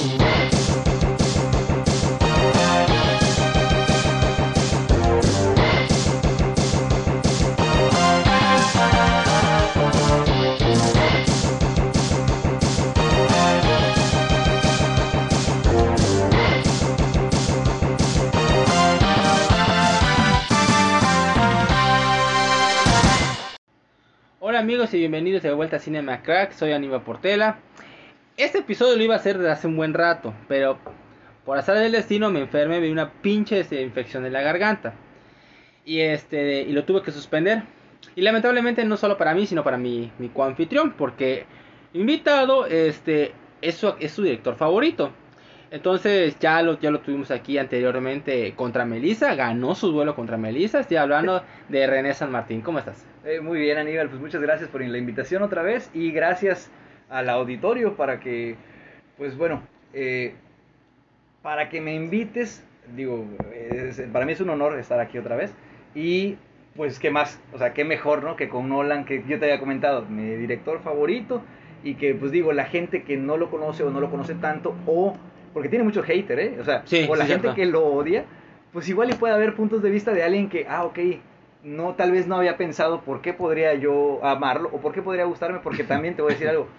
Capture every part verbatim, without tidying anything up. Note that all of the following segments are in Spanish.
Hola amigos y bienvenidos de vuelta a Cinema Crack, soy Aníbal Portela. Este episodio lo iba a hacer desde hace un buen rato, pero por azar del destino me enfermé, me dio una pinche este, infección en la garganta. Y este y lo tuve que suspender. Y lamentablemente no solo para mí, sino para mi, mi coanfitrión, porque mi invitado este, es, su, es su director favorito. Entonces ya lo, ya lo tuvimos aquí anteriormente contra Melissa, ganó su duelo contra Melissa. Estoy hablando de René San Martín. ¿Cómo estás? Eh, muy bien, Aníbal, pues muchas gracias por la invitación otra vez y gracias al auditorio para que, pues bueno, eh, para que me invites, digo, es, para mí es un honor estar aquí otra vez y pues qué más, o sea, qué mejor, ¿no? Que con Nolan, que yo te había comentado, mi director favorito y que pues digo, la gente que no lo conoce o no lo conoce tanto o, porque tiene mucho hater, ¿eh? O sea, Sí, o la sí, gente cierto. que lo odia, pues igual y puede haber puntos de vista de alguien que, ah, ok, no, tal vez no había pensado por qué podría yo amarlo o por qué podría gustarme, porque también te voy a decir algo,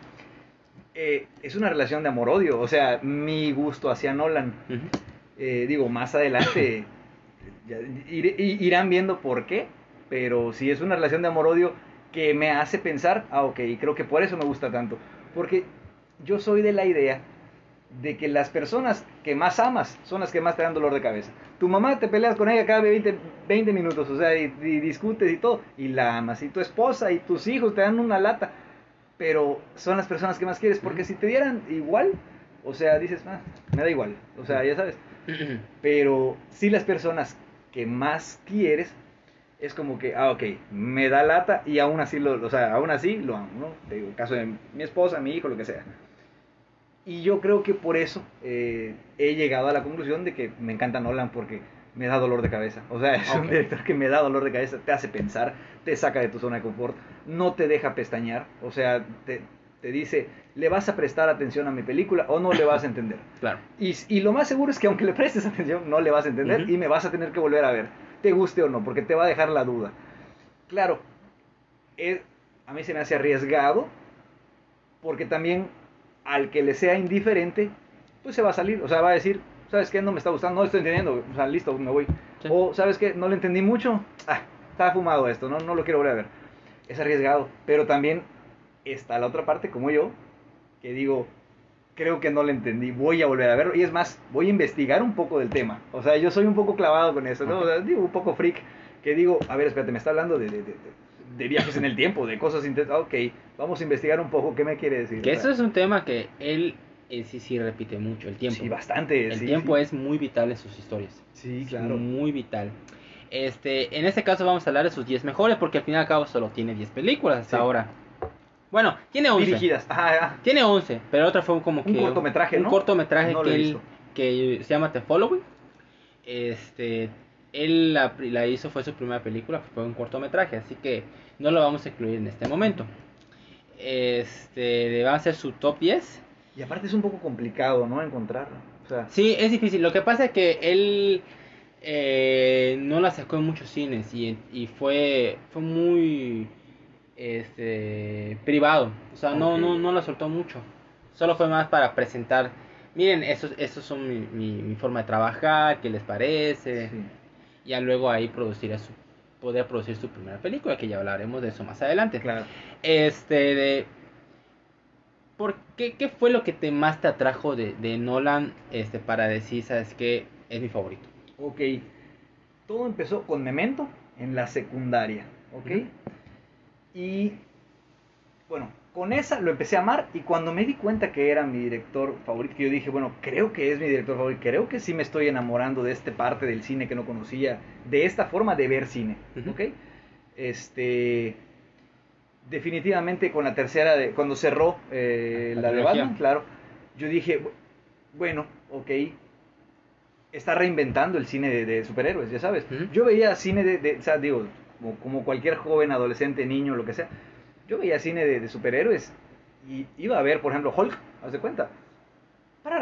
eh, es una relación de amor-odio, o sea, mi gusto hacia Nolan, Uh-huh. eh, digo, más adelante ya, ir, irán viendo por qué, pero sí es una relación de amor-odio que me hace pensar, ah, ok, creo que por eso me gusta tanto, porque yo soy de la idea de que las personas que más amas son las que más te dan dolor de cabeza. Tu mamá te peleas con ella cada veinte, veinte minutos, o sea, y, y discutes y todo, y la amas, y tu esposa y tus hijos te dan una lata, pero son las personas que más quieres, porque si te dieran igual, o sea, dices, ah, me da igual, o sea, ya sabes, pero si las personas que más quieres, es como que, ah, ok, me da lata y aún así lo, o sea, aún así lo amo, ¿no? Te digo, el caso de mi esposa, mi hijo, lo que sea. Y yo creo que por eso eh, he llegado a la conclusión de que me encanta Nolan porque me da dolor de cabeza. O sea, es okay. Un director que me da dolor de cabeza, te hace pensar, te saca de tu zona de confort, no te deja pestañear. O sea, te, te dice, ¿le vas a prestar atención a mi película o no le vas a entender? Claro. Y, y lo más seguro es que aunque le prestes atención, no le vas a entender uh-huh. y me vas a tener que volver a ver, te guste o no, porque te va a dejar la duda. Claro, es, a mí se me hace arriesgado porque también al que le sea indiferente, pues se va a salir, o sea, va a decir, ¿sabes qué? No me está gustando, no lo estoy entendiendo, o sea, listo, me voy. Sí. O, ¿sabes qué? No lo entendí mucho, ah, está fumado esto, no, no lo quiero volver a ver. Es arriesgado, pero también está la otra parte, como yo, que digo, creo que no lo entendí, voy a volver a verlo, y es más, voy a investigar un poco del tema, o sea, yo soy un poco clavado con eso, ¿no? Okay. O sea, digo, un poco freak, que digo, a ver, espérate, me está hablando de... de, de, de de viajes en el tiempo, de cosas intensas. Ok, vamos a investigar un poco, ¿qué me quiere decir? Que eso es un tema que él eh, sí, sí repite mucho, el tiempo. Sí, bastante. El sí, tiempo sí. es muy vital en sus historias. Sí, claro. Es muy vital. Este, en este caso vamos a hablar de sus diez mejores, porque al fin y al cabo solo tiene diez películas hasta sí. ahora. Bueno, tiene once. Dirigidas. Ah, ah. Tiene once, pero otra fue como que... Un cortometraje, un, ¿no? Un cortometraje no que, él, que se llama The Following. Este... Él la, la hizo, fue su primera película, fue un cortometraje, así que no lo vamos a incluir en este momento. Este, le va a ser su top diez. Y aparte es un poco complicado, ¿no? Encontrarlo. O sea... Sí, es difícil. Lo que pasa es que él eh, no la sacó en muchos cines y, y fue, fue muy este, privado. O sea, okay. no, no, no la soltó mucho. Solo fue más para presentar, miren, estos, estos son mi, mi, mi forma de trabajar, ¿qué les parece? Sí. Ya luego ahí produciría su, poder producir su primera película, que ya hablaremos de eso más adelante. Claro. Este, de, ¿por qué, qué fue lo que te más te atrajo de, de Nolan, este, para decir, sabes qué, es mi favorito? Ok, todo empezó con Memento en la secundaria, ¿ok? Uh-huh. Y, bueno, con esa lo empecé a amar y cuando me di cuenta que era mi director favorito, que yo dije, bueno, creo que es mi director favorito, creo que sí me estoy enamorando de esta parte del cine que no conocía, de esta forma de ver cine, uh-huh. ¿ok? Este, definitivamente con la tercera, de, cuando cerró eh, la, la de Batman, claro, yo dije, bueno, ok, está reinventando el cine de, de superhéroes, ya sabes. Uh-huh. Yo veía cine de, de o sea, digo, como, como cualquier joven, adolescente, niño, lo que sea, yo veía cine de, de superhéroes y iba a ver, por ejemplo, Hulk, haz de cuenta, para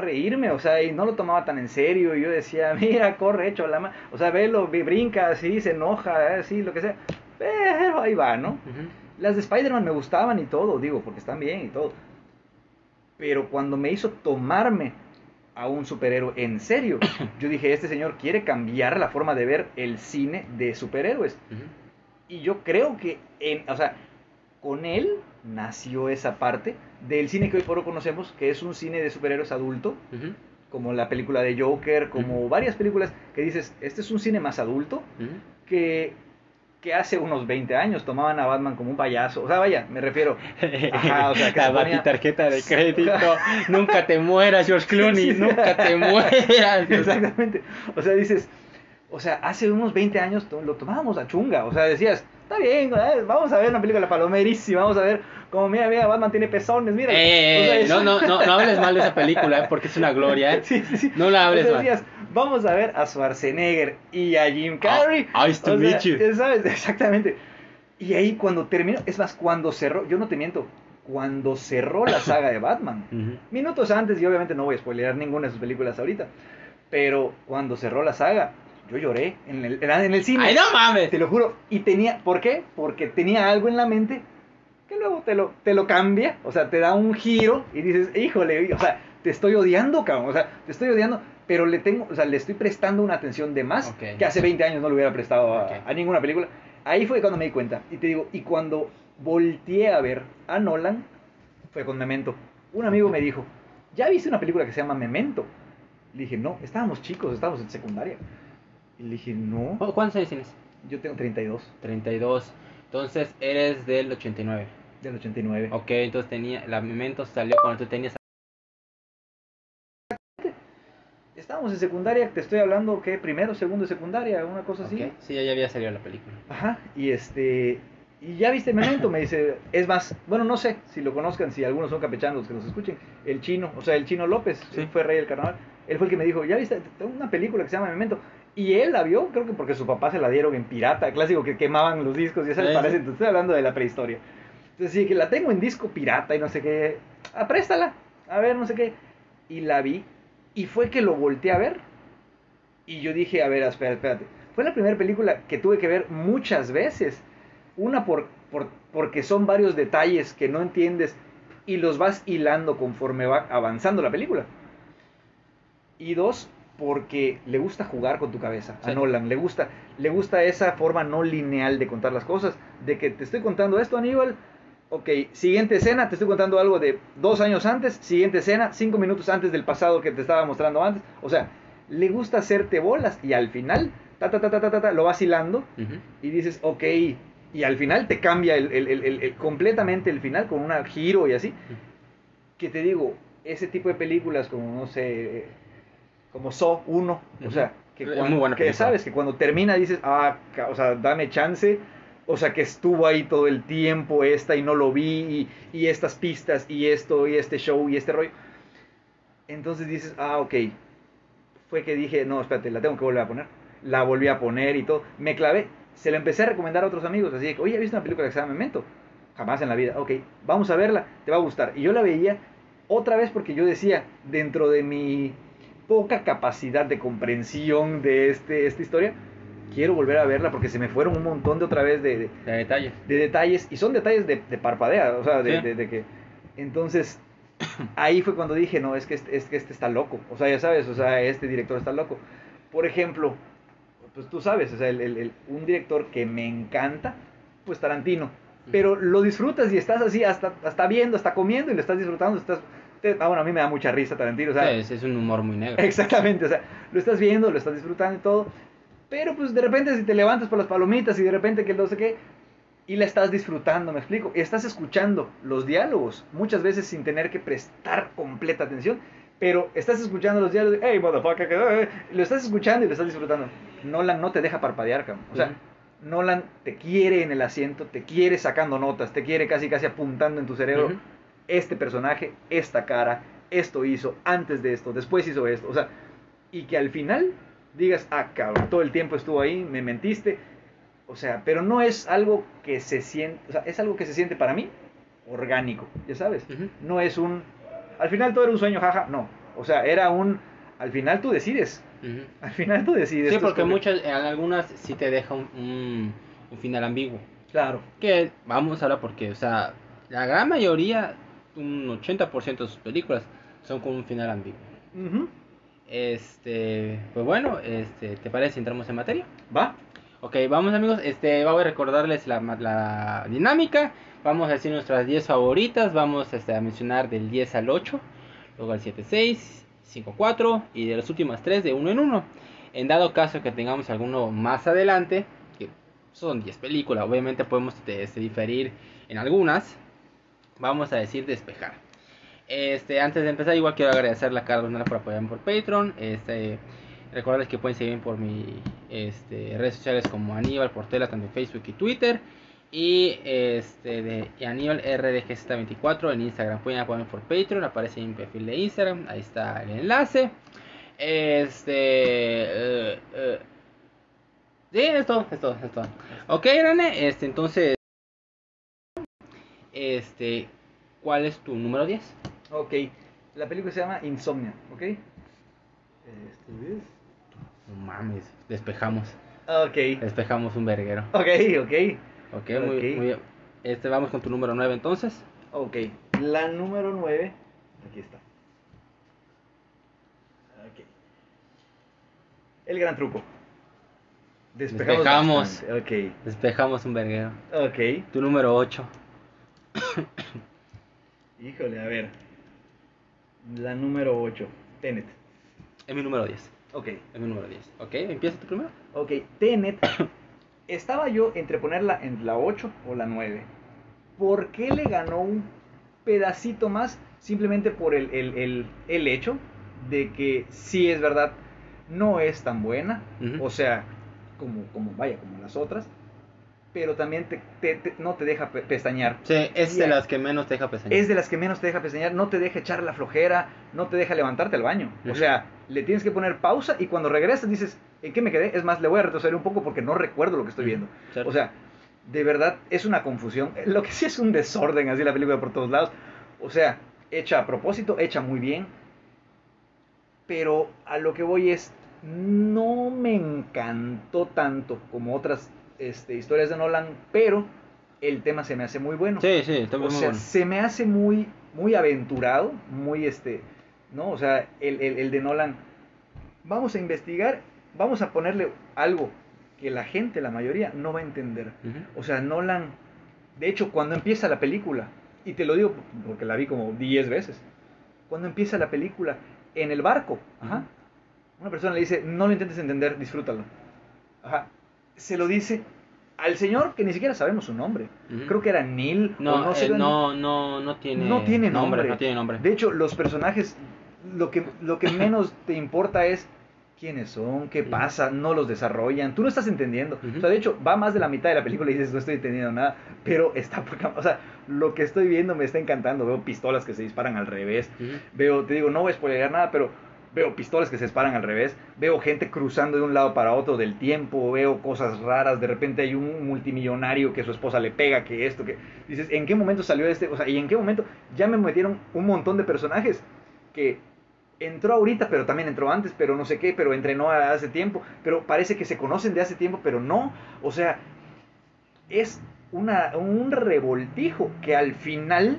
reírme, o sea, y no lo tomaba tan en serio, y yo decía, mira, corre, hecho la mano, o sea, velo, brinca, así, se enoja, así, lo que sea, pero ahí va, ¿no? Uh-huh. Las de Spider-Man me gustaban y todo, digo, porque están bien y todo, pero cuando me hizo tomarme a un superhéroe en serio, yo dije, este señor quiere cambiar la forma de ver el cine de superhéroes, uh-huh. Y yo creo que, en, o sea, con él nació esa parte del cine que hoy por hoy conocemos, que es un cine de superhéroes adulto, uh-huh. Como la película de Joker, como uh-huh. varias películas que dices, este es un cine más adulto, uh-huh. que, que hace unos veinte años tomaban a Batman como un payaso, o sea, vaya, me refiero, ajá, o sea, que la se ponía... tarjeta de crédito, nunca te mueras, George Clooney, sí, nunca te mueras. Exactamente, o sea, dices, o sea, hace unos veinte años lo tomábamos a chunga, o sea, decías, está bien, vamos a ver una película palomerísima, vamos a ver como, mira, mira, Batman tiene pezones, mira. Eh, o sea, no, no, no, no hables mal de esa película, ¿eh? Porque es una gloria, ¿eh? Sí, sí, sí. No la hables o sea, mal. Decías, vamos a ver a Schwarzenegger y a Jim Carrey. Oh, nice to meet you. ¿Sabes? Exactamente. Y ahí cuando terminó, es más, cuando cerró, yo no te miento, cuando cerró la saga de Batman, uh-huh. minutos antes, y obviamente no voy a spoilear ninguna de sus películas ahorita, pero cuando cerró la saga, yo lloré en el, en el cine. ¡Ay, no mames! Te lo juro. Y tenía, ¿por qué? Porque tenía algo en la mente que luego te lo, te lo cambia, o sea, te da un giro y dices, híjole, o sea, te estoy odiando, cabrón, o sea, te estoy odiando, pero le tengo, o sea, le estoy prestando una atención de más, okay. que hace veinte años no le hubiera prestado a, okay. a ninguna película. Ahí fue cuando me di cuenta, y te digo, y cuando volteé a ver a Nolan, fue con Memento. Un amigo me dijo, ¿ya viste una película que se llama Memento? Le dije, no, estábamos chicos, estábamos en secundaria. Y le dije, no. ¿Cuántos años tienes? Yo tengo treinta y dos. treinta y dos. Entonces eres del ochenta y nueve. Del ochenta y nueve. Ok, entonces tenía, la Memento salió cuando tú tenías... Estábamos en secundaria, te estoy hablando que primero, segundo de secundaria, una cosa así. Okay. Sí, ya había salido la película. Ajá, y este... Y ya viste Memento, me dice, es más, bueno, no sé si lo conozcan, si algunos son campechanos que nos escuchen, el Chino, o sea, el Chino López, sí. Fue rey del carnaval, él fue el que me dijo, ya viste, tengo una película que se llama Memento, y él la vio, creo que porque su papá se la dieron en pirata, clásico que quemaban los discos, y eso les parece, entonces estoy hablando de la prehistoria. Entonces sí, que la tengo en disco pirata y no sé qué, ah, préstala, a ver, no sé qué, y la vi, y fue que lo volteé a ver, y yo dije, a ver, espérate, espérate, fue la primera película que tuve que ver muchas veces. Una por, por, porque son varios detalles que no entiendes y los vas hilando conforme va avanzando la película. Y dos, porque le gusta jugar con tu cabeza a sí. Nolan. Le gusta, le gusta esa forma no lineal de contar las cosas. De que te estoy contando esto, Aníbal. Ok, siguiente escena, te estoy contando algo de dos años antes. Siguiente escena, cinco minutos antes del pasado que te estaba mostrando antes. O sea, le gusta hacerte bolas y al final, ta, ta, ta, ta, ta, ta, lo vas hilando uh-huh. y dices, ok... Y al final te cambia el, el, el, el, el, completamente el final con un giro y así. Que te digo, ese tipo de películas como, no sé, como Saw uno, uh-huh. o sea, que, cuando, que sabes que cuando termina dices, ah, o sea, dame chance, o sea, que estuvo ahí todo el tiempo esta y no lo vi, y, y estas pistas, y esto, y este show, y este rollo. Entonces dices, ah, ok, fue que dije, no, espérate, la tengo que volver a poner. La volví a poner y todo, me clavé. Se lo empecé a recomendar a otros amigos, así de que, oye, ¿viste una película que se llama Memento? Jamás en la vida. Ok, vamos a verla, te va a gustar. Y yo la veía otra vez porque yo decía, dentro de mi poca capacidad de comprensión de este, esta historia, quiero volver a verla porque se me fueron un montón de otra vez de, de, de detalles. De detalles, y son detalles de, de parpadea, o sea, de, sí. de, de, de que... Entonces, ahí fue cuando dije, no, es que, este, es que este está loco. O sea, ya sabes, o sea, este director está loco. Por ejemplo... Pues tú sabes, o sea, el, el, el, un director que me encanta, pues Tarantino, pero lo disfrutas y estás así, hasta, hasta viendo, hasta comiendo y lo estás disfrutando, estás, te, ah, bueno, a mí me da mucha risa Tarantino, o sea, sí, es, es un humor muy negro. Exactamente, o sea, lo estás viendo, lo estás disfrutando y todo, pero pues de repente si te levantas por las palomitas y de repente que no sé qué, y la estás disfrutando, me explico, y estás escuchando los diálogos, muchas veces sin tener que prestar completa atención, pero estás escuchando los diálogos, hey, motherfucker, lo estás escuchando y lo estás disfrutando. Nolan no te deja parpadear, cabrón. O sea, uh-huh. Nolan te quiere en el asiento, te quiere sacando notas, te quiere casi casi apuntando en tu cerebro, uh-huh. este personaje, esta cara, esto hizo, antes de esto, después hizo esto. O sea, y que al final digas, ah, cabrón, todo el tiempo estuvo ahí, me mentiste. O sea, pero no es algo que se siente, o sea, es algo que se siente para mí orgánico, ya sabes. Uh-huh. No es un... Al final todo era un sueño, jaja, no. O sea, era un... Al final tú decides. Uh-huh. Al final tú decides. Sí, tú porque escoges. muchas, en algunas sí te deja un, un, un final ambiguo. Claro. Que vamos a hablar porque, o sea, la gran mayoría, un ochenta por ciento de sus películas son con un final ambiguo. Uh-huh. Este, pues bueno, este, ¿te parece si entramos en materia? ¿Va? Ok, vamos amigos, este, voy a recordarles la, la dinámica. Vamos a decir nuestras diez favoritas, vamos este, a mencionar del diez al ocho, luego al siete, seis, cinco, cuatro y de las últimas tres de uno en uno. En dado caso que tengamos alguno más adelante, que son diez películas, obviamente podemos este, diferir en algunas, vamos a decir despejar. Este, antes de empezar, igual quiero agradecerle a Carlos Nara por apoyarme por Patreon. Este, recordarles que pueden seguirme por mis este, redes sociales como Aníbal Portela, tanto en Facebook y Twitter. Y este, de y Aníbal R D G Z veinticuatro en Instagram. Pueden apoyarme por Patreon, aparece en mi perfil de Instagram. Ahí está el enlace. Este. Uh, uh, sí, es todo, es todo, es todo. Ok, René, este, entonces. Este. ¿Cuál es tu número diez? Ok, la película se llama Insomnia, ¿ok? Este es... No mames, despejamos. Ok. Despejamos un verguero. Ok, ok. Ok, muy, Ok. muy bien. Este, vamos con tu número nueve entonces. Ok, la número nueve, aquí está. Ok. El gran truco. Despejamos. Despejamos. bastante, Ok. Despejamos un verguero. Ok. Tu número ocho. Híjole, a ver. La número ocho, Tenet. Es mi número diez. Ok. Es mi número diez. Ok, empieza tu primero. Ok, Tenet. Estaba yo entre ponerla en la ocho o la nueve. ¿Por qué le ganó un pedacito más? Simplemente por el, el, el, el hecho de que sí es verdad, no es tan buena. Uh-huh. O sea, como, como vaya, como las otras. Pero también te, te, te, no te deja pe pestañear. Sí, es de Y las que menos te deja pestañear. Es de las que menos te deja pestañear, no te deja echar la flojera, no te deja levantarte al baño. Uh-huh. O sea, le tienes que poner pausa y cuando regresas dices, ¿en qué me quedé? Es más, le voy a retroceder un poco porque no recuerdo lo que estoy viendo. Claro. O sea, de verdad es una confusión. Lo que sí es un desorden así la película por todos lados. O sea, hecha a propósito, hecha muy bien. Pero a lo que voy es, no me encantó tanto como otras este, historias de Nolan, pero el tema se me hace muy bueno. Sí, sí, está muy O sea, bueno. se me hace muy, muy aventurado, muy este, ¿no? O sea, el, el, el de Nolan, vamos a investigar, vamos a ponerle algo que la gente, la mayoría, no va a entender. Uh-huh. O sea, Nolan, de hecho, cuando empieza la película, y te lo digo porque la vi como diez veces, cuando empieza la película, en el barco, ajá, uh-huh. Una persona le dice, no lo intentes entender, disfrútalo. Ajá. Se lo dice al señor que ni siquiera sabemos su nombre. Uh-huh. Creo que era Neil. No, o no, sé eh, no, no, no tiene, no tiene nombre. nombre. No tiene nombre. De hecho, los personajes, lo que, lo que menos te importa es quiénes son, qué pasa, uh-huh. No los desarrollan. Tú no estás entendiendo. Uh-huh. O sea, de hecho, va más de la mitad de la película y dices, no estoy entendiendo nada. Pero está por... O sea, lo que estoy viendo me está encantando. Veo pistolas que se disparan al revés. Uh-huh. Veo, te digo, no voy a spoilear nada, pero... Veo pistolas que se disparan al revés, veo gente cruzando de un lado para otro del tiempo, veo cosas raras, de repente hay un multimillonario que su esposa le pega, que esto, que... Dices, ¿en qué momento salió este? O sea, ¿y en qué momento ya me metieron un montón de personajes que entró ahorita, pero también entró antes, pero no sé qué, pero entrenó hace tiempo, pero parece que se conocen de hace tiempo, pero no? O sea, es una, un revoltijo que al final...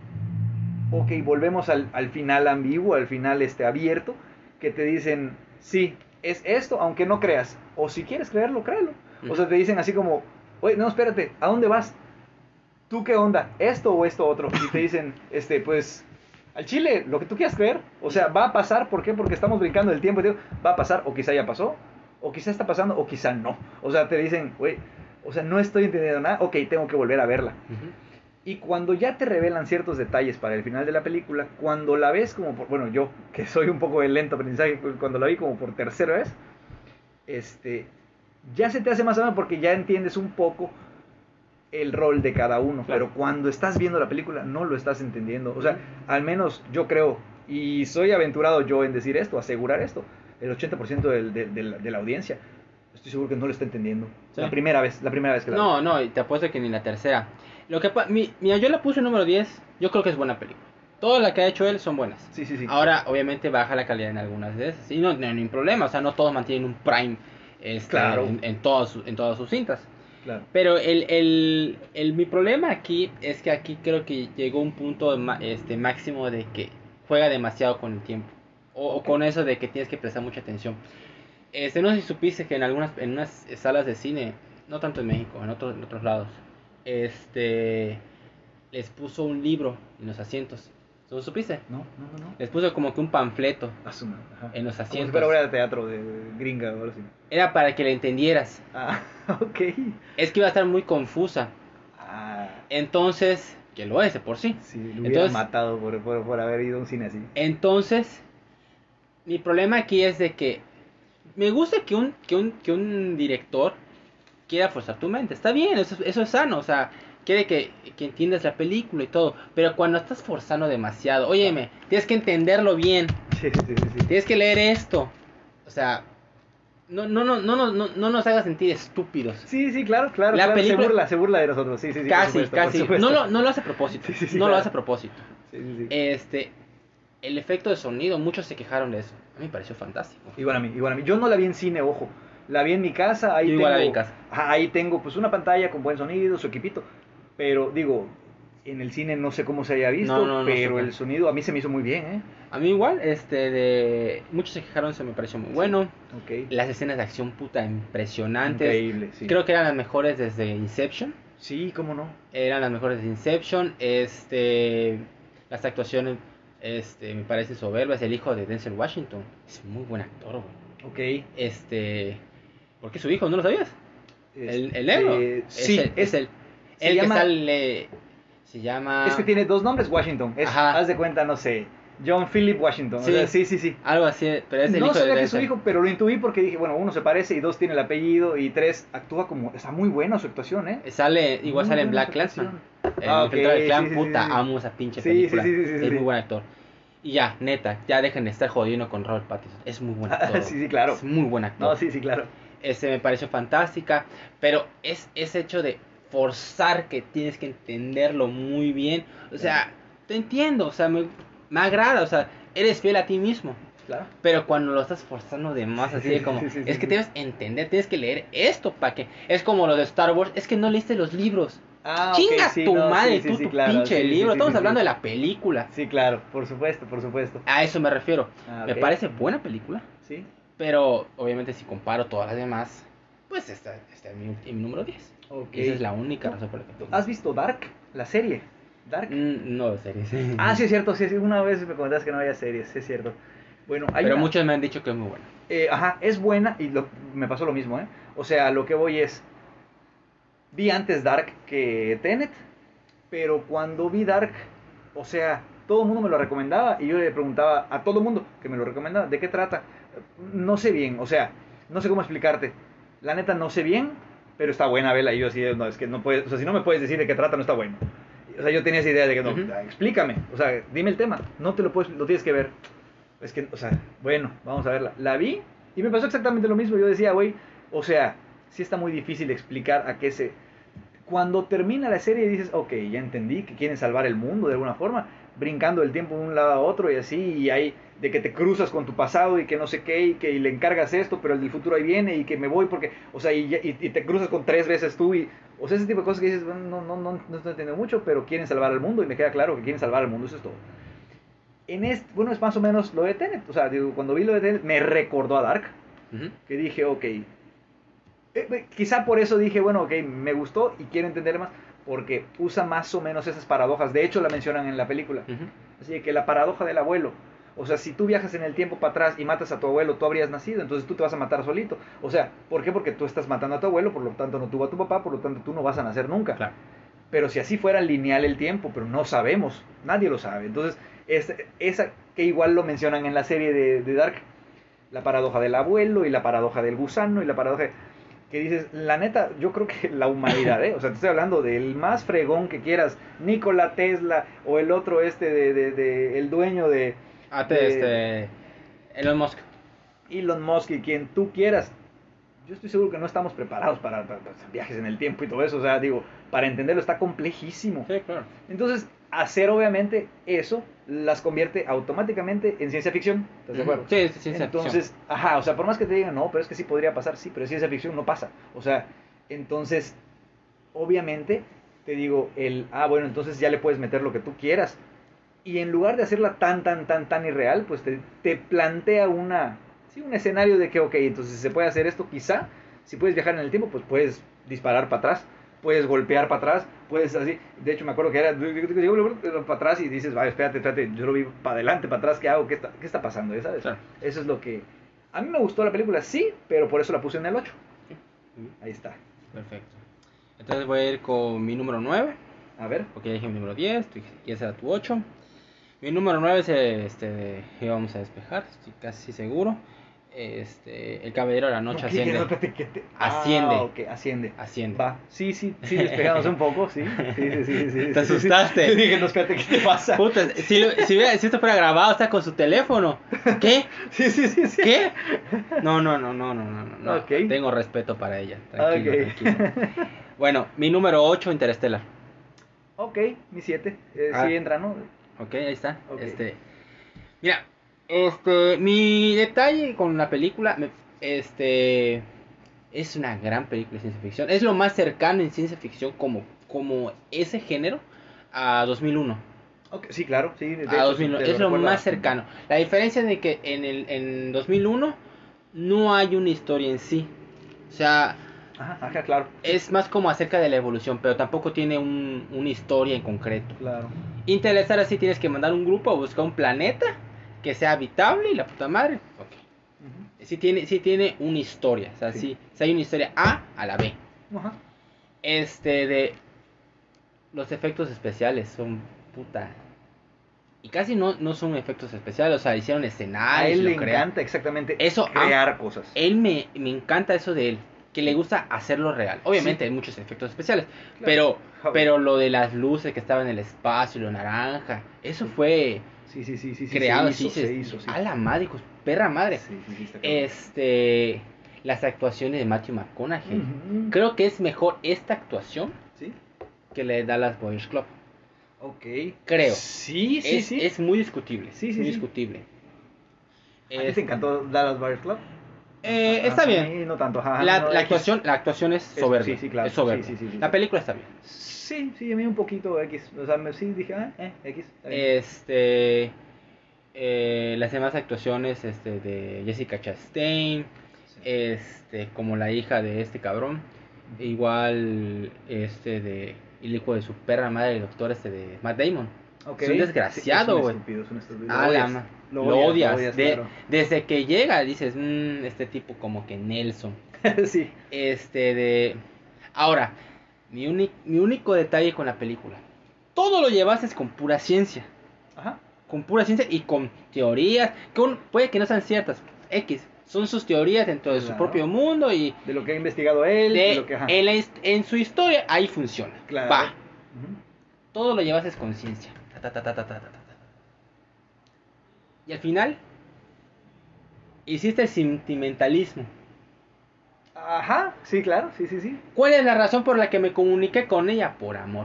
Ok, volvemos al, al final ambiguo, al final este, abierto, que te dicen, sí, es esto, aunque no creas. O si quieres creerlo, créelo. O sea, te dicen así como, oye, no, espérate, ¿a dónde vas? ¿Tú qué onda? ¿Esto o esto otro? Y te dicen, este, pues, al chile, lo que tú quieras creer. O sea, va a pasar, ¿por qué? Porque estamos brincando el tiempo. Y te digo, va a pasar, o quizá ya pasó, o quizá está pasando, o quizá no. O sea, te dicen, oye, o sea, no estoy entendiendo nada, ok, tengo que volver a verla. Uh-huh. Y cuando ya te revelan ciertos detalles para el final de la película, cuando la ves como por... Bueno, yo, que soy un poco de lento aprendizaje, cuando la vi como por tercera vez, este, ya se te hace más o menos porque ya entiendes un poco el rol de cada uno. Claro. Pero cuando estás viendo la película no lo estás entendiendo. O sea, al menos yo creo, y soy aventurado yo en decir esto, asegurar esto, el ochenta por ciento del, de, de, la, de la audiencia, estoy seguro que no lo está entendiendo. ¿Sí? La primera vez, la primera vez que la No, vi. no, y te apuesto que ni la tercera. Lo que pa- mi, mira, yo la puse número diez, yo creo que es buena película. Todas las que ha hecho él son buenas. Sí, sí, sí. Ahora, obviamente, baja la calidad en algunas de esas. Y no, no hay ningún problema. O sea, no todos mantienen un prime este, Claro. en, en, todas, sus- en todas sus cintas. Claro. Pero el, el, el, mi problema aquí es que aquí creo que llegó un punto ma- este, máximo de que juega demasiado con el tiempo. O, o con eso de que tienes que prestar mucha atención. Este, no sé si supiste que en algunas en unas salas de cine, no tanto en México, en otros, en otros lados, este, les puso un libro en los asientos. ¿Lo supiste? No, no, no, no. Les puso como que un panfleto Asuma, ajá. en los Como si asientos. fuera obra de teatro de gringa o algo así. Era para que le entendieras. Ah, ok. Es que iba a estar muy confusa. Ah, Entonces, que lo es de por sí. sí, lo hubiera Entonces, matado por, por, por haber ido a un cine así. entonces, mi problema aquí es de que me gusta que un, que un, que un director quiera forzar tu mente. Está bien, eso, eso es sano, o sea, quiere que, que entiendas la película y todo. Pero cuando estás forzando demasiado, óyeme, tienes que entenderlo bien. Sí, sí, sí, sí. Tienes que leer esto. O sea, no, no, no, no, no, no, no nos hagas sentir estúpidos. Sí, sí, claro, claro. La claro. película- Se burla, se burla de nosotros. Sí, sí, sí. Casi, por supuesto, por casi. supuesto. No lo, no lo hace a propósito. Sí, sí, sí, no lo claro. hace a propósito. Sí, sí, sí. Este, el efecto de sonido, muchos se quejaron de eso. A mí me pareció fantástico. Igual a mí, igual a mí. Yo no la vi en cine, ojo. La vi en mi casa. Ahí Yo tengo, igual la vi en casa. Ajá, ahí tengo pues una pantalla con buen sonido, su equipito. Pero digo, en el cine no sé cómo se haya visto, No, no, no pero sé. el sonido a mí se me hizo muy bien, ¿eh? A mí igual, este, de... Muchos se quejaron, se me pareció muy bueno. Ok. Las escenas de acción puta impresionantes. Increíble, sí. Creo que eran las mejores desde Inception. Sí, cómo no. Eran las mejores desde Inception. Este, las actuaciones, este, me parecen soberbias. El hijo de Denzel Washington es muy buen actor, güey. Ok. Este, ¿por qué su hijo? ¿No lo sabías? El, Este, el negro. sí, es el, es el, se el llama- que sale. Se llama. Es que tiene dos nombres, Washington. Es, Ajá. haz de cuenta, no sé, John Philip Washington. Sí. O sea, sí, sí, sí. Algo así, pero es el No hijo de sabía que es Denzel. su hijo, pero lo intuí porque dije, bueno, uno se parece y dos tiene el apellido y tres actúa como... Está muy buena su actuación, ¿eh? Sale, igual Muy sale en buena Black su Clansman. actuación. El Ah, infiltrado ok, del clan, sí, sí, puta, sí, sí. amo esa pinche Sí, película. sí, sí, sí, sí, es sí. muy buen actor. Y ya, neta, ya dejen de estar jodiendo con Robert Pattinson. Es muy buen actor. Sí, sí, claro. Es muy buen actor. No, sí, sí, claro. Este me pareció fantástica, pero es ese hecho de forzar que tienes que entenderlo muy bien. O sea, te entiendo, o sea, me, me agrada, o sea, eres fiel a ti mismo. Claro. Pero cuando lo estás forzando de más, así de como, Sí, sí, sí, es que sí. debes entender, tienes que leer esto para que. Es como lo de Star Wars, es que no leíste los libros. Ah, ok, Chinga sí, tu no, madre, sí, sí, tú, sí, tu claro, pinche sí, sí, libro. sí, Estamos sí, hablando sí. de la película. Sí, claro, por supuesto, por supuesto. A eso me refiero. Ah, Me ok. parece buena película, Sí. pero obviamente si comparo todas las demás, pues esta, esta es mi, en mi número diez. Ok. Y esa es la única razón por la que tengo. ¿Has visto Dark? La serie. Dark. Mm, no, series. Ah, sí, es cierto, sí, sí, una vez me comentaste que no había series, sí, es cierto. Bueno, hay Pero una- muchos me han dicho que es muy buena. eh, ajá, es buena y lo- me pasó lo mismo, ¿eh? O sea, lo que voy es, vi antes Dark que Tenet, pero cuando vi Dark, o sea, todo el mundo me lo recomendaba y yo le preguntaba a todo el mundo que me lo recomendaba, ¿de qué trata? No sé bien, o sea, no sé cómo explicarte. La neta no sé bien, pero está buena, vela. Y yo así, no, es que no puedes, o sea, si no me puedes decir de qué trata, no está bueno. O sea, yo tenía esa idea de que no, Ujú. explícame, o sea, dime el tema, no te lo puedes, lo tienes que ver. Es que, o sea, bueno, vamos a verla. La vi y me pasó exactamente lo mismo. Yo decía, güey, o sea, sí está muy difícil explicar a qué se... Cuando termina la serie dices, ok, ya entendí que quieren salvar el mundo de alguna forma, brincando el tiempo de un lado a otro y así, y hay de que te cruzas con tu pasado y que no sé qué, y que y le encargas esto, pero el del futuro ahí viene y que me voy porque, o sea, y, ya- y- y te cruzas con tres veces tú y, o sea, ese tipo de cosas que dices, bueno, no, no, no, no estoy entendiendo mucho, pero quieren salvar al mundo y me queda claro que quieren salvar al mundo, eso es todo. En este, bueno, es más o menos lo de Tenet, o sea, digo, cuando vi lo de Tenet me recordó a Dark, Ujú. que dije, ok, eh, eh, quizá por eso dije, bueno, ok, me gustó y quiero entender más, porque usa más o menos esas paradojas, de hecho la mencionan en la película, Ujú. así que la paradoja del abuelo, o sea, si tú viajas en el tiempo para atrás y matas a tu abuelo, tú habrías nacido, entonces tú te vas a matar solito, o sea, ¿por qué? Porque tú estás matando a tu abuelo, por lo tanto no tuvo a tu papá, por lo tanto tú no vas a nacer nunca. Claro. Pero si así fuera lineal el tiempo, pero no sabemos, nadie lo sabe. Entonces, es, esa que igual lo mencionan en la serie de, de Dark, la paradoja del abuelo y la paradoja del gusano y la paradoja que dices, la neta, yo creo que la humanidad, ¿eh? O sea, te estoy hablando del más fregón que quieras, Nikola Tesla o el otro este de, de, de el dueño de, Ah, te, de este. Elon Musk. Elon Musk y quien tú quieras. Yo estoy seguro que no estamos preparados para, para- para viajes en el tiempo y todo eso. O sea, digo, para entenderlo está complejísimo. Sí, claro. Entonces, hacer obviamente eso las convierte automáticamente en ciencia ficción. ¿Estás de acuerdo? Sí, es ciencia Entonces, ficción. ajá, o sea, por más que te digan, no, pero es que sí podría pasar, sí, pero es ciencia ficción, no pasa. O sea, entonces, obviamente, te digo, el, ah, bueno, entonces ya le puedes meter lo que tú quieras. Y en lugar de hacerla tan, tan, tan, tan irreal, pues te, te plantea una, sí, un escenario de que, ok, entonces se puede hacer esto, quizá, si puedes viajar en el tiempo, pues puedes disparar para atrás, puedes golpear para atrás, puedes así. De hecho, me acuerdo que era para atrás y dices, vaya, espérate, espérate, yo lo vi para adelante, para atrás, ¿qué hago? ¿Qué está, qué está pasando? ¿Sabes? Claro. Eso es lo que... A mí me gustó la película, sí, pero por eso la puse en el ocho. Sí. Ahí está. Perfecto. Entonces voy a ir con mi número nueve. A ver. Porque ya dije mi número diez, tú quieres era tu ocho. Mi número nueve es este, vamos a despejar, estoy casi seguro. Este, el Caballero de la Noche No, asciende. no, espérate, ¿qué te- Asciende. Ah, ok, asciende. Asciende. Va, sí, sí, sí, despegamos un poco, sí. Sí, sí, sí, sí, sí, Te sí, asustaste. Sí, dije, no, espérate, ¿qué te pasa? Puta, si, lo- si, hubiera- si esto fuera grabado, está con su teléfono. ¿Qué? Sí, sí, sí, sí. ¿Qué? No, no, no, no, no, no, no, no. Ok. Tengo respeto para ella. Tranquilo, Ok. tranquilo. Bueno, mi número ocho, Interstellar. Ok, mi siete. Eh, Ah. Sí entra, ¿no? Ok, ahí está. Ok. Este, mira, este, mi detalle con la película, me- este, es una gran película de ciencia ficción. Es lo más cercano en ciencia ficción como, como ese género a dos mil uno. Ok, sí, claro, sí. De A hecho, dos mil sí, uno. te Es lo recuerda más bastante. cercano. La diferencia es de que en el en dos mil uno no hay una historia en sí. O sea, Ajá, ajá, claro. es más como acerca de la evolución, pero tampoco tiene un, una historia en concreto. Claro. Interstellar así tienes que mandar un grupo a buscar un planeta que sea habitable y la puta madre. Ok. Ujú. Sí tiene, sí tiene una historia. O sea, Sí. sí, sí hay una historia A a la B. Ajá. Este de los efectos especiales son puta. Y casi no, no son efectos especiales, o sea, hicieron A escenarios, él lo le crean. encanta exactamente Eso, crear cosas. Él me, me encanta eso de él, que le gusta hacerlo real. Obviamente Sí. hay muchos efectos especiales, Claro. pero Joder. pero lo de las luces que estaban en el espacio, lo naranja, eso fue Sí, sí, sí, sí, sí. creado se así, hizo, se- se hizo, sí. a la madre, hijos, perra madre. Sí, sí, sí, está cabrón. Este, las actuaciones de Matthew McConaughey. Ujú. Creo que es mejor esta actuación Sí. que le da las Boys Club. Ok. Creo. Sí, sí, es, sí. es muy discutible. Sí, sí, muy sí. discutible. ¿A ti te Este, encantó Dallas Buyers Club? Eh, Ajá, está a bien. mí no tanto. Ajá, a mí La, no, la X. actuación, la actuación es Eso, soberbia. sí, sí, claro. Es soberbia. Sí, sí, sí, sí, La sí. película está bien. Sí, sí, a mí un poquito X. O sea, me, sí, dije, ah, eh, X. Está bien. Este, eh, las demás actuaciones, este, de Jessica Chastain, Sí. este, como la hija de este cabrón, igual, este, de el hijo de su perra madre, el doctor, este, de Matt Damon. Ok. Es un desgraciado, Sí, güey. es un estúpido, es un estúpido. Ah, Lo la odias, ma- lo lo odias, odias. lo odias, De- claro. Desde que llega dices, mmm, este tipo como que Nelson. Sí. Este de... Ahora, mi, uni- mi único detalle con la película. Todo lo llevases con pura ciencia. Ajá. Con pura ciencia y con teorías. Que un- puede que no sean ciertas. X. Son sus teorías dentro de su Claro. propio mundo y... De lo que ha investigado él, de, De, lo que, ajá. en, la hist- en su historia, ahí funciona. Claro. Va. Ujú. Todo lo llevases con ciencia. Ta, ta, ta, ta, ta, ta, ta, ta. Y al final... Hiciste el sentimentalismo. Ajá, sí, claro, sí, sí, sí. ¿Cuál es la razón por la que me comuniqué con ella? Por amor.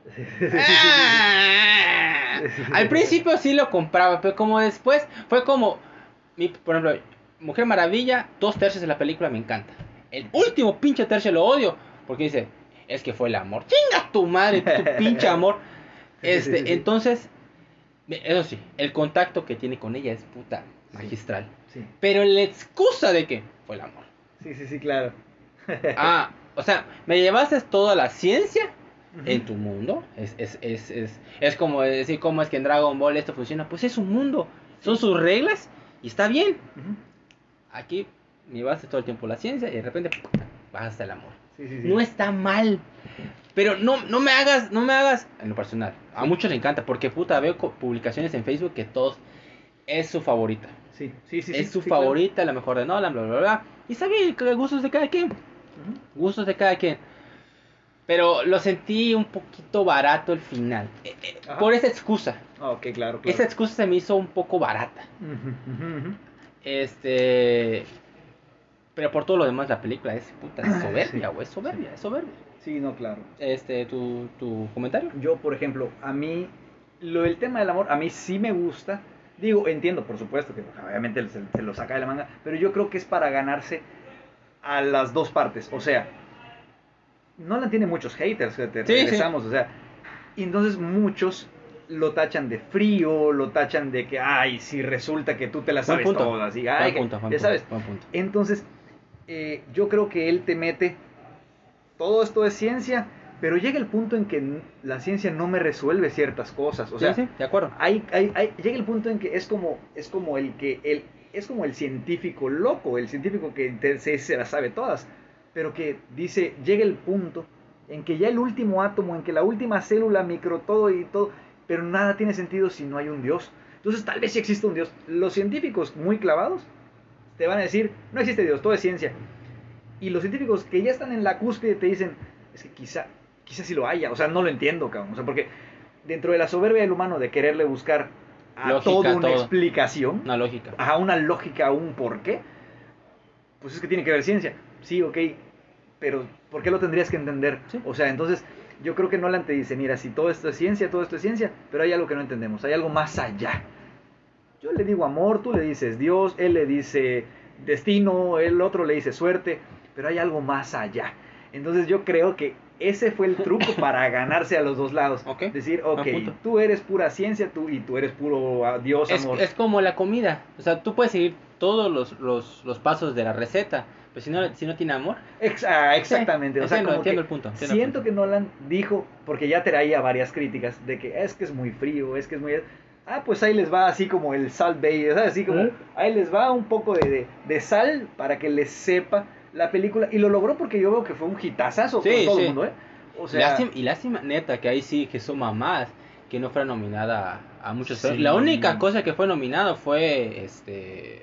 Ah, al principio sí lo compraba, pero como después fue como, mi, por ejemplo, Mujer Maravilla, dos tercios de la película me encanta. El último pinche tercio lo odio, porque dice, es que fue el amor. ¡Chinga tu madre, tu pinche amor! Este, Sí, sí, sí. entonces, eso sí, el contacto que tiene con ella es puta magistral. Sí, Pero la excusa de que fue el amor. sí, sí, sí, claro. Ah, o sea, me llevaste toda la ciencia Ujú. en tu mundo. Es, es, es, es, es como decir cómo es que en Dragon Ball esto funciona. Pues es un mundo, son sus reglas y está bien. Ujú. Aquí me llevaste todo el tiempo la ciencia y de repente bajaste el amor. Sí, sí, sí. No está mal. Pero no, no me hagas, no me hagas, en lo personal, a muchos les encanta, porque puta, veo co- publicaciones en Facebook que todos es su favorita. Sí, sí, sí. es sí, su sí, favorita, la mejor de Nolan, bla, bla, bla. Y está bien, que gustos de cada quien. claro. Ujú. Gustos de cada quien. Pero lo sentí un poquito barato el final. Eh, eh, Ajá. por esa excusa. Ah, ok, claro, claro. Esa excusa se me hizo un poco barata. Ujú, ujú, ujú. Este. Pero por todo lo demás, la película es puta es soberbia, Sí. güey. Es soberbia, es soberbia. Sí, no, claro. Este, tu, tu comentario. Yo, por ejemplo, a mí lo del tema del amor, a mí sí me gusta. Digo, entiendo, por supuesto, que obviamente se, se lo saca de la manga, pero yo creo que es para ganarse a las dos partes. O sea, Nolan tiene muchos haters, fíjate, Sí, sí. regresamos, o sea, y entonces muchos lo tachan de frío, lo tachan de que, ay, si resulta que tú te las Buen sabes punto. todas, y, Buen ay, que- punto, buen ya punto, sabes. buen punto. Entonces, eh, yo creo que él te mete, todo esto es ciencia, pero llega el punto en que n- la ciencia no me resuelve ciertas cosas, o sea, sí, sí, de acuerdo. hay, hay, hay- llega el punto en que es como, es como el que, el, es como el científico loco, el científico que te- se, se las sabe todas, pero que dice, llega el punto en que ya el último átomo, en que la última célula, micro, todo y todo, pero nada tiene sentido si no hay un Dios. Entonces tal vez sí existe un Dios. Los científicos muy clavados te van a decir, no existe Dios, todo es ciencia. Y los científicos que ya están en la cúspide te dicen, es que quizá, quizá sí lo haya, o sea, no lo entiendo, cabrón. O sea, porque dentro de la soberbia del humano de quererle buscar a Lógica, todo una todo. explicación, Una lógica. a una lógica, a un porqué, pues es que tiene que haber ciencia. Sí, ok, pero ¿por qué lo tendrías que entender? Sí. O sea, entonces yo creo que Nolan te dice, mira, si todo esto es ciencia, todo esto es ciencia, pero hay algo que no entendemos, hay algo más allá. Yo le digo amor, tú le dices Dios, él le dice destino, el otro le dice suerte, pero hay algo más allá. Entonces yo creo que ese fue el truco para ganarse a los dos lados. Ok, Decir, buen ok, punto. tú eres pura ciencia, tú y tú eres puro ah, Dios, Es, amor. es como la comida. O sea, tú puedes seguir todos los, los, los pasos de la receta, pero si no, si no tiene amor. Ex- ah, exactamente, Sí, o sea, entiendo, como entiendo que el punto, entiendo el siento punto. que Nolan dijo, porque ya traía varias críticas de que es que es muy frío, es que es muy... Ah, pues ahí les va así como el Salt Bay, ¿sabes? Así como, ¿Eh? ahí les va un poco de, de, de sal para que les sepa la película. Y lo logró porque yo veo que fue un hitazazo Sí, con todo sí. el mundo, ¿eh? O Y sea, lástima, y lástima, neta, que ahí sí que suma más que no fuera nominada a, a muchos Sí. premios. La única cosa que fue nominado fue este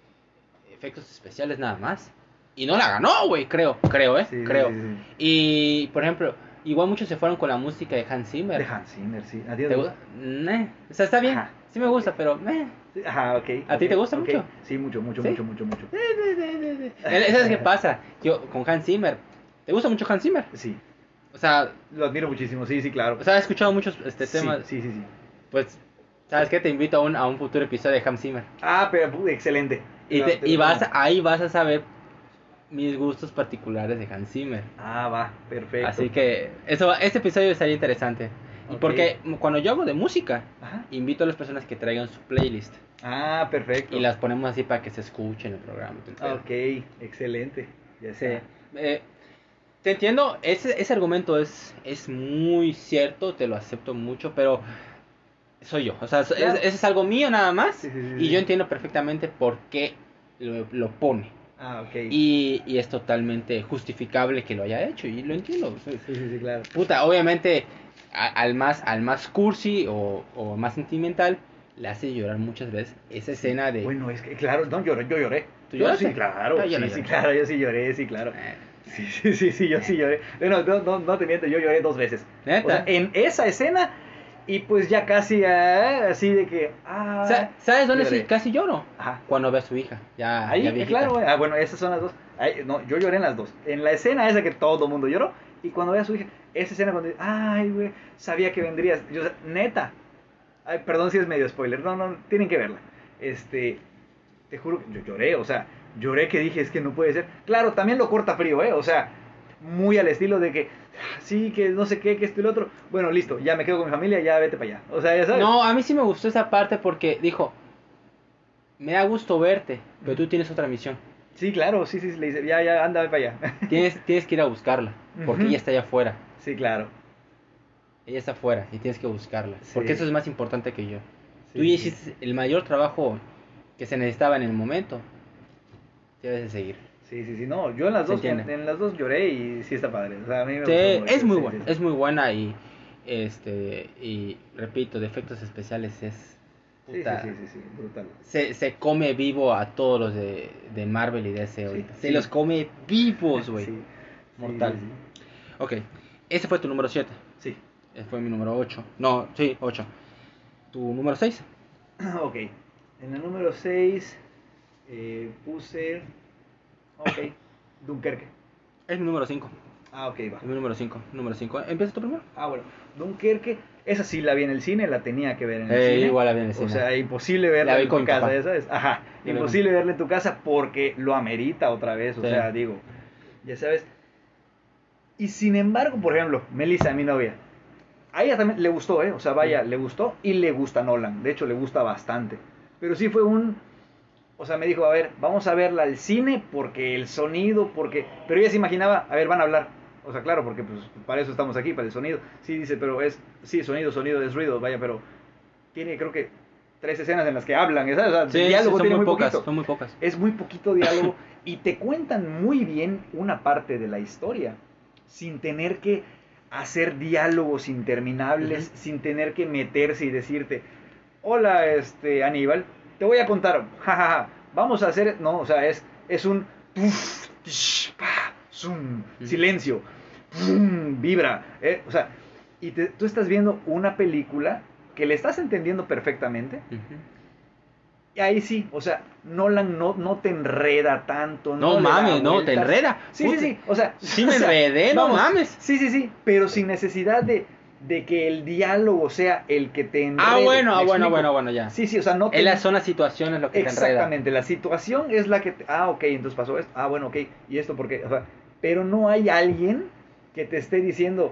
efectos especiales nada más. Y no la ganó, güey, creo, creo, eh, Sí, sí, creo. sí, sí. Y por ejemplo, igual muchos se fueron con la música de Hans Zimmer. De Hans Zimmer, sí. ¿A ti no ¿Te te gusta? gusta? Meh. O sea, está bien, Ajá. sí me gusta, pero meh. Sí, ajá, ok. ¿A ti ok, te gusta ok. mucho? Sí, mucho, mucho, ¿Sí? mucho, mucho, mucho. ¿Sabes qué pasa? Yo con Hans Zimmer, ¿te gusta mucho Hans Zimmer? Sí, O sea, lo admiro muchísimo, sí, sí, claro. o sea, he escuchado muchos este Sí, temas. sí, sí, sí. Pues, ¿sabes qué? Te invito a un, a un futuro episodio de Hans Zimmer. Ah, pero pu- excelente. Y, No, te- te y lo vas, tomo. ahí vas a saber mis gustos particulares de Hans Zimmer. Ah, va, perfecto. Así que eso, va- este episodio estaría interesante. Y Ok. porque cuando yo hablo de música, Ajá. invito a las personas que traigan su playlist. Ah, perfecto. Y las ponemos así para que se escuchen el programa. y todo el pedo. Ok, excelente. Ya Sí. sé. Eh, te entiendo, ese, ese argumento es, es muy cierto, te lo acepto mucho, pero soy yo. O sea, es- Claro. ese es algo mío nada más. Sí, sí, sí, y sí. yo entiendo perfectamente por qué lo, lo pone. Ah, ok. Y, y es totalmente justificable que lo haya hecho. Y lo entiendo. Sí, sí, sí, claro. Puta, obviamente a- al más al más cursi o, o más sentimental le hace llorar muchas veces esa escena de Bueno, es que, claro, no, lloré, yo lloré. ¿Tú Yo lloraste? sí, claro. No, yo sí, no sí, lloré. claro, yo sí lloré, sí, claro. Eh, Sí, sí, sí, sí, yo sí lloré. Bueno, no, no, no te miento, yo lloré dos veces. ¿Neta? O sea, en esa escena y pues ya casi ah, así de que... Ah, Sa- ¿Sabes dónde lloré. sí casi lloro? Ajá. Cuando ve a su hija, ya, Ahí, ya eh, viejita. claro, güey. Ah, bueno, esas son las dos. Ahí, no, yo lloré en las dos. En la escena esa que todo el mundo lloró y cuando ve a su hija, esa escena cuando dice, ay, güey, sabía que vendrías. Yo, o sea, neta. Ay, perdón si es medio spoiler. No, no, tienen que verla. Este, te juro que yo lloré, o sea, lloré que dije, es que no puede ser. Claro, también lo corta frío, ¿eh? O sea, muy al estilo de que, sí, que no sé qué, que esto y lo otro. Bueno, listo, ya me quedo con mi familia, ya vete para allá. O sea, ya sabes. No, a mí sí me gustó esa parte porque dijo, me da gusto verte, pero tú tienes otra misión. Sí, claro, sí, sí, le dice, ya, ya, anda, ve para allá. Tienes, tienes que ir a buscarla, porque Ujú. ella está allá afuera. Sí, claro. Ella está afuera y tienes que buscarla. Sí. Porque eso es más importante que yo. Sí, Tú ya sí. hiciste el mayor trabajo que se necesitaba en el momento. Debes de seguir. Sí, sí, sí, no, yo en las Se dos, en, entiende. en las dos lloré y sí está padre. O sea, a mí me Sí, gustó mucho, es muy sí, buena, sí, sí. es muy buena y este y repito, de efectos especiales es Sí, puta, sí, sí, sí, sí, brutal. Se, se come vivo a todos los de, de Marvel y D C ahorita. Sí, se sí. los come vivos, güey. Sí, sí, Mortal. sí, Ok, ese fue tu número siete. sí. Ese fue mi número ocho. No, sí, ocho. ¿Tu número seis? Sí. Ok, en el número seis eh, puse, ok, Dunkerque. Es mi número cinco. Ah, ok, va. Mi número cinco. Número cinco. ¿Empieza tú primero? Ah, bueno. Dunkerque, esa sí la vi en el cine, la tenía que ver en el Eh, cine. igual la vi en el cine. O sea, imposible La verla vi en con tu mi casa, papá. ya sabes. Ajá, La vi imposible verla en tu casa porque lo amerita otra vez. O Sí. sea, digo, ya sabes. Y sin embargo, por ejemplo, Melissa, mi novia, a ella también le gustó, ¿eh? O sea, vaya, Mm. le gustó y le gusta Nolan. De hecho, le gusta bastante. Pero sí fue un... O sea, me dijo, a ver, vamos a verla al cine porque el sonido, porque... Pero ella se imaginaba, a ver, van a hablar. O sea, claro, porque pues para eso estamos aquí, para el sonido. Sí, dice, pero es... Sí, sonido, sonido, es ruido, vaya, pero... Tiene, creo que, tres escenas en las que hablan, ¿sabes? O sea, Sí, el sí, diálogo son tiene muy muy pocas, poquito. son muy pocas. Es muy poquito diálogo y te cuentan muy bien una parte de la historia sin tener que hacer diálogos interminables, Ujú. sin tener que meterse y decirte, hola, este, Aníbal, te voy a contar, jajaja, vamos a hacer, no, o sea, es, es un puf, tish, pa, zum, Ujú. silencio, pum, vibra, eh, o sea, y te- tú estás viendo una película que le estás entendiendo perfectamente. Ujú. Y ahí sí, o sea, Nolan no, no te enreda tanto, No no le da mames, no, te vueltas. enreda. Sí, Puta, sí, sí, o sea, sí o me sea, enredé, no vamos, mames. sí, sí, sí, pero sin necesidad de, de que el diálogo sea el que te enrede. Ah, bueno, ah, ¿me bueno, explico? bueno, bueno, ya. Sí, sí, o sea, no te... Es la zona situaciones lo que te enreda. Exactamente, la situación es la que... te- Ah, ok, entonces pasó esto. Ah, bueno, ok, y esto porque... O sea, pero no hay alguien que te esté diciendo...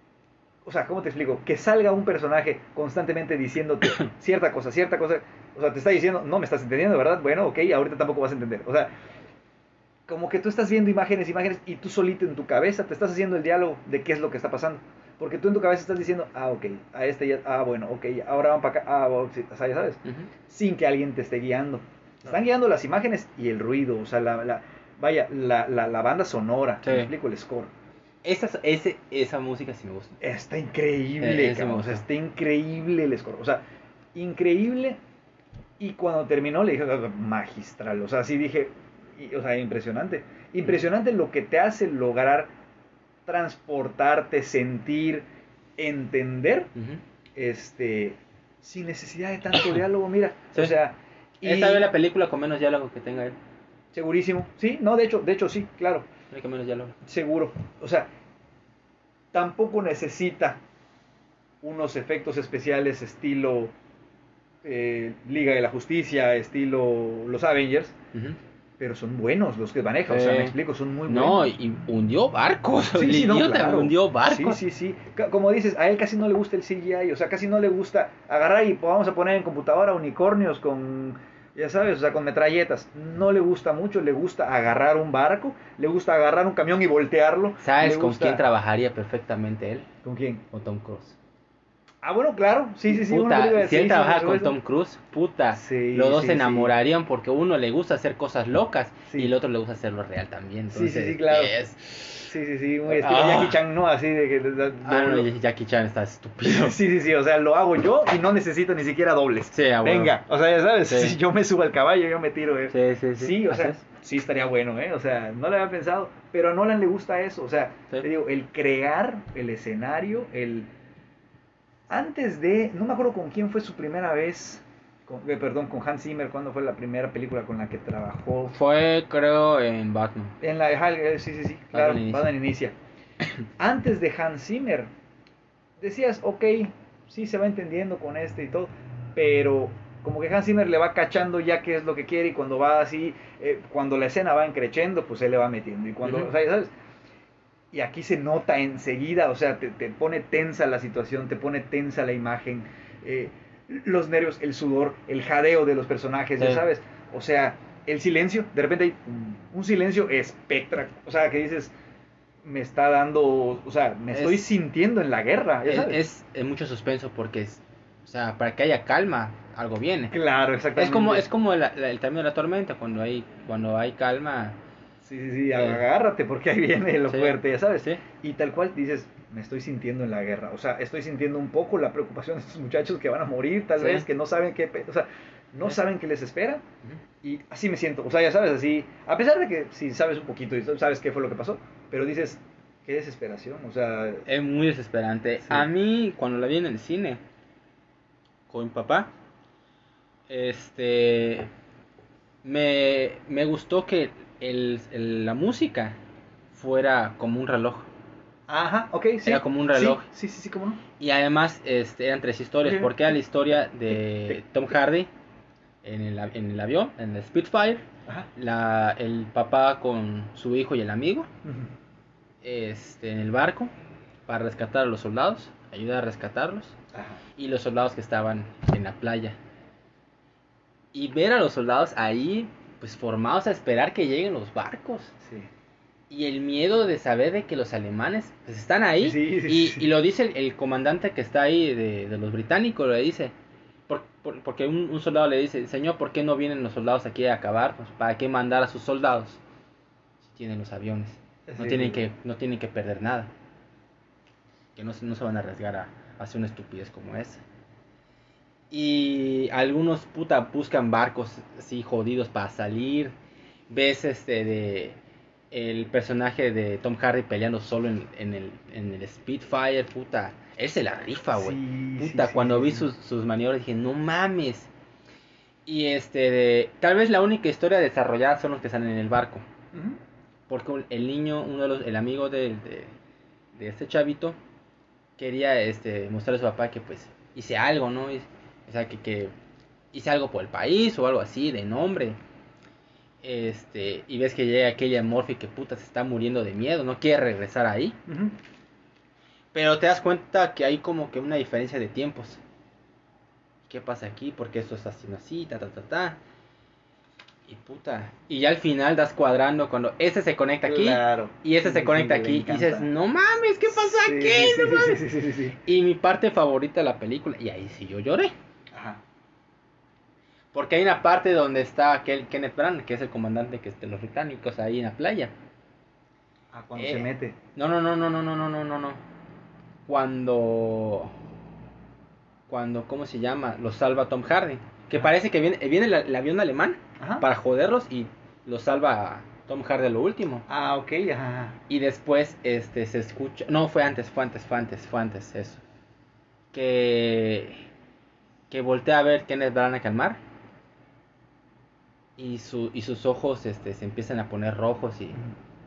O sea, ¿cómo te explico? Que salga un personaje constantemente diciéndote cierta cosa, cierta cosa. O sea, te está diciendo, no me estás entendiendo, ¿verdad? Bueno, ok, ahorita tampoco vas a entender. O sea, como que tú estás viendo imágenes, imágenes, y tú solito en tu cabeza te estás haciendo el diálogo de qué es lo que está pasando. Porque tú en tu cabeza estás diciendo, ah, ok, a este ya, ah, bueno, ok, ahora van para acá, ah, bueno, sí, o sea, ya sabes, Ujú. sin que alguien te esté guiando. Te No. están guiando las imágenes y el ruido, o sea, la, la vaya, la, la, la banda sonora, Sí. me explico, el score. Esa, ese, esa música sí me gusta. Está increíble, Eh, ese me cabrón, o sea, gustó. está increíble el score, o sea, increíble. Y cuando terminó le dije, magistral, o sea, sí dije, y- o sea, impresionante. Impresionante lo que te hace lograr transportarte, sentir, entender, Ujú. este, sin necesidad de tanto diálogo, mira, Sí. o sea, Esta vez y la película con menos diálogo que tenga él. segurísimo, sí, no, de hecho, de hecho sí, claro, Hay que menos diálogo. seguro, o sea, tampoco necesita unos efectos especiales estilo eh, Liga de la Justicia, estilo los Avengers, Ujú. pero son buenos los que maneja, o Sí. sea, me explico, son muy No, buenos. y hundió barcos. Sí, El sí, no, idiota claro. hundió Sí, barcos. sí, sí. Ca- Como dices, a él casi no le gusta el C G I, o sea, casi no le gusta agarrar y pues, vamos a poner en computadora unicornios con, ya sabes, o sea, con metralletas. No le gusta mucho, le gusta agarrar un barco, le gusta agarrar un camión y voltearlo. ¿Sabes le con gusta... quién trabajaría perfectamente él? ¿Con quién? Con Tom Cruise. Ah, bueno, claro, sí, sí, sí, una Puta, película de si él sí, sí, por trabajara con supuesto. Tom Cruise, puta, Sí, los dos sí, se sí. enamorarían porque uno le gusta hacer cosas locas Sí. y el otro le gusta hacerlo real también. Sí, sí, sí, Entonces, claro. es- Sí, sí, sí, muy estilo Ah. Jackie Chan, ¿no? Así de que... lo- Ah, no, lo- Jackie Chan está estúpido. Sí, sí, sí, o sea, lo hago yo y no necesito ni siquiera dobles. Sí, a huevo. Venga, o sea, ya sabes, Sí. si yo me subo al caballo, yo me tiro. Eh. Sí, sí, sí. Sí, o sea, Así es. sí estaría bueno, ¿eh? O sea, no lo había pensado, pero a Nolan le gusta eso, o sea, Sí. te digo, el crear el escenario, el... Antes de, no me acuerdo con quién fue su primera vez, con- eh, perdón, con Hans Zimmer, cuándo fue la primera película con la que trabajó. Fue, creo, en Batman. En la de Hal, eh, sí, sí, sí, claro, Batman Inicia. Batman Inicia. Antes de Hans Zimmer, decías, ok, sí se va entendiendo con este y todo, pero como que Hans Zimmer le va cachando ya qué es lo que quiere y cuando va así, eh, cuando la escena va encrechendo, pues él le va metiendo. Y cuando, Ujú. o sea, ¿sabes? Y aquí se nota enseguida, o sea, te, te pone tensa la situación, te pone tensa la imagen, eh, los nervios, el sudor, el jadeo de los personajes, ya Sí. sabes. O sea, el silencio, de repente hay un silencio espectral, o sea, que dices, me está dando, o sea, me Es- estoy sintiendo en la guerra, ya Es, sabes. es, es mucho suspenso porque es, o sea, para que haya calma, algo viene. Claro, exactamente. Es como, es como la- la- el término de la tormenta, cuando hay, cuando hay calma. Sí, sí, sí, Eh, agárrate porque ahí viene lo sí, fuerte, ya sabes. sí. Y tal cual dices, me estoy sintiendo en la guerra. O sea, estoy sintiendo un poco la preocupación de estos muchachos que van a morir, tal Sí. vez, que no saben qué, pe- o sea, no Sí. saben qué les espera. Ujú. Y así me siento. O sea, ya sabes, así, a pesar de que sí sabes un poquito y sabes qué fue lo que pasó, pero dices, qué desesperación. O sea, Es muy desesperante. Sí. A mí, cuando la vi en el cine con mi papá, este, me, me gustó que el, el- la música fuera como un reloj. Ajá, ok, sí. Era como un reloj. Sí, sí, sí, sí, cómo no. Y además este, eran tres historias, Sí. porque era la historia de Tom Hardy en el, a- en el avión, en el Spitfire, Ajá. la, el papá con su hijo y el amigo, Ujú. este, en el barco, para rescatar a los soldados, ayudar a rescatarlos, Ajá. y los soldados que estaban en la playa. Y ver a los soldados ahí, pues formados a esperar que lleguen los barcos. Sí. Y el miedo de saber de que los alemanes pues están ahí. Sí, sí, y, sí. y lo dice el, el comandante que está ahí de, de los británicos, le dice. Por, por- porque un, un soldado le dice, señor, ¿por qué no vienen los soldados aquí a acabar? Pues, ¿para qué mandar a sus soldados si tienen los aviones? No, Sí, tienen, sí, que, sí. no tienen que perder nada. Que no, se- no se van a arriesgar a, a hacer una estupidez como esa. Y algunos puta buscan barcos así jodidos para salir. Ves este de el personaje de Tom Hardy peleando solo en, en el, en el Spitfire, puta. Él se la rifa, güey. Sí, sí, Puta, sí, cuando sí, vi sí. sus, sus maniobras dije, no mames. Y este de, tal vez la única historia desarrollada son los que salen en el barco. Ujú. Porque un- el niño, uno de los, el amigo de, de, de este chavito, quería este mostrarle a su papá que pues hice algo, ¿no? Y- o sea, que, que hice algo por el país o algo así, de nombre. Este, y ves que llega aquella Murphy que puta se está muriendo de miedo, no quiere regresar ahí. Ujú. Pero te das cuenta que hay como que una diferencia de tiempos. ¿Qué pasa aquí? Porque esto está haciendo así, ta ta ta ta. Y puta. Y ya al final das cuadrando cuando ese se conecta aquí Claro. y ese Sí, se sí, conecta sí, le aquí. Y dices, encanta. no mames, ¿qué pasa Sí, aquí? sí, sí, No sí, mames. sí, sí, sí, sí. Y mi parte favorita de la película, y ahí sí yo lloré. Ajá. Porque hay una parte donde está aquel Kenneth Branagh, que es el comandante que es de los británicos, ahí en la playa. Ah, cuando Eh, se mete. No, no, no, no, no, no, no, no, no, no. Cuando, cuando, ¿cómo se llama? Los salva Tom Hardy. Que Ajá. parece que viene, viene el, el avión alemán Ajá. para joderlos y los salva Tom Hardy a lo último. Ah, ok, ajá. Y después, este, se escucha, no, fue antes, fue antes, fue antes, fue antes eso. Que, que voltea a ver Kenneth Branagh al mar y su, y sus ojos, este, se empiezan a poner rojos y,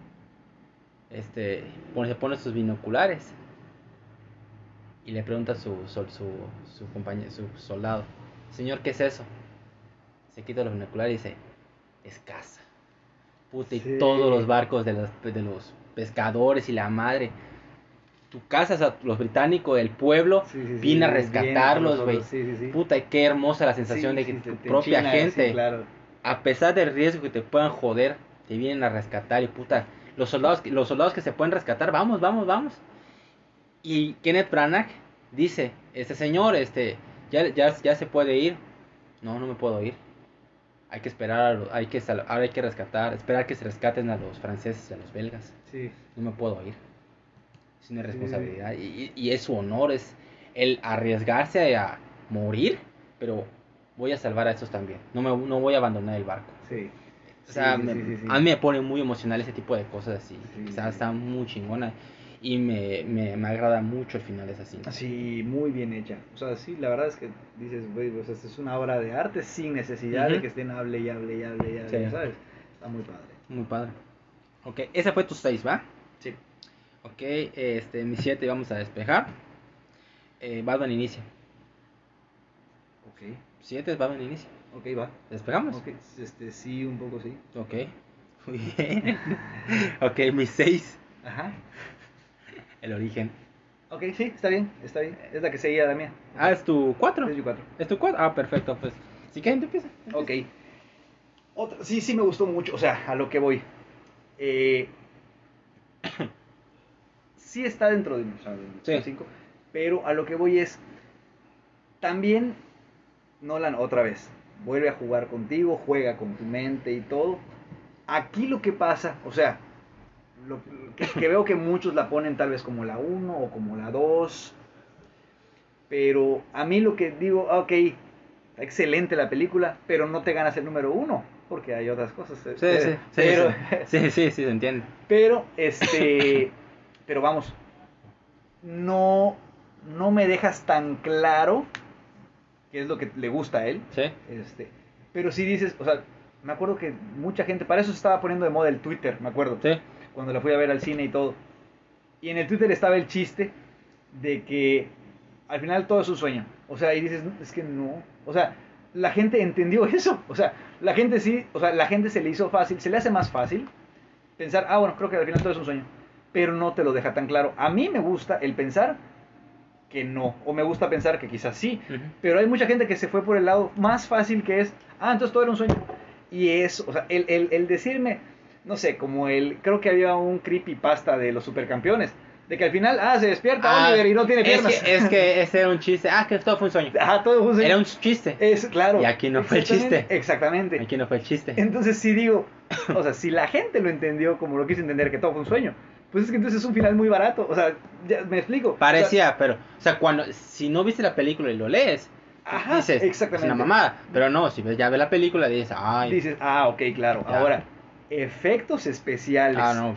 este, pone- se pone sus binoculares. Y le pregunta a su, su, su, su compañero, su soldado, señor, ¿qué es eso? Se quita los binoculares y dice, es caza. Puta, y Sí. todos los barcos de los, de los pescadores y la madre. Tu casa, a los británicos, el pueblo, Sí, sí, sí, viene a sí, rescatarlos, viene por güey. nosotros, sí, sí, sí. Puta, y qué hermosa la sensación Sí, de que sí, tu te- te propia enchina, gente, sí, claro. a pesar del riesgo que te puedan joder, te vienen a rescatar y puta, los soldados, que- los soldados que se pueden rescatar, vamos, vamos, vamos. Y Kenneth Branagh dice, este señor, este, ya, ya, ya se puede ir. No, no me puedo ir. Hay que esperar, a lo- hay que sal- ahora hay que rescatar, esperar que se rescaten a los franceses y a los belgas. Sí. No me puedo ir. Es una Sí. responsabilidad y, y- y es su honor, es el arriesgarse a morir, pero voy a salvar a estos también. No me no voy a abandonar el barco. Sí. O sea, Sí, sí, me- sí, sí, sí. a mí me pone muy emocional ese tipo de cosas así. Sí, O sea, sí. está muy chingona y me, me, me agrada mucho el final de esa cinta. Sí, muy bien hecha. O sea, sí, la verdad es que dices, güey, o sea, es una obra de arte sin necesidad de Ujú. que estén hable y hable y hable y hable, Sí. ¿sabes? Está muy padre. Muy padre. Ok, ese fue tu seis, ¿va? Sí. Ok, este, mi siete vamos a despejar. Eh, Batman inicia. Ok. siete es Batman inicia. Ok, va. ¿Despegamos? Ok, este, sí, un poco sí. Ok. Muy bien. Ok, mi seis. Ajá. El origen. Ok, sí, está bien, está bien. Es la que seguía la mía. Ah, es tu cuatro. Es mi cuatro. ¿Es tu cuatro? Ah, perfecto. Pues, si quieren, tú empieza. Ok. Otra, sí, sí me gustó mucho. O sea, a lo que voy. Eh, sí está dentro de, o sea, del Sí. top cinco. Pero a lo que voy es. También Nolan otra vez. Vuelve a jugar contigo, juega con tu mente y todo. Aquí lo que pasa, o sea, lo, que, que veo que muchos la ponen tal vez como la uno o como la dos. Pero a mí lo que digo, ah, ok, está excelente la película, pero no te ganas el número uno, porque hay otras cosas. Sí, pero, sí, sí, pero, sí, sí, sí, sí, se entiende. pero, este, pero vamos, no, no me dejas tan claro qué es lo que le gusta a él. Sí. Este, pero sí dices, o sea, me acuerdo que mucha gente, para eso se estaba poniendo de moda el Twitter, me acuerdo, Sí. cuando la fui a ver al cine y todo. Y en el Twitter estaba el chiste de que al final todo es un sueño. O sea, y dices, es que no. O sea, la gente entendió eso. O sea, la gente sí, o sea, la gente se le hizo fácil, se le hace más fácil pensar, ah, bueno, creo que al final todo es un sueño. Pero no te lo deja tan claro. A mí me gusta el pensar que no, o me gusta pensar que quizás sí, uh-huh. Pero hay mucha gente que se fue por el lado más fácil, que es, ah, entonces todo era un sueño. Y eso, o sea, el, el, el decirme, no sé, como el, creo que había un creepypasta de los supercampeones, de que al final, ah, se despierta ah, Oliver y no tiene piernas. Es que, es que ese era un chiste, ah, que todo fue un sueño. Ah, todo fue un sueño. Era un chiste. Es, claro. Y aquí no fue el chiste. Exactamente. Aquí no fue el chiste. Entonces sí digo, o sea, si la gente lo entendió como lo quiso entender, que todo fue un sueño, pues es que entonces es un final muy barato. O sea, ya me explico. Parecía, o sea, pero, o sea, cuando, si no viste la película y lo lees, ajá, dices, exactamente. es una mamada. Pero no, si ya ves la película, dices, ay. Dices, ah, ok, claro. Ya. Ahora, efectos especiales. Ah, no.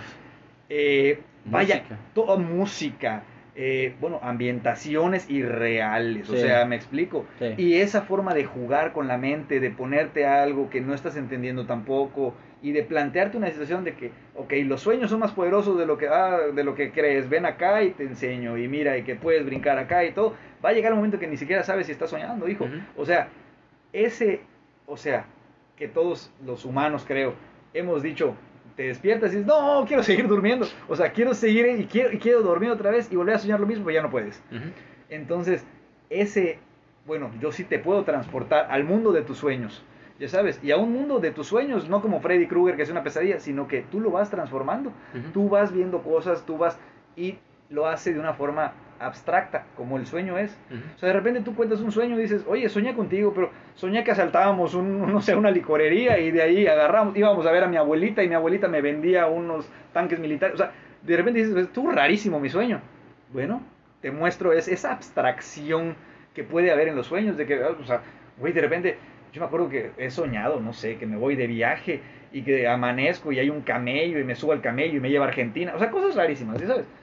Eh, vaya, toda música. Eh, bueno, ambientaciones irreales, sí. O sea, me explico. Sí. Y esa forma de jugar con la mente, de ponerte algo que no estás entendiendo tampoco, y de plantearte una situación de que, ok, los sueños son más poderosos de lo que, ah, de lo que crees, ven acá y te enseño, y mira, y que puedes brincar acá y todo. Va a llegar un momento que ni siquiera sabes si estás soñando, hijo. Uh-huh. O sea, ese, o sea, que todos los humanos, creo, hemos dicho, te despiertas y dices, no, quiero seguir durmiendo. O sea, quiero seguir y quiero, y quiero dormir otra vez y volver a soñar lo mismo, pero ya no puedes. Uh-huh. Entonces, ese, bueno, yo sí te puedo transportar al mundo de tus sueños, ya sabes, y a un mundo de tus sueños, no como Freddy Krueger, que es una pesadilla, sino que tú lo vas transformando. Uh-huh. Tú vas viendo cosas, tú vas, y lo hace de una forma abstracta, como el sueño es. Uh-huh. O sea, de repente tú cuentas un sueño y dices, oye, soñé contigo, pero soñé que asaltábamos un, no sé, una licorería y de ahí agarramos, íbamos a ver a mi abuelita y mi abuelita me vendía unos tanques militares. O sea, de repente dices, estuvo rarísimo mi sueño. Bueno, te muestro es, esa abstracción que puede haber en los sueños, de que, o sea, güey, de repente, yo me acuerdo que he soñado, no sé, que me voy de viaje y que amanezco y hay un camello y me subo al camello y me lleva a Argentina. O sea, cosas rarísimas, ¿sí sabes?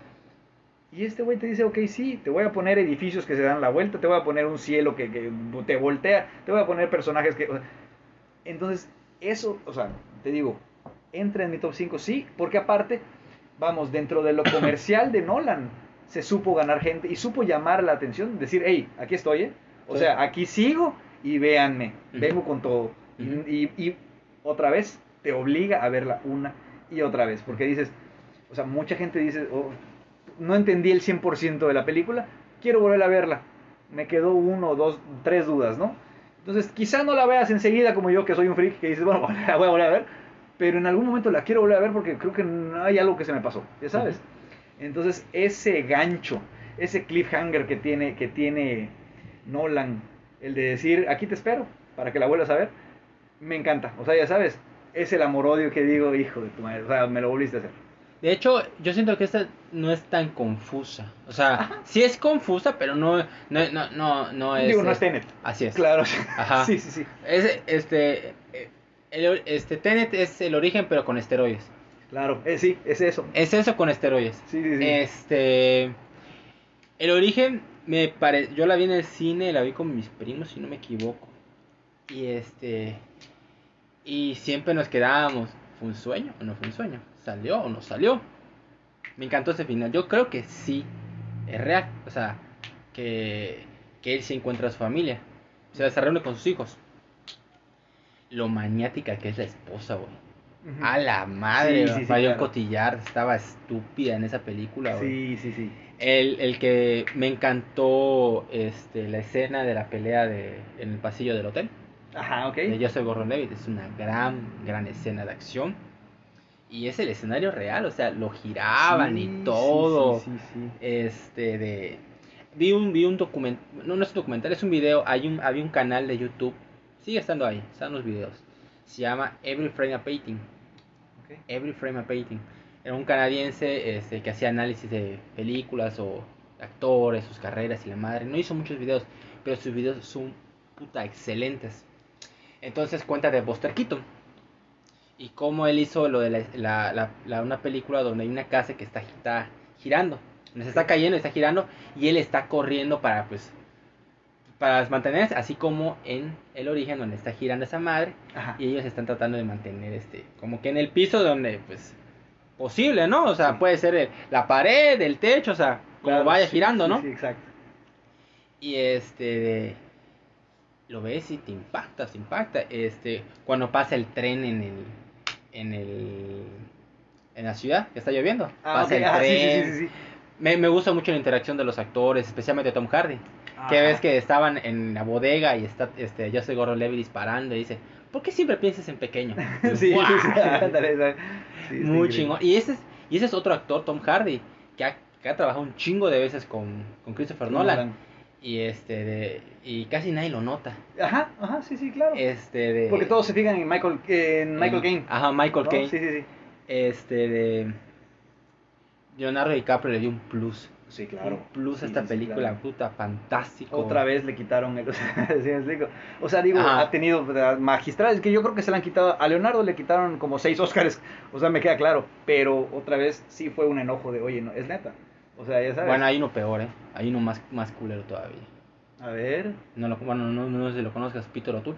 Y este güey te dice, ok, sí, te voy a poner edificios que se dan la vuelta, te voy a poner un cielo que, que te voltea, te voy a poner personajes que... O sea, entonces, eso, o sea, te digo, entra en mi top cinco, sí, porque aparte, vamos, dentro de lo comercial de Nolan, se supo ganar gente y supo llamar la atención, decir, hey, aquí estoy, ¿eh? O sí. sea, aquí sigo y véanme, uh-huh. vengo con todo. Uh-huh. Y, y, y otra vez, te obliga a verla una y otra vez, porque dices, o sea, mucha gente dice... Oh, no entendí el cien por ciento de la película, quiero volver a verla. Me quedó uno, dos, tres dudas, ¿no? Entonces, quizá no la veas enseguida como yo, que soy un freak, que dices, bueno, la voy a volver a ver, pero en algún momento la quiero volver a ver porque creo que hay algo que se me pasó, ya sabes. Uh-huh. Entonces, ese gancho, ese cliffhanger que tiene, que tiene Nolan, el de decir, aquí te espero, para que la vuelvas a ver, me encanta. O sea, ya sabes, es el amor-odio que digo, hijo de tu madre, o sea, me lo volviste a hacer. De hecho, yo siento que esta no es tan confusa. O sea, ajá. sí es confusa, pero no, no, no, no, no es... Digo, no es Tenet. Así es. Claro. Ajá. Sí, sí, sí. Es, este, el, este, Tenet es el origen, pero con esteroides. Claro, eh, sí, es eso. Es eso con esteroides. Sí, sí, sí. Este, el origen, me pare... yo la vi en el cine, la vi con mis primos, si no me equivoco. Y este, y siempre nos quedábamos, ¿fue un sueño o no fue un sueño? ¿Salió o no salió? Me encantó ese final. Yo creo que sí, es real. O sea, que, que él se encuentra a su familia. O sea, se reúne con sus hijos. Lo maniática que es la esposa, güey. Uh-huh. A la madre, sí, sí, sí, Marion claro. Cotillard estaba estúpida en esa película, güey. Sí, sí, sí. El, el que me encantó este, la escena de la pelea de, en el pasillo del hotel. Ajá, ok. De Joseph Gordon-Levitt. Es una gran, gran escena de acción. Y es el escenario real, o sea, lo giraban sí, y todo. Sí, sí, sí, sí. Este, de... Vi un, vi un documental, no, no es un documental, es un video, hay un, había un canal de YouTube, sigue estando ahí, están los videos. Se llama Every Frame a Painting. Okay. Every Frame a Painting. Era un canadiense este, que hacía análisis de películas o actores, sus carreras y la madre. No hizo muchos videos, pero sus videos son puta excelentes. Entonces cuenta de Buster Keaton. Y cómo él hizo lo de la, la, la, la, una película donde hay una casa que está, está girando. Donde se está cayendo, está girando. Y él está corriendo para, pues, para mantenerse. Así como en el origen donde está girando esa madre. Ajá. Y ellos están tratando de mantener este, como que en el piso donde, pues, posible, ¿no? O sea, Sí. puede ser el- la pared, el techo, o sea, como Claro, vaya sí, girando, sí, ¿no? Sí, exacto. Y este, de- lo ves y te impacta, te impacta. Este, cuando pasa el tren en el, en el, en la ciudad, que está lloviendo, Ah, ok, pasa el ah, sí, sí, sí, tren. sí, sí. Me, me gusta mucho la interacción de los actores, especialmente Tom Hardy. Que ves Ajá. que estaban en la bodega y está este Joseph Gordon-Levitt disparando y dice, ¿por qué siempre piensas en pequeño? Y, Sí, ¡guau! sí, sí, ándale, ándale. Sí, está Muy increíble. chingón. Y ese es, y ese es otro actor, Tom Hardy, que ha, que ha trabajado un chingo de veces con, con Christopher Con Nolan. Nolan. Y este de, y casi nadie lo nota. Ajá, ajá, sí, sí, claro. Este de Porque todos se fijan en Michael, en Michael en- Caine. ajá, Michael ¿No? Caine. Sí, sí, sí. Este de Leonardo DiCaprio le dio un plus. Sí, Un claro. plus Sí, a esta sí, sí, película, claro. puta, fantástico. Otra vez le quitaron el. O sea, ¿sí me explico? O sea, digo, Ajá. ha tenido ¿verdad? Magistrales que yo creo que se le han quitado. A Leonardo le quitaron como seis Óscares. O sea, me queda claro. Pero otra vez sí fue un enojo de, oye, no, es neta. O sea, ya sabes. Bueno, hay uno peor, ¿eh? Hay uno más, más culero todavía. A ver. No lo, bueno, no, no, no sé si lo conozcas, Peter O'Toole.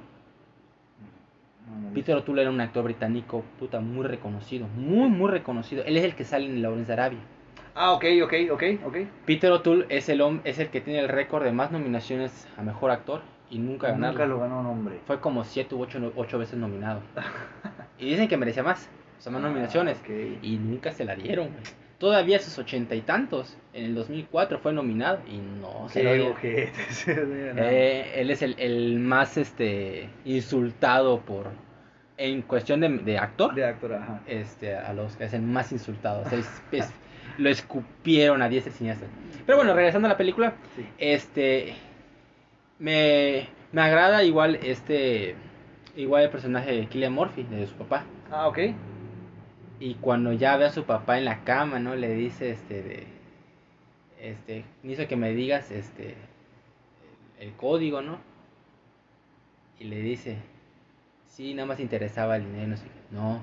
No, no he Peter visto. O'Toole era un actor británico, puta, muy reconocido. Muy, muy reconocido. Él es el que sale en Lawrence de Arabia. Ah, ok, ok, ok, ok. Peter O'Toole es el, hom- es el que tiene el récord de más nominaciones a mejor actor y nunca ganarlo. Nunca lo ganó un hombre. Fue como siete u ocho, ocho veces nominado. Y dicen que merecía más, o sea, más Ah, nominaciones. ok. Y nunca se la dieron, güey. Todavía a sus ochenta y tantos, en el dos mil cuatro fue nominado y no se lo Qué dieron. ojetes. Eh, él es el, el más este insultado por en cuestión de, de actor, De actor, ajá. este a los que es el más insultado. O sea, es- es- lo escupieron a diestra y siniestra. Pero bueno, regresando a la película, Sí. este me, me agrada igual este igual el personaje de Cillian Murphy, de su papá. Ah, ok. Y cuando ya ve a su papá en la cama, ¿no? Le dice este de este, necesito que me digas este el, el código, ¿no? Y le dice, sí, nada más interesaba el dinero, no sé qué. No,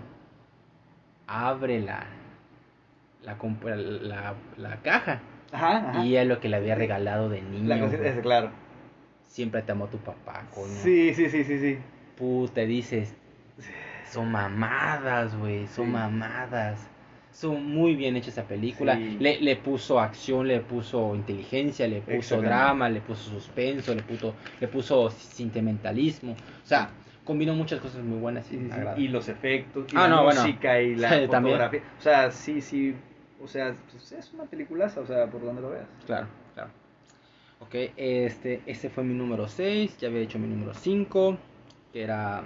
abre la la, comp- la, la caja. Ajá, ajá. Y es lo que le había regalado de niño. La cosita, güey. ese, claro. Siempre te amó tu papá, coño. Sí, sí, sí, sí, sí. Puta, dices, son mamadas, güey, son Sí. mamadas. Son muy bien hechas esa película. Sí. Le, le puso acción, le puso inteligencia, le puso Exactamente. drama, le puso suspenso, le puso, le puso sentimentalismo. O sea, combinó muchas cosas muy buenas y Sí, sí, me sí. agrada. Y los efectos, y Ah, la no, bueno. música, y la Sí, también. fotografía. O sea, sí, sí. O sea, pues es una peliculaza, o sea, por donde lo veas. Claro, claro. Ok, este, este fue mi número seis, ya había hecho mi número cinco, que era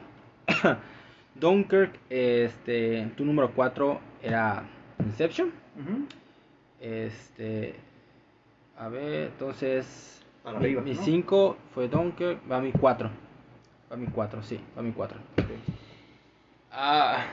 Dunkirk. Este, tu número cuatro era Inception. Ujú. Este, a ver, entonces Para mi- arriba, mi ¿no? cinco fue Dunkirk, va mi cuatro. Va mi cuatro, sí, va mi cuatro. Ok. Ah,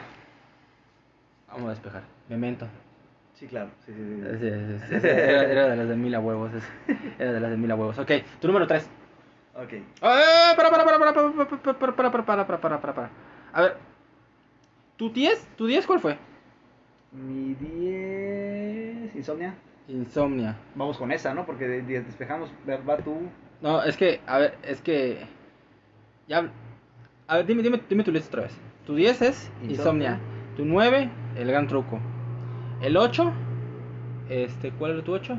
vamos a despejar. Memento. Sí, claro. Sí, sí, sí. Sí, sí, sí, sí, Era, era de las de mil a huevos. ese. Era de las de mil a huevos. Ok, tu número tres. Ok. ¡Ah! Para, para, para, para, para, para, para, para, para, para, para, para, para, para. A ver, ¿tu diez? ¿Tu diez cuál fue? Mi diez. Insomnia. Insomnia. Vamos con esa, ¿no? Porque de- de- despejamos. Va tú. No, es que, a ver, es que. Ya. A ver, dime, dime, dime tu lista otra vez. Tu diez es Insomnia. Insomnia. Tu nueve, El Gran Truco. El ocho, este, ¿cuál era tu ocho?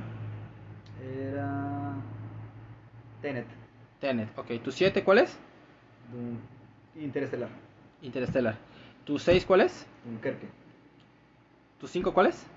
Era. Tenet. Tenet. Ok, tu siete, ¿cuál es? Dun- Interestelar. Interstellar. Tu seis, ¿cuál es? Dunkerque. Tu cinco, ¿cuál es?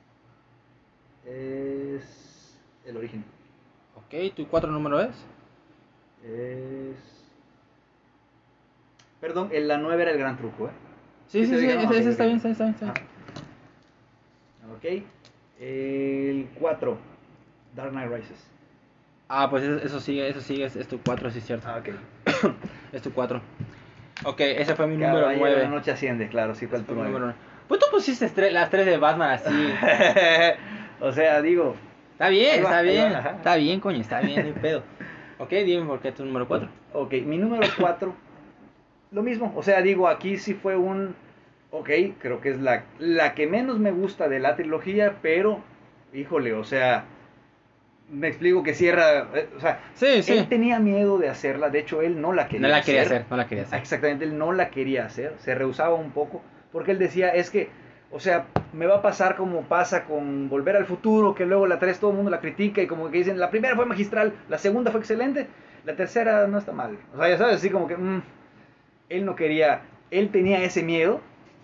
Es. El origen. Ok, tu cuatro número es. Es. Perdón, el- la nueve era el gran truco, ¿eh? Sí, ¿Sí sí, te sí, dijeron? ese, Ok, ese está ok. bien, está bien, está bien, está bien. Ajá. Ok. El cuatro. Dark Knight Rises. Ah, pues eso, eso sigue, eso sigue, es, es tu cuatro, sí es cierto. Ah, ok. Es tu cuatro. Ok, ese fue mi Caballero número de nueve. la noche asciende, claro, sí fue el Fue tu mi nueve. número nueve. Pues tú pusiste estre- las tres de Batman así. O sea, digo. Está bien, Ahí va, está ahí bien. va, ajá. Está bien, coño, está bien, no hay pedo. Ok, dime por qué tu número cuatro. Ok, mi número cuatro. Lo mismo, o sea, digo, aquí sí fue un. Ok, creo que es la, la que menos me gusta de la trilogía, pero. Híjole, o sea. Me explico que cierra. eh, O sea, Sí, sí. él tenía miedo de hacerla, de hecho, él no la quería No hacer. la quería hacer, no la quería hacer. Exactamente, él no la quería hacer, se rehusaba un poco, porque él decía, es que, o sea, me va a pasar como pasa con Volver al Futuro, que luego la tres todo el mundo la critica y como que dicen, la primera fue magistral, la segunda fue excelente, la tercera no está mal. O sea, ya sabes, así como que mmm, él no quería, él tenía ese miedo.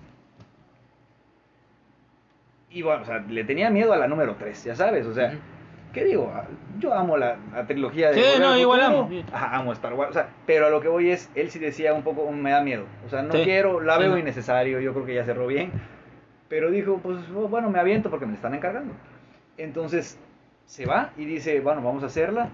Y bueno, o sea, le tenía miedo a la número tres, ya sabes, o sea, uh-huh. ¿Qué digo? Yo amo la, la trilogía de sí, Volver no, al igual Futuro. amo. Ajá, amo Star Wars, o sea, pero a lo que voy es, él sí decía un poco, me da miedo, o sea, no sí. quiero, la veo sí. innecesario, yo creo que ya cerró bien, pero dijo, pues bueno, me aviento porque me están encargando. Entonces, se va y dice, bueno, vamos a hacerla,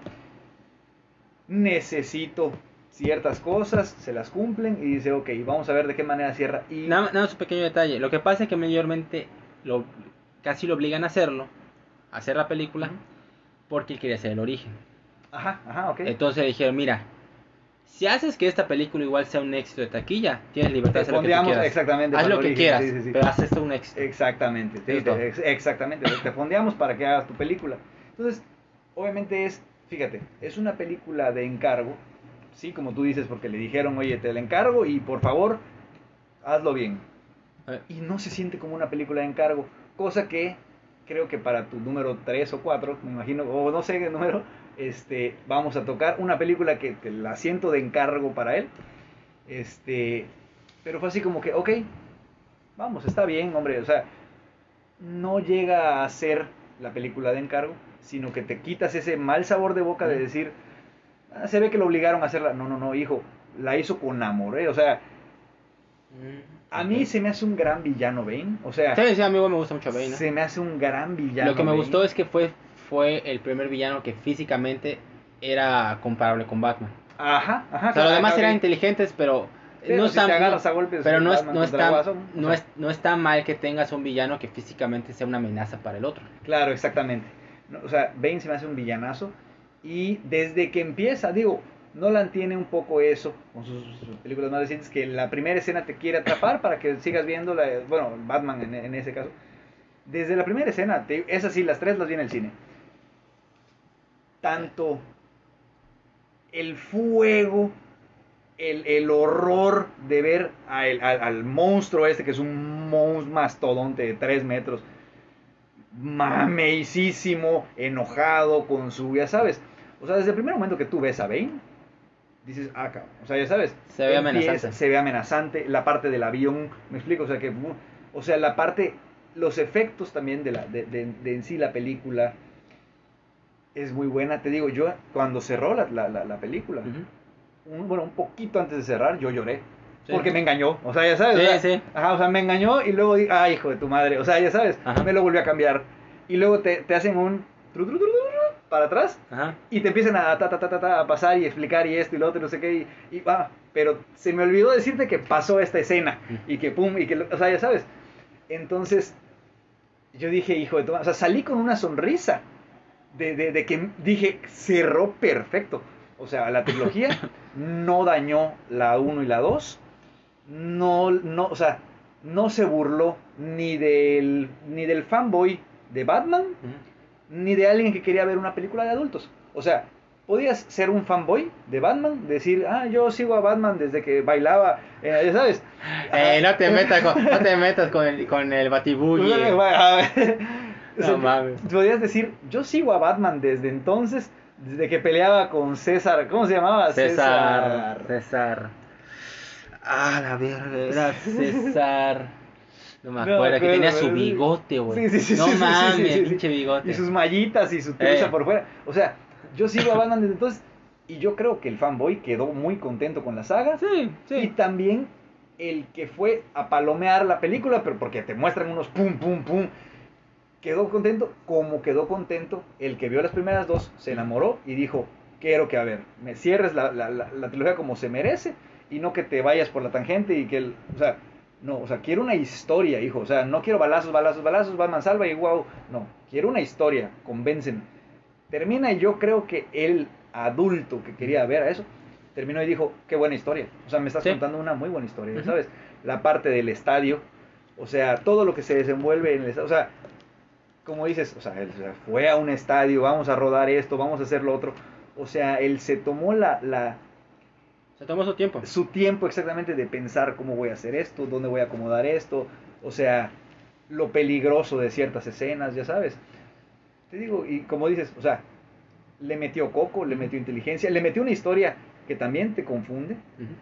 necesito ciertas cosas, se las cumplen y dice, ok, vamos a ver de qué manera cierra. Y... Nada, nada más un pequeño detalle, lo que pasa es que mayormente lo, casi lo obligan a hacerlo, a hacer la película, uh-huh. porque él quería hacer el origen. Ajá, ajá, ok. Entonces le dijeron, mira, si haces que esta película igual sea un éxito de taquilla, tienes libertad de hacer lo que tú quieras. Exactamente, haz lo que origen, quieras, sí, sí, sí. pero haz esto un éxito. Exactamente, sí, te, ex, exactamente, te fondeamos para que hagas tu película. Entonces, obviamente es, fíjate, es una película de encargo, sí, como tú dices, porque le dijeron, oye, te la encargo y por favor, hazlo bien. Eh. Y no se siente como una película de encargo, cosa que creo que para tu número tres o cuatro, me imagino, o no sé qué número, este, vamos a tocar una película que, que la siento de encargo para él, este, pero fue así como que, ok, vamos, está bien, hombre, o sea, no llega a ser la película de encargo, sino que te quitas ese mal sabor de boca de decir, ah, se ve que lo obligaron a hacerla, no, no, no, hijo, la hizo con amor, ¿eh? O sea, a mí se me hace un gran villano Bane, o sea... Sí, sí, a mí me gusta mucho Bane, ¿no? Se me hace un gran villano. Lo que me Bane. gustó es que fue, fue el primer villano que físicamente era comparable con Batman. Ajá, ajá. O sea, los demás eran inteligentes, pero... Pero no si está, te agarras a golpes pero no, es, Batman no, está, Guasón, no, sea. es, no está mal que tengas un villano que físicamente sea una amenaza para el otro. Claro, exactamente. No, o sea, Bane se me hace un villanazo. Y desde que empieza, digo... Nolan tiene un poco eso con sus, sus películas más recientes, que la primera escena te quiere atrapar para que sigas viendo, la, bueno, Batman en, en ese caso. Desde la primera escena, te, esas sí, las tres las vi en el cine. Tanto el fuego, el, el horror de ver a el, al, al monstruo este, que es un monstruo mastodonte de tres metros, mameicísimo, enojado con su, ya sabes. O sea, desde el primer momento que tú ves a Bane, dices, ah, cabrón, o sea, ya sabes, se ve amenazante, se ve amenazante, la parte del avión, me explico, o sea, que, o sea, la parte, los efectos también de, la, de, de, de en sí la película es muy buena, te digo, yo cuando cerró la, la, la, la película, uh-huh. un, bueno, un poquito antes de cerrar, yo lloré, sí. porque me engañó, o sea, ya sabes, sí, o sea, sí. Ajá, o sea, me engañó y luego dije, ah, hijo de tu madre, o sea, ya sabes, ajá. me lo volvió a cambiar, y luego te, te hacen un... Tru, tru, tru, tru, para atrás, ajá. y te empiezan a, ta, ta, ta, ta, a pasar y explicar y esto y lo otro, no sé qué, y, y ah, pero se me olvidó decirte que pasó esta escena, y que pum, y que, o sea, ya sabes, entonces, yo dije, hijo de tu madre, o sea, salí con una sonrisa, de, de, de que dije, cerró perfecto, o sea, la trilogía no dañó la uno y la dos, no, no, o sea, no se burló ni del, ni del fanboy de Batman, uh-huh. ni de alguien que quería ver una película de adultos. O sea, podías ser un fanboy de Batman, decir, ah, yo sigo a Batman desde que bailaba, eh, ya sabes. Eh, no te metas con, no te metas con el, con el Batibuggy. No mames. Podías decir, yo sigo a Batman desde entonces, desde que peleaba con César, ¿cómo se llamaba? César. César. César. Ah, la verga, era César. No me acuerdo, no, que tenía su bigote, güey. Sí, sí, sí, no sí, mames, sí, sí, sí, pinche bigote. Y sus mallitas y su truza eh. por fuera. O sea, yo sigo a Batman desde entonces. Y yo creo que el fanboy quedó muy contento con la saga. Sí, sí. Y también el que fue a palomear la película, pero porque te muestran unos pum, pum, pum. Quedó contento, como quedó contento el que vio las primeras dos, se enamoró y dijo, quiero que, a ver, me cierres la, la, la, la trilogía como se merece y no que te vayas por la tangente y que, el, o sea... No, o sea, quiero una historia, hijo. O sea, no quiero balazos, balazos, balazos, Batman salva y wow. No, quiero una historia, convénceme. Termina y yo creo que el adulto que quería ver a eso, terminó y dijo, qué buena historia. O sea, me estás sí. contando una muy buena historia, uh-huh. ¿sabes? La parte del estadio, o sea, todo lo que se desenvuelve en el estadio. O sea, como dices, o sea, él fue a un estadio, vamos a rodar esto, vamos a hacer lo otro. O sea, él se tomó la... la Se tomó su tiempo. Su tiempo exactamente de pensar cómo voy a hacer esto, dónde voy a acomodar esto. O sea, lo peligroso de ciertas escenas, ya sabes. Te digo, y como dices, o sea, le metió coco, le metió inteligencia, le metió una historia que también te confunde, Ujú.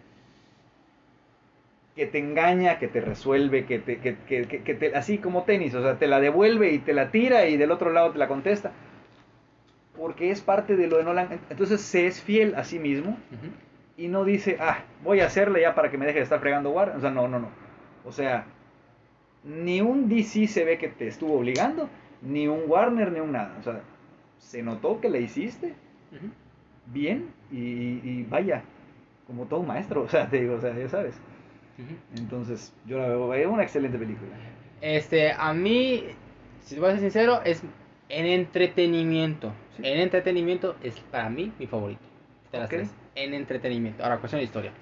que te engaña, que te resuelve, que te, que, que, que, que te, así como tenis, o sea, te la devuelve y te la tira y del otro lado te la contesta, porque es parte de lo de Nolan. Entonces se es fiel a sí mismo Ujú. y no dice, ah, voy a hacerle ya para que me deje de estar fregando Warner. O sea, no, no, no. O sea, ni un D C se ve que te estuvo obligando, ni un Warner, ni un nada. O sea, se notó que le hiciste Ujú. bien y, y vaya, como todo maestro, o sea, te digo, o sea, ya sabes. Ujú. Entonces, yo la veo, es una excelente película. Este, a mí, si te voy a ser sincero, es en entretenimiento. Sí. En entretenimiento es para mí mi favorito. De las Ok. tres. En entretenimiento. Ahora, cuestión de historia.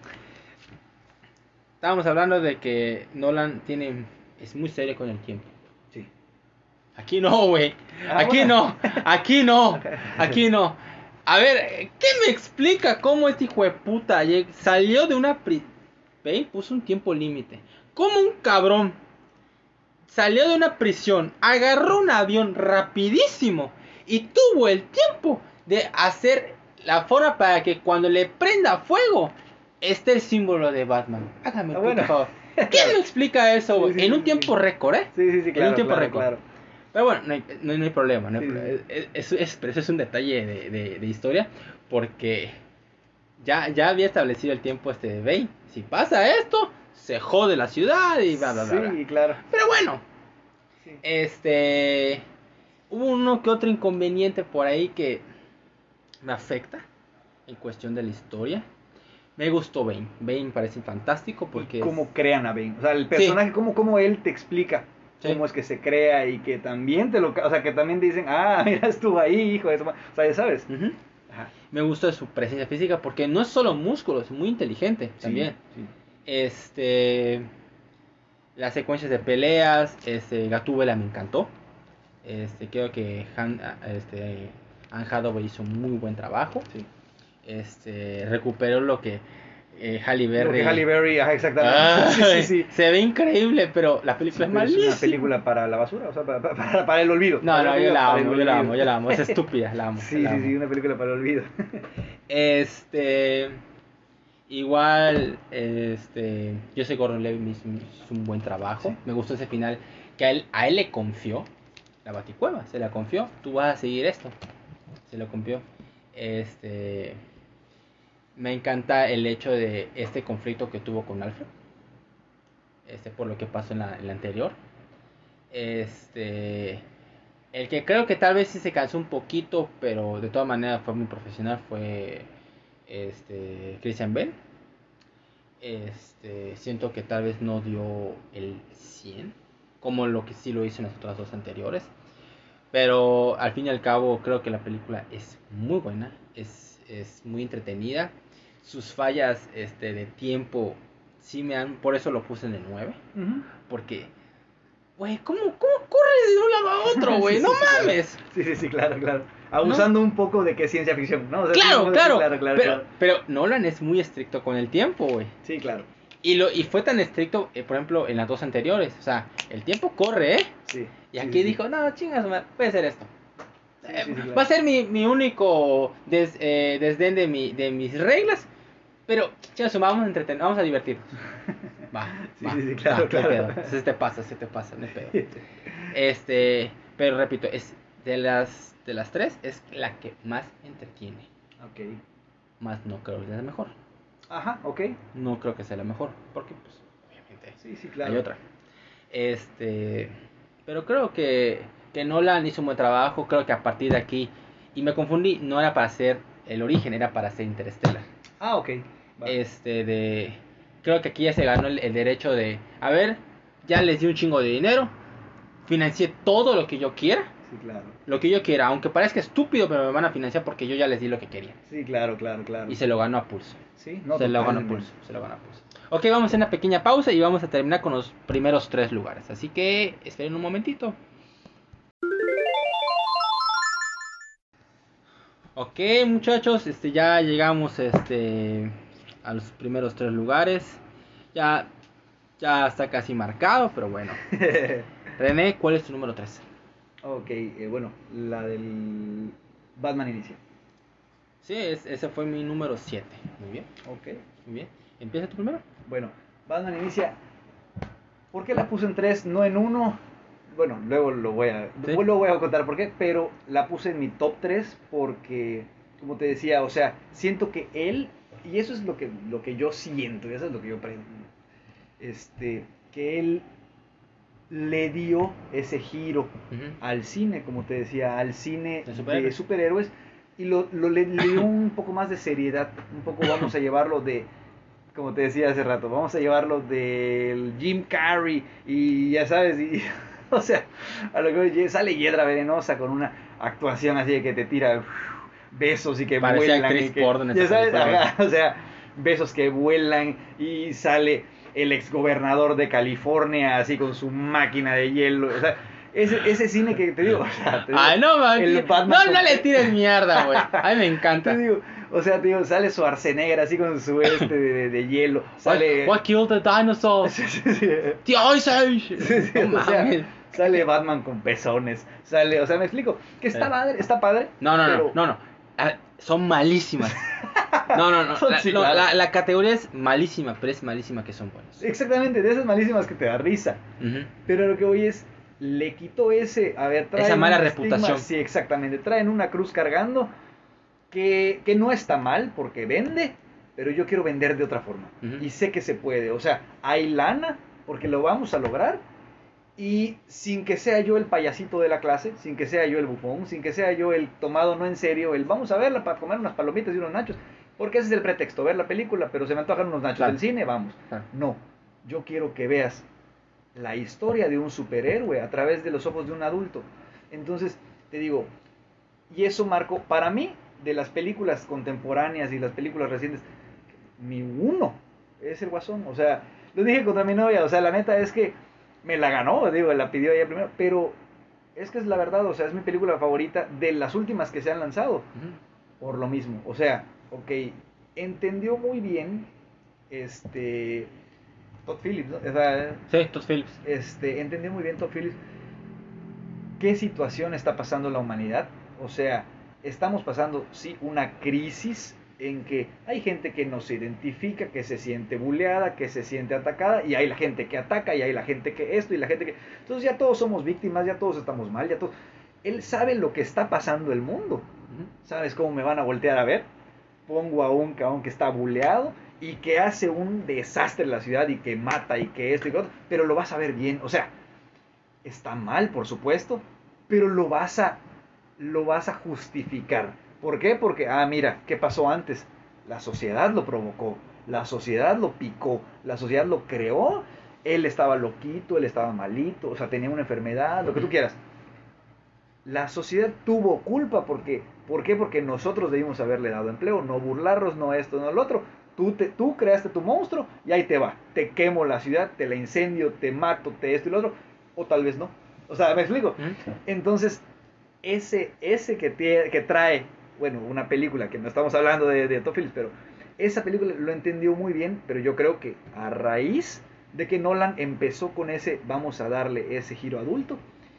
Estábamos hablando de que Nolan tiene, es muy serio con el tiempo. Sí. Aquí no, güey. Ah, Aquí bueno. no. Aquí no. Ok. Aquí no. A ver, ¿qué me explica cómo este hijo de puta lleg- salió de una pri... Ve, puso un tiempo límite. ¿Cómo un cabrón salió de una prisión, agarró un avión rapidísimo y tuvo el tiempo de hacer la forma para que cuando le prenda fuego esté el símbolo de Batman? Hágame el Ah, puto bueno. favor. ¿Quién Claro. me explica eso, Sí, güey? sí, En sí, un sí. tiempo récord, ¿eh? Sí, sí, sí, En un claro, tiempo claro, récord. claro. Pero bueno, no hay, no, no hay problema. No hay Sí, pro- sí, es, es- es- pero eso es un detalle de, de- de historia. Porque ya, ya había establecido el tiempo este de Bane. Si pasa esto, se jode la ciudad y bla, bla, bla, bla. sí, claro. Pero bueno, Sí. este. Hubo uno que otro inconveniente por ahí que me afecta en cuestión de la historia. Me gustó Bane. Bane me parece fantástico Y porque es. cómo crean a Bane. O sea, el Sí, personaje, cómo, cómo él te explica sí. cómo es que se crea y que también te lo... O sea, que también te dicen, ah, mira, estuvo ahí, hijo de su ma-". O sea, ya sabes. Ujú. Ajá. Me gusta su presencia física porque no es solo músculo, es muy inteligente Sí, también. sí. Este. Las secuencias de peleas, este, Gatúbela me encantó. Este, creo que Han, este, Anne Hathaway hizo un muy buen trabajo. Sí. Este, recuperó lo que eh, Halle Lo Berry. que Halle Berry, ajá, exactamente. Ay, Sí, sí, sí. se ve increíble, pero la película Sí, es pero es malísima. una película para la basura, o sea, para, para, para el olvido. No, Para no, una yo película la para el amo, yo la olvido. amo, yo la amo. Es estúpida, la amo. Sí, la sí, amo. sí, una película para el olvido. Este, igual, este, yo sé Gordon Levitt hizo un hizo un buen trabajo. Sí. Me gustó ese final que a él, a él le confió la Baticueva, se la confió. Tú vas a seguir esto, se lo confió. Este, me encanta el hecho de este conflicto que tuvo con Alfred. Este, por lo que pasó en la, en la anterior. Este, el que creo que tal vez sí se cansó un poquito, pero de todas maneras fue muy profesional, fue este Christian Bale. Este, siento que tal vez no dio el cien como lo que sí lo hizo en las otras dos anteriores. Pero al fin y al cabo creo que la película es muy buena, es, es muy entretenida. Sus fallas este, de tiempo sí me han... Por eso lo puse en el nueve. Ujú. Porque, güey, ¿cómo, ¿cómo corres de un lado a otro, güey? Sí, No sí, sí, claro. mames. Sí, sí, sí, claro, claro. Abusando un poco de que es ciencia ficción, ¿no? O sea, sí, Claro, sí, claro, claro, claro, pero, claro. pero Nolan es muy estricto con el tiempo, güey. Sí, claro. Y, lo, y fue tan estricto, eh, por ejemplo, en las dos anteriores. O sea, el tiempo corre, ¿eh? Sí. Y sí, aquí sí, sí. dijo, no, chingas, madre, puede ser esto. Sí, Eh, sí, sí, claro. Va a ser mi, mi único des- eh, desdén de, mi, de mis reglas. Pero, chingas, vamos a entretener, vamos a divertirnos. Va, Sí, va, sí, sí, claro, va, no hay claro. pedo. Se te pasa, se te pasa, no hay pedo. Este, pero repito, es de las, de las tres, es la que más entretiene. Ok. Más no creo que sea la mejor. Ajá, ok. No creo que sea la mejor. Porque, pues, obviamente, Sí, sí, claro. hay otra. Este, pero creo que, que Nolan hizo un buen trabajo. Creo que a partir de aquí, y me confundí, no era para hacer el origen, era para hacer Interstellar. Ah, ok. Va. Este, de, creo que aquí ya se ganó el, el derecho de, a ver, ya les di un chingo de dinero, financié todo lo que yo quiera, Sí, claro. lo que yo quiera, aunque parezca estúpido, pero me van a financiar porque yo ya les di lo que querían. Sí, claro, claro, claro. Y se lo ganó a pulso. Sí, no, se lo ganó a totalmente. pulso, se lo ganó a pulso. Ok, vamos a hacer una pequeña pausa y vamos a terminar con los primeros tres lugares. Así que esperen un momentito. Ok, muchachos, este ya llegamos este a los primeros tres lugares. Ya Ya está casi marcado, pero bueno. René, ¿cuál es tu número tres? Ok, eh, bueno, la del Batman Inicia. Sí, es, ese fue mi número siete. Muy bien, Ok, muy bien. ¿Empieza tu primero? bueno, Batman Inicia. ¿Por qué la puse en tres, no en uno? Bueno, luego lo voy a, ¿Sí? luego voy a contar por qué, pero la puse en mi top tres porque, como te decía, o sea, siento que él, y eso es lo que, lo que yo siento, y eso es lo que yo aprendo, este, que él le dio ese giro Ujú. al cine, como te decía, al cine De de superhéroes. superhéroes, y lo, lo le, le dio un poco más de seriedad, un poco vamos a llevarlo de, como te decía hace rato, vamos a llevarlo del Jim Carrey, y ya sabes, y, o sea, a lo que sale Hiedra Venenosa con una actuación así de que te tira uf, besos y que Parecía vuelan, actriz y que, porno en ya esa sabes, película, güey. ajá, o sea, besos que vuelan, y sale el exgobernador de California así con su máquina de hielo, o sea, ese, ese cine que te digo, o sea, te digo, Ay, no, man. el Batman No, no con- le tires mierda, güey. A mí me te encanta. digo, o sea, te digo, sale su Schwarzenegger así con su este de, de hielo, What, sale... what killed the dinosaurs? Sí, sí, sí. The Ice Age. Sí, sí, No o sea, mames. sale Batman con pezones, sale, o sea, me explico, que está Eh. padre, está padre, No, no, no, pero... no, no. Ah, son malísimas. No, no, no. Son, La, sí, no, claro. la, la categoría es malísima, pero es malísima que son buenas. Exactamente, de esas malísimas que te da risa. Ujú. Pero lo que voy es, le quitó ese, a ver, traen Esa mala un reputación. estigma, sí, exactamente, traen una cruz cargando que, que no está mal porque vende, pero yo quiero vender de otra forma. Ujú. Y sé que se puede, o sea, hay lana porque lo vamos a lograr y sin que sea yo el payasito de la clase, sin que sea yo el bufón, sin que sea yo el tomado no en serio, el vamos a verla para comer unas palomitas y unos nachos, porque ese es el pretexto, ver la película, pero se me antojan unos nachos Claro. del cine, vamos. Claro. No, yo quiero que veas la historia de un superhéroe a través de los ojos de un adulto. Entonces, te digo, y eso marcó, para mí, de las películas contemporáneas y las películas recientes, mi uno es el Guasón. O sea, lo dije contra mi novia, o sea, la neta es que me la ganó, digo, la pidió ella primero, pero es que es la verdad, o sea, es mi película favorita de las últimas que se han lanzado, Ujú. por lo mismo. O sea, ok, entendió muy bien, este, Todd Phillips, ¿no? O sea, Sí, Todd Phillips. este, entendió muy bien Todd Phillips qué situación está pasando la humanidad. O sea, estamos pasando, sí, una crisis en que hay gente que no se identifica, que se siente buleada, que se siente atacada, y hay la gente que ataca, y hay la gente que esto, y la gente que... Entonces ya todos somos víctimas, ya todos estamos mal, ya todos... Él sabe lo que está pasando el mundo. Ujú. ¿Sabes cómo me van a voltear a ver? Pongo a un cabrón que está buleado y que hace un desastre en la ciudad y que mata y que esto y que otro, pero lo vas a ver bien. O sea, está mal, por supuesto, pero lo vas a, lo vas a justificar. ¿Por qué? Porque, ah, mira, ¿qué pasó antes? La sociedad lo provocó, la sociedad lo picó, la sociedad lo creó, él estaba loquito, él estaba malito, o sea, tenía una enfermedad, lo que tú quieras. La sociedad tuvo culpa porque, ¿por qué? Porque nosotros debimos haberle dado empleo, no burlarnos, no esto, no lo otro. Tú, te, tú creaste tu monstruo y ahí te va. Te quemo la ciudad, te la incendio, te mato, te esto y lo otro. O tal vez no. O sea, ¿me explico? Ujú. Entonces, ese, ese que, tie, que trae, bueno, una película, que no estamos hablando de, de Todd Phillips, pero esa película lo entendió muy bien, pero yo creo que a raíz de que Nolan empezó con ese, vamos a darle ese giro adulto,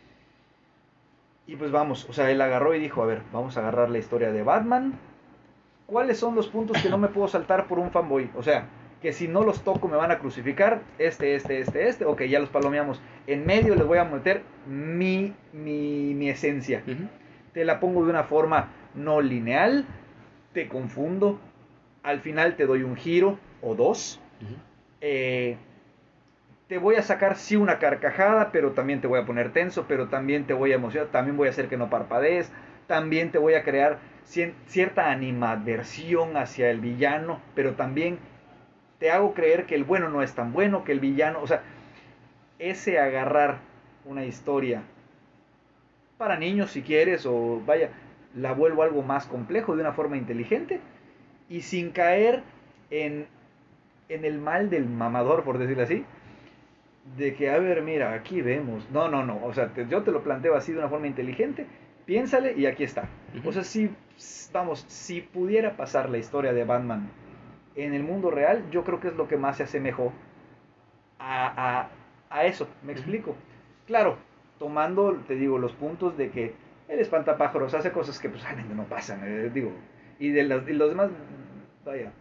y pues vamos, o sea, él agarró y dijo, a ver, vamos a agarrar la historia de Batman. ¿Cuáles son los puntos que no me puedo saltar por un fanboy? O sea, que si no los toco me van a crucificar. Este, este, este, este. Ok, ya los palomeamos. En medio les voy a meter mi, mi, mi esencia. Ujú. Te la pongo de una forma no lineal. Te confundo. Al final te doy un giro o dos. Ujú. Eh, te voy a sacar sí una carcajada, pero también te voy a poner tenso, pero también te voy a emocionar, también voy a hacer que no parpadees, también te voy a crear cierta animadversión hacia el villano, pero también te hago creer que el bueno no es tan bueno, que el villano, o sea, ese agarrar una historia para niños si quieres, o vaya, la vuelvo algo más complejo de una forma inteligente y sin caer en, en el mal del mamador, por decirlo así, de que, a ver, mira, aquí vemos. No, no, no. O sea, te, yo te lo planteo así de una forma inteligente. Piénsale y aquí está. Ujú. O sea, si, vamos, si pudiera pasar la historia de Batman en el mundo real, yo creo que es lo que más se asemejó a, a, a eso, ¿me explico? Claro, tomando, te digo, los puntos de que el espantapájaros hace cosas que pues realmente no pasan, eh, digo, y de las, y los demás, vaya.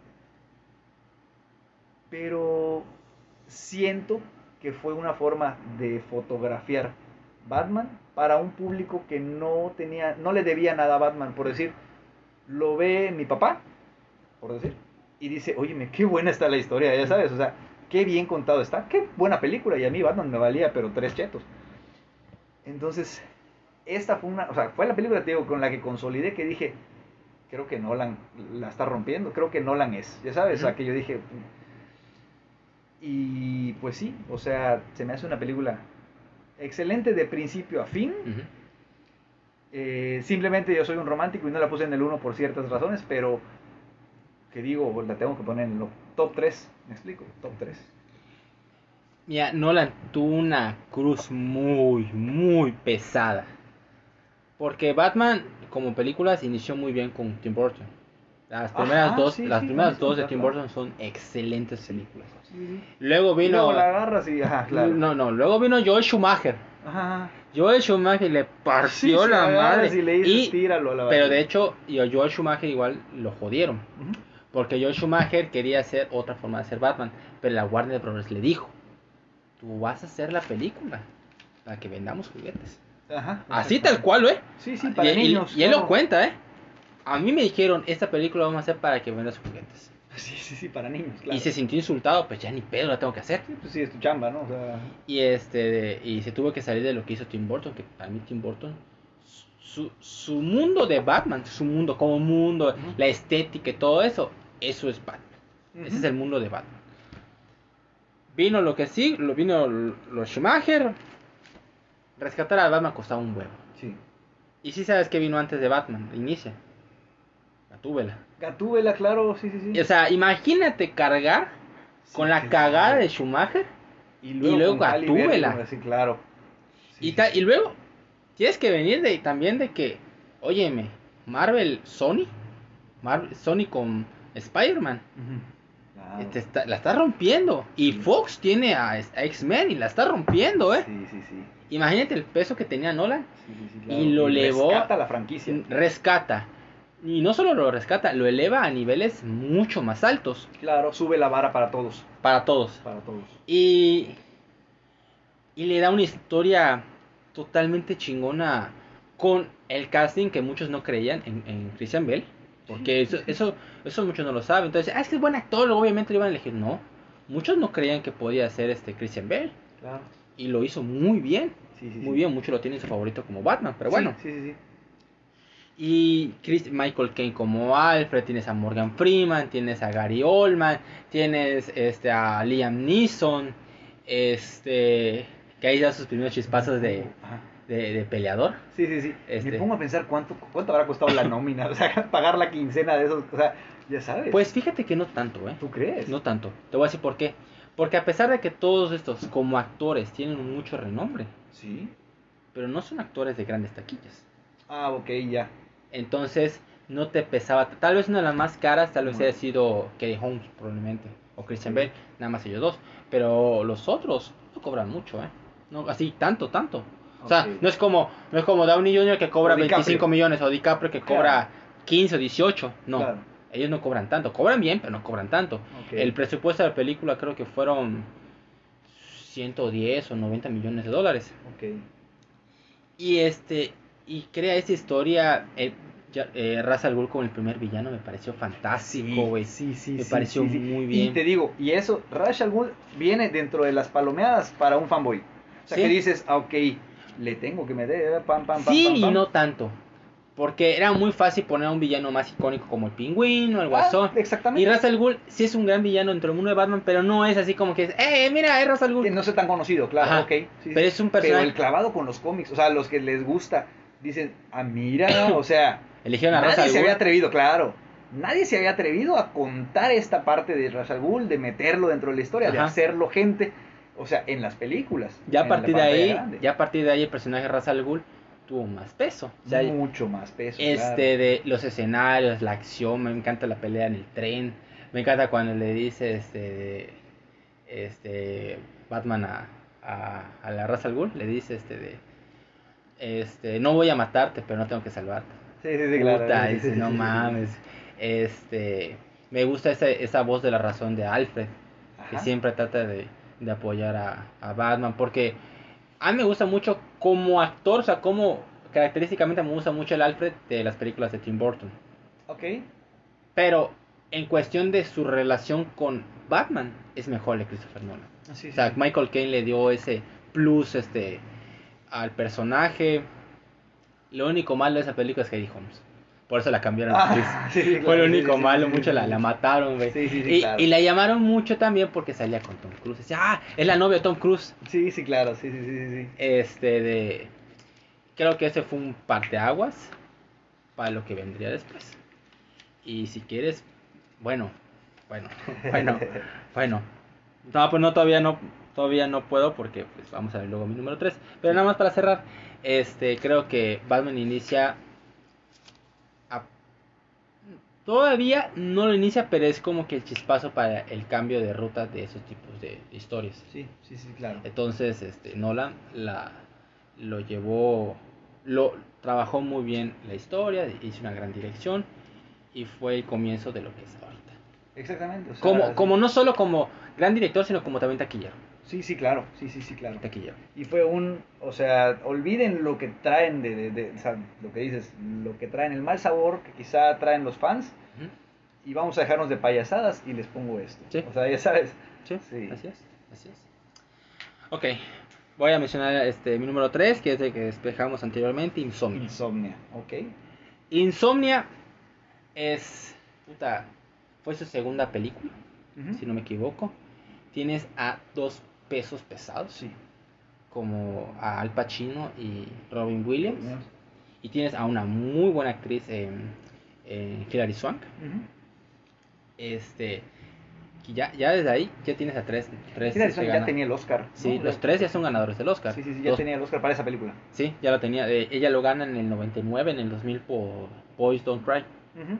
Pero siento que fue una forma de fotografiar Batman para un público que no tenía, no le debía nada a Batman, por decir, lo ve mi papá, por decir, y dice, óyeme, qué buena está la historia, ya sabes, o sea, qué bien contado está, qué buena película, y a mí Batman me valía, pero tres chetos. Entonces, esta fue una, o sea, fue la película, te digo, con la que consolidé que dije, creo que Nolan la está rompiendo, creo que Nolan es, ya sabes, uh-huh. O sea, que yo dije, y pues sí, o sea, se me hace una película excelente de principio a fin. Uh-huh. Eh, simplemente yo soy un romántico y no la puse en el uno por ciertas razones, pero que digo, la tengo que poner en el top tres, ¿me explico? Top tres. Mira, Nolan tuvo una cruz muy, muy pesada. Porque Batman, como película, se inició muy bien con Tim Burton. Las primeras Ajá, dos, sí, las sí, primeras sí, dos de Tim Burton son excelentes películas. Sí, sí. Luego vino. Y luego la agarras y ajá, claro. No, no, luego vino Joel Schumacher. Ajá. Joel Schumacher le partió sí, la madre. Y le dices, y, tíralo a la pero de hecho, y a Joel Schumacher igual lo jodieron. Uh-huh. Porque Joel Schumacher quería hacer otra forma de hacer Batman. Pero la Warner Bros. Le dijo: tú vas a hacer la película para que vendamos juguetes. Ajá. Así tal cual, ¿eh? Sí, sí, para y, niños. Y, y él lo cuenta, ¿eh? A mí me dijeron, esta película vamos a hacer para que vendas juguetes. Sí, sí, sí, para niños, claro. Y se sintió insultado, pues ya ni pedo, la tengo que hacer. Sí, pues sí, es tu chamba, ¿no? O sea... Y este, de, y se tuvo que salir de lo que hizo Tim Burton, que para mí Tim Burton, su, su mundo de Batman, su mundo como mundo, uh-huh. La estética y todo eso, eso es Batman. Uh-huh. Ese es el mundo de Batman. Vino lo que sí, lo vino los Schumacher, rescatar a Batman costaba un huevo. Sí. Y sí sabes que vino antes de Batman, inicia. Gatúbela. Gatúbela, claro, sí, sí, sí. O sea, imagínate cargar sí, con la cagada de Schumacher y luego, y luego Gatúbela. Sí, claro. Sí, y, ta- y luego tienes que venir de también de que, óyeme, Marvel, Sony, Marvel, Sony con Spider-Man, uh-huh. Claro. Este está, la está rompiendo. Y sí. Fox tiene a, a X-Men y la está rompiendo, ¿eh? Sí, sí, sí. Imagínate el peso que tenía Nolan. Sí, sí, sí, claro. Y lo y elevó. Rescata la franquicia. Rescata. Y no solo lo rescata, lo eleva a niveles mucho más altos. Claro, sube la vara para todos. Para todos. Para todos. Y, y le da una historia totalmente chingona con el casting que muchos no creían en, en Christian Bale. Porque sí, eso, sí. eso eso muchos no lo saben. Entonces, ah, es que es buen actor, obviamente lo iban a elegir. No, muchos no creían que podía ser este Christian Bale. Claro. Y lo hizo muy bien. Sí, sí, muy sí. bien, muchos lo tienen su favorito como Batman, pero bueno. Sí, sí, sí. Y Chris, Michael Caine como Alfred, tienes a Morgan Freeman, tienes a Gary Oldman, tienes este a Liam Neeson, este que ahí da sus primeros chispazos de, de, de peleador. Sí, sí, sí. Este, Me pongo a pensar cuánto cuánto habrá costado la nómina, o sea, pagar la quincena de esos, o sea, ya sabes. Pues fíjate que no tanto, ¿eh? ¿Tú crees? No tanto. Te voy a decir por qué. Porque a pesar de que todos estos como actores tienen mucho renombre, sí, pero no son actores de grandes taquillas. Ah, ok, ya. Entonces no te pesaba. Tal vez una de las más caras, tal vez no. haya sido Katie Holmes, probablemente, o Christian sí. Bale, nada más ellos dos. Pero los otros no cobran mucho, ¿eh? No, así, tanto, tanto. O sea, okay. no es como no es como Downey junior que cobra veinticinco millones o DiCaprio que cobra claro. quince o dieciocho. No, claro. Ellos no cobran tanto. Cobran bien, pero no cobran tanto. Okay. El presupuesto de la película creo que fueron ciento diez o noventa millones de dólares. Okay. Y este... Y crea esta historia, eh, eh, Ra's al Ghul como el primer villano, me pareció fantástico, güey. Sí, sí, sí. Me sí, pareció sí, sí. muy bien. Y te digo, y eso, Ra's al Ghul viene dentro de las palomeadas para un fanboy. O sea, ¿sí? Que dices, ah, ok, le tengo que meter, pam, pam, pam, sí, pam, pam. Y no tanto. Porque era muy fácil poner a un villano más icónico como el Pingüino, el Guasón. Ah, exactamente. Y Ra's al Ghul sí es un gran villano dentro del mundo de Batman, pero no es así como que es, ¡eh, mira, es Ra's al Ghul! Que no sé tan conocido, claro, Ajá, ok. Sí, pero sí. es un personaje... Pero el clavado con los cómics, o sea, los que les gusta... Dicen, ah, mira, o sea, eligieron a nadie Ra's al Ghul. se había atrevido, claro, nadie se había atrevido a contar esta parte de Ra's al Ghul, de meterlo dentro de la historia, Ajá. de hacerlo gente, o sea, en las películas. Ya a partir de ahí, grande. ya a partir de ahí el personaje Ra's al Ghul tuvo más peso. O sea, mucho más peso. Este, claro. de los escenarios, la acción, me encanta la pelea en el tren, me encanta cuando le dice, este, este, Batman a, a, a la Ra's al Ghul, le dice este de, este, no voy a matarte, pero no tengo que salvarte. Sí, sí, sí, claro. Puta, Sí, dice, sí, no sí, sí, mames. Este, me gusta esa, esa voz de la razón de Alfred, que Ajá. siempre trata de, de apoyar a, a Batman, porque a mí me gusta mucho como actor, o sea, como característicamente me gusta mucho el Alfred de las películas de Tim Burton. Ok. Pero en cuestión de su relación con Batman, es mejor el de Christopher Nolan. Sí, O sí, sea, sí. Michael Caine le dio ese plus este al personaje. Lo único malo de esa película es Katie Holmes. Por eso la cambiaron la actriz. Ah, sí, sí, Fue lo claro. Sí, sí, único sí, sí, malo, sí, mucho la, sí, la sí. mataron, güey. Sí, sí, sí, Y, claro. y la llamaron mucho también porque salía con Tom Cruise. Decía, ah, es la novia de Tom Cruise. Sí, sí, claro. Sí, sí, sí, sí, sí. Este de. Creo que ese fue un parteaguas para lo que vendría después. Y si quieres, bueno, bueno, bueno, bueno. No, pues no, todavía no, todavía no puedo porque pues vamos a ver luego mi número tres. Pero Sí. nada más para cerrar, este, creo que Batman inicia a- todavía no lo inicia, pero es como que el chispazo para el cambio de ruta de esos tipos de historias. Sí, sí, sí, claro. Entonces, este, Nolan la lo llevó, lo trabajó muy bien la historia, hizo una gran dirección y fue el comienzo de lo que es ahorita. Exactamente. O Como, sea, sí. como no solo como gran director, sino como también taquillero. Sí, sí, claro. Sí, sí, sí, claro. Taquillero. Y fue un, o sea, olviden lo que traen de, de, de- o sea, lo que dices, lo que traen, el mal sabor que quizá traen los fans, Ujú. y vamos a dejarnos de payasadas y les pongo esto. Sí. O sea, ya sabes. Sí, Sí. así es, así es. Ok, voy a mencionar este mi número tres, que es el que despejamos anteriormente, Insomnia. Insomnia, ok. Insomnia es, puta, fue su segunda película, Ujú. si no me equivoco. Tienes a dos pesos pesados, Sí. como a Al Pacino y Robin Williams. Y tienes a una muy buena actriz, en en Hilary Swank. Ujú. Este, que ya, ya desde ahí ya tienes a tres, tres Hilary este, Swank ya gana- tenía el Oscar, ¿no? Sí, los tres ya son ganadores del Oscar. Sí, sí, sí, ya Dos- tenía el Oscar para esa película. Sí, ya lo tenía. Eh, ella lo gana en el noventa y nueve, en el dos mil por Boys Don't Cry. Ujú.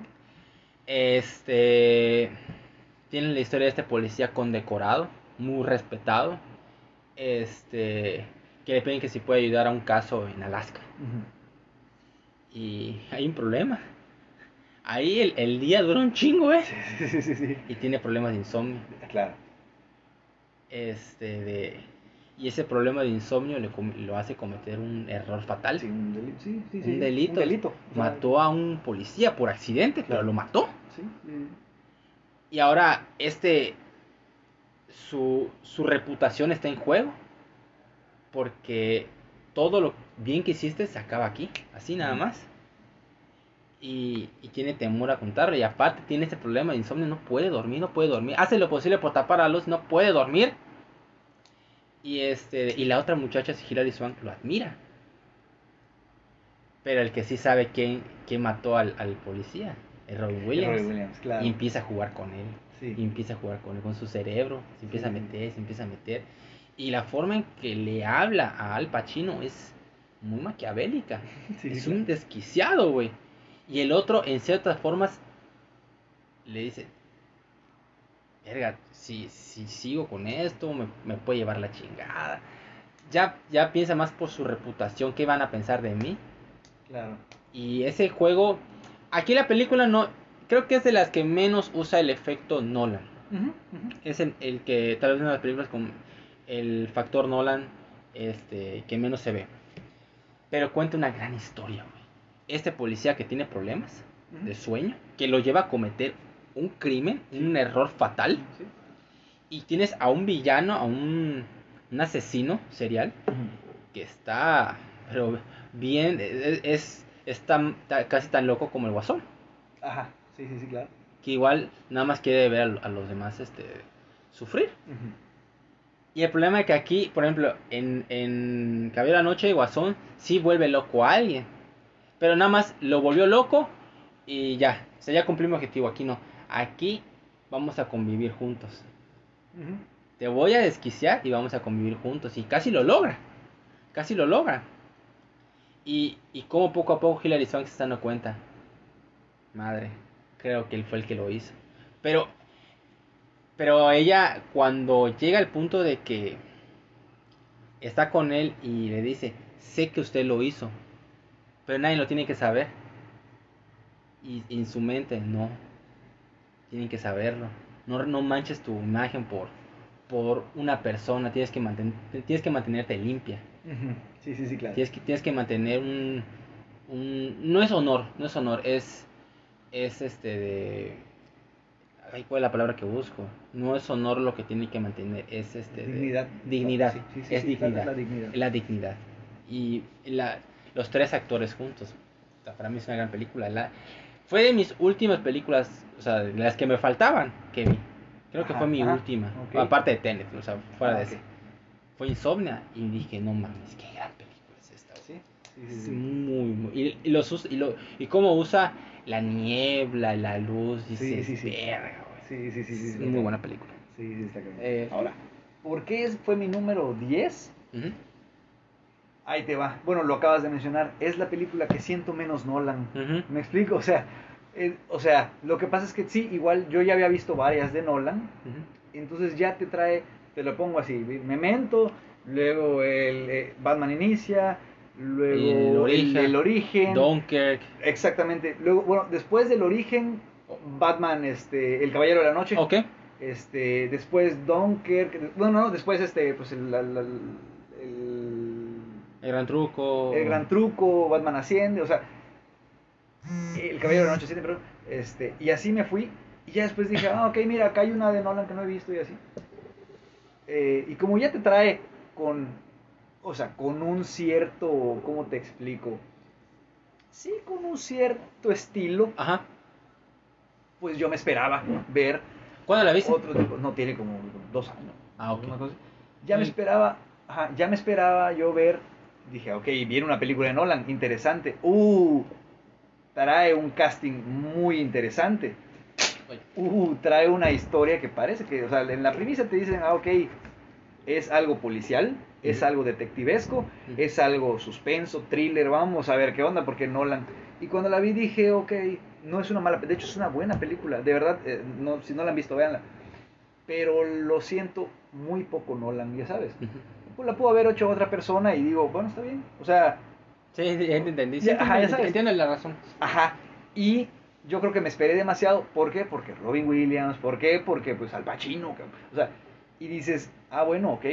Este tiene la historia de este policía condecorado, muy respetado, este que le piden que si puede ayudar a un caso en Alaska. Ujú. Y hay un problema. Ahí el, el día dura un chingo, ¿eh? Sí, sí, sí, sí. Y tiene problemas de insomnio. Claro. Este de y ese problema de insomnio le com- lo hace cometer un error fatal. Sí, un delito. Sí, sí, sí. Un delito. Un delito. O sea, Mató a un policía por accidente, pero Claro. lo mató. Sí. sí. Y ahora este su, su reputación está en juego. Porque todo lo bien que hiciste se acaba aquí, así nada más. Y, y tiene temor a contarlo. Y aparte tiene este problema de insomnio, no puede dormir, no puede dormir. Hace lo posible por tapar la luz, no puede dormir. Y este y la otra muchacha, Hilary Swank, lo admira. Pero el que sí sabe quién, quién mató al, al policía es Robin Williams. Robbie Williams, claro. Y empieza a jugar con él. Sí. Y empieza a jugar con él, con su cerebro. Se empieza Sí. a meter, se empieza a meter. Y la forma en que le habla a Al Pacino es muy maquiavélica. Sí, es sí, un claro. desquiciado, güey. Y el otro, en ciertas formas, le dice: verga, si, si sigo con esto, me, me puede llevar la chingada. Ya, ya piensa más por su reputación, qué van a pensar de mí. Claro. Y ese juego, aquí la película no, creo que es de las que menos usa el efecto Nolan. Ujú, ujú. Es el, el que tal vez una de las películas con el factor Nolan este, que menos se ve. Pero cuenta una gran historia, güey. Este policía que tiene problemas Ujú. de sueño, que lo lleva a cometer un crimen, un error fatal. Sí. Y tienes a un villano, a un, un asesino serial, Ujú. que está, pero bien, es, es, es tan- ta- casi tan loco como el Guasón. Ajá. Sí, sí, sí, claro. Que igual nada más quiere ver a, a los demás este, sufrir. Ujú. Y el problema es que aquí, por ejemplo, en, en Caballero de la Noche, Guasón sí vuelve loco a alguien. Pero nada más lo volvió loco y ya. O sea, ya cumplió mi objetivo. Aquí no. Aquí vamos a convivir juntos. Ujú. Te voy a desquiciar y vamos a convivir juntos. Y casi lo logra. Casi lo logra. Y, y como poco a poco Hilary Swank se está dando cuenta. Madre, creo que él fue el que lo hizo. Pero, pero ella cuando llega al punto de que está con él y le dice, sé que usted lo hizo, pero nadie lo tiene que saber. Y en su mente, no, tienen que saberlo. No, no manches tu imagen por, por una persona, tienes que, manten, tienes que mantenerte limpia. Ujú. Sí, sí, sí, claro. Tienes que, tienes que mantener un, un... No es honor, no es honor, es... Es este de... Ay, ¿cuál es la palabra que busco? No es honor lo que tiene que mantener, es este Dignidad. de... Dignidad. Sí, sí, sí, es sí, dignidad. la dignidad. La dignidad. Y la, los tres actores juntos. Para mí es una gran película. La, fue de mis últimas películas, o sea, de las que me faltaban que vi. Creo que Ajá, fue mi ajá, última. ok. Aparte de Tenet, o sea, fuera Ah, de ok. eso. Fue Insomnia y dije, no mames, qué gran película es esta. Sí, sí, sí, Es sí. muy, muy... Y, y, los, us- y, lo, y cómo usa la niebla, la luz, dices, Sí, sí, sí. verga, güey. Sí, sí, sí, sí, Es sí, muy sí. buena película. Sí, sí, está cabrón. Eh, Ahora, ¿por qué es- fue mi número diez? Ujú, Ahí te va. Bueno, lo acabas de mencionar. Es la película que siento menos Nolan. ujú, ¿Me explico? O sea, eh, o sea, lo que pasa es que sí, igual yo ya había visto varias de Nolan. ujú. Entonces ya te trae, te lo pongo así, Memento, luego el eh, Batman Inicia, luego El origen, el, el origen, Dunkirk. exactamente. Luego, bueno, después del origen, Batman, este, el Caballero de la Noche. Ok. Este, después Dunkirk, bueno, no, después este, pues el, el, el, El gran truco. el Gran Truco, Batman Asciende, o sea, el Caballero de la Noche Asciende, perdón, este, y así me fui, y ya después dije, ah, ok, mira, acá hay una de Nolan que no he visto y así. Eh, y como ya te trae con, o sea, con un cierto, ¿cómo te explico? Sí, con un cierto estilo, Ajá. pues yo me esperaba ver ¿Cuándo la viste? otro tipo, no tiene como dos años. Ah, ok. una cosa así. Ya me Ay. esperaba, ajá, ya me esperaba yo ver, dije, ok, viene una película de Nolan, interesante. Uh, trae un casting muy interesante. Oye. Uh, trae una historia que parece que, o sea, en la premisa te dicen, ah, ok, es algo policial, es Ujú. algo detectivesco, Ujú. es algo suspenso, thriller, vamos a ver qué onda, porque Nolan. Y cuando la vi dije, ok, no es una mala, de hecho es una buena película, de verdad, eh, no, si no la han visto, véanla. Pero lo siento muy poco Nolan, ya sabes. Ujú. Pues la pudo haber hecho otra persona y digo, bueno, está bien. O sea, Sí, sí, ya te entendí. Sí, Ya, entiendo, ajá, ya sabes. entiendo la razón. ajá. Y yo creo que me esperé demasiado. ¿Por qué? Porque Robin Williams. ¿Por qué? Porque pues Al Pacino. cabrón. O sea, y dices, ah, bueno, ok.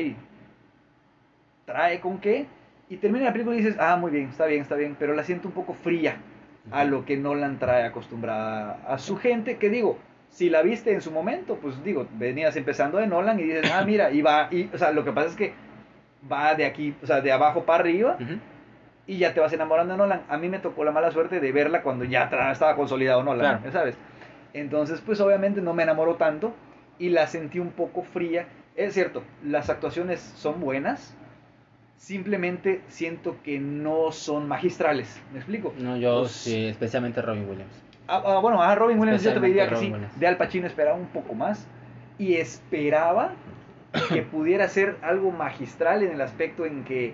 ¿Trae con qué? Y termina la película y dices, ah, muy bien, está bien, está bien. Pero la siento un poco fría a lo que Nolan trae acostumbrada a su gente. Que digo, si la viste en su momento, pues digo, venías empezando de Nolan y dices, ah, mira, y va. Y, o sea, lo que pasa es que va de aquí, o sea, de abajo para arriba. Ujú. Y ya te vas enamorando de Nolan. A mí me tocó la mala suerte de verla cuando ya tra- estaba consolidado Nolan, Claro. ¿sabes? Entonces, pues obviamente no me enamoró tanto y la sentí un poco fría. Es cierto, las actuaciones son buenas, simplemente siento que no son magistrales. ¿Me explico? No, yo Pues, sí, especialmente Robin Williams. ah, ah, bueno, a Robin Williams yo te Especialmente diría que Robin sí. Williams. De Al Pacino esperaba un poco más y esperaba que pudiera ser algo magistral en el aspecto en que,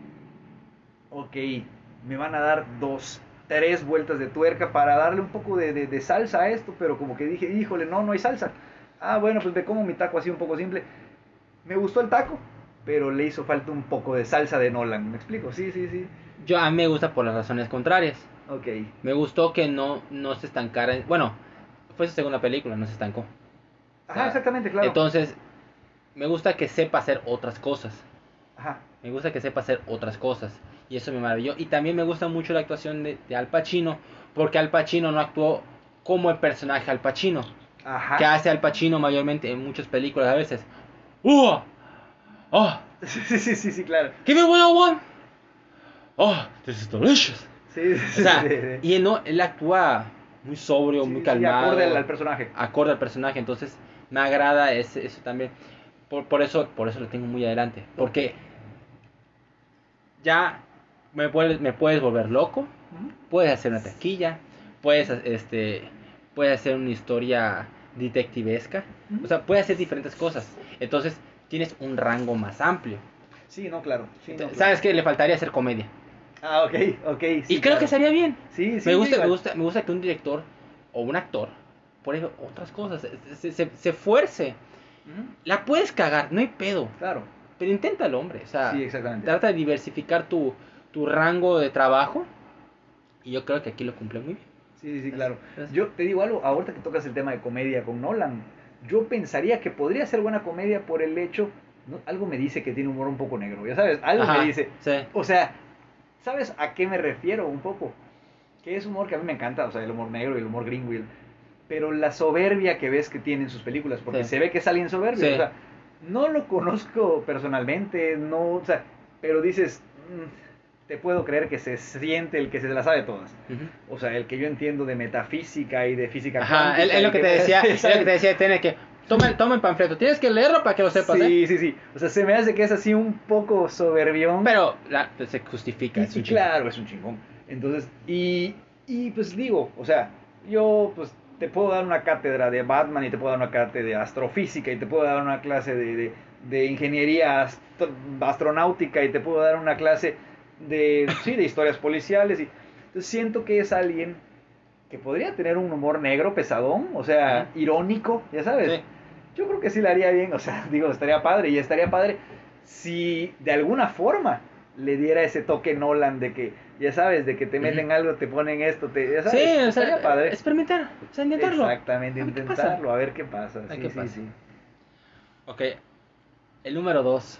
ok, me van a dar dos, tres vueltas de tuerca para darle un poco de, de, de salsa a esto, pero como que dije, híjole, no, no hay salsa. Ah, bueno, pues me como mi taco así un poco simple. Me gustó el taco, pero le hizo falta un poco de salsa de Nolan. ¿Me explico? Sí, sí, sí. Yo a mí me gusta por las razones contrarias. Ok. Me gustó que no, no se estancara. en- Bueno, fue su segunda película, no se estancó. Ajá, Ah, exactamente, claro. Entonces, me gusta que sepa hacer otras cosas. Ajá. Me gusta que sepa hacer otras cosas. Y eso me maravilló. Y también me gusta mucho la actuación de, de Al Pacino. Porque Al Pacino no actuó como el personaje Al Pacino. Ajá. Que hace Al Pacino mayormente en muchas películas a veces. ¡Uh! ¡Oh! Sí, sí, sí, sí, sí, claro. ¡Give me what I want! ¡Oh! This is delicious. Sí, sí, O sea, sí, sí. y él, no, él actúa muy sobrio, Sí, muy sí, calmado. acorde al, al personaje. Acorde al personaje. Entonces, me agrada ese, eso también. Por, por eso por eso lo tengo muy adelante. Porque ya me puedes, me puedes volver loco. Ujú. Puedes hacer una taquilla. Puedes, este, puedes hacer una historia detectivesca. Ujú. O sea, puedes hacer diferentes cosas. Entonces, tienes un rango más amplio. Sí, no, claro. Sí, no, claro. ¿Sabes qué? Le faltaría hacer comedia. Ah, ok, ok. Sí, y creo claro. que sería bien. Sí, sí. me, gusta, sí, me, gusta, me gusta que un director o un actor pruebe otras cosas. Se, se, se, se fuerce. Ujú. La puedes cagar, no hay pedo. Claro. pero inténtalo, hombre. O sea, Sí, exactamente. trata de diversificar tu, tu rango de trabajo. Y yo creo que aquí lo cumple muy bien. Sí, sí, claro. Es- es- Yo te digo algo, ahorita que tocas el tema de comedia con Nolan, yo pensaría que podría ser buena comedia por el hecho, ¿no? Algo me dice que tiene humor un poco negro, ya sabes, algo Ajá, me dice. sí. O sea, ¿sabes a qué me refiero un poco? Que es humor que a mí me encanta, o sea, el humor negro y el humor gringo, y el- pero la soberbia que ves que tiene en sus películas, porque Sí. se ve que es alguien soberbio, Sí. o sea, no lo conozco personalmente, no, o sea, pero dices, mm, te puedo creer que se siente el que se las sabe todas. Ujú. O sea, el que yo entiendo de metafísica y de física Ajá, cuántica. es, es y lo que te decía, es lo que te decía, tiene que, toma, el- toma el panfleto, tienes que leerlo para que lo sepas, Sí, ¿eh? sí, sí. O sea, se me hace que es así un poco soberbión. Pero la, pues, se justifica, y, es y un chingo. claro, es un chingón. Entonces, y, y pues digo, o sea, yo pues te puedo dar una cátedra de Batman y te puedo dar una cátedra de astrofísica y te puedo dar una clase de, de, de ingeniería astro- astronáutica y te puedo dar una clase de, sí, de historias policiales. Y, entonces siento que es alguien que podría tener un humor negro, pesadón, o sea, Ujú. irónico, ya sabes. Sí. Yo creo que sí le haría bien, o sea, digo, estaría padre y estaría padre si de alguna forma le diera ese toque Nolan de que, ya sabes, de que te meten Ujú. algo, te ponen esto, te, ya sabes, Sí, o estaría sea, padre. experimentar, o sea, intentarlo. Exactamente, A ver qué pasa. intentarlo, a ver qué pasa. A ver Sí, qué sí, pasa. sí. Ok, el número dos.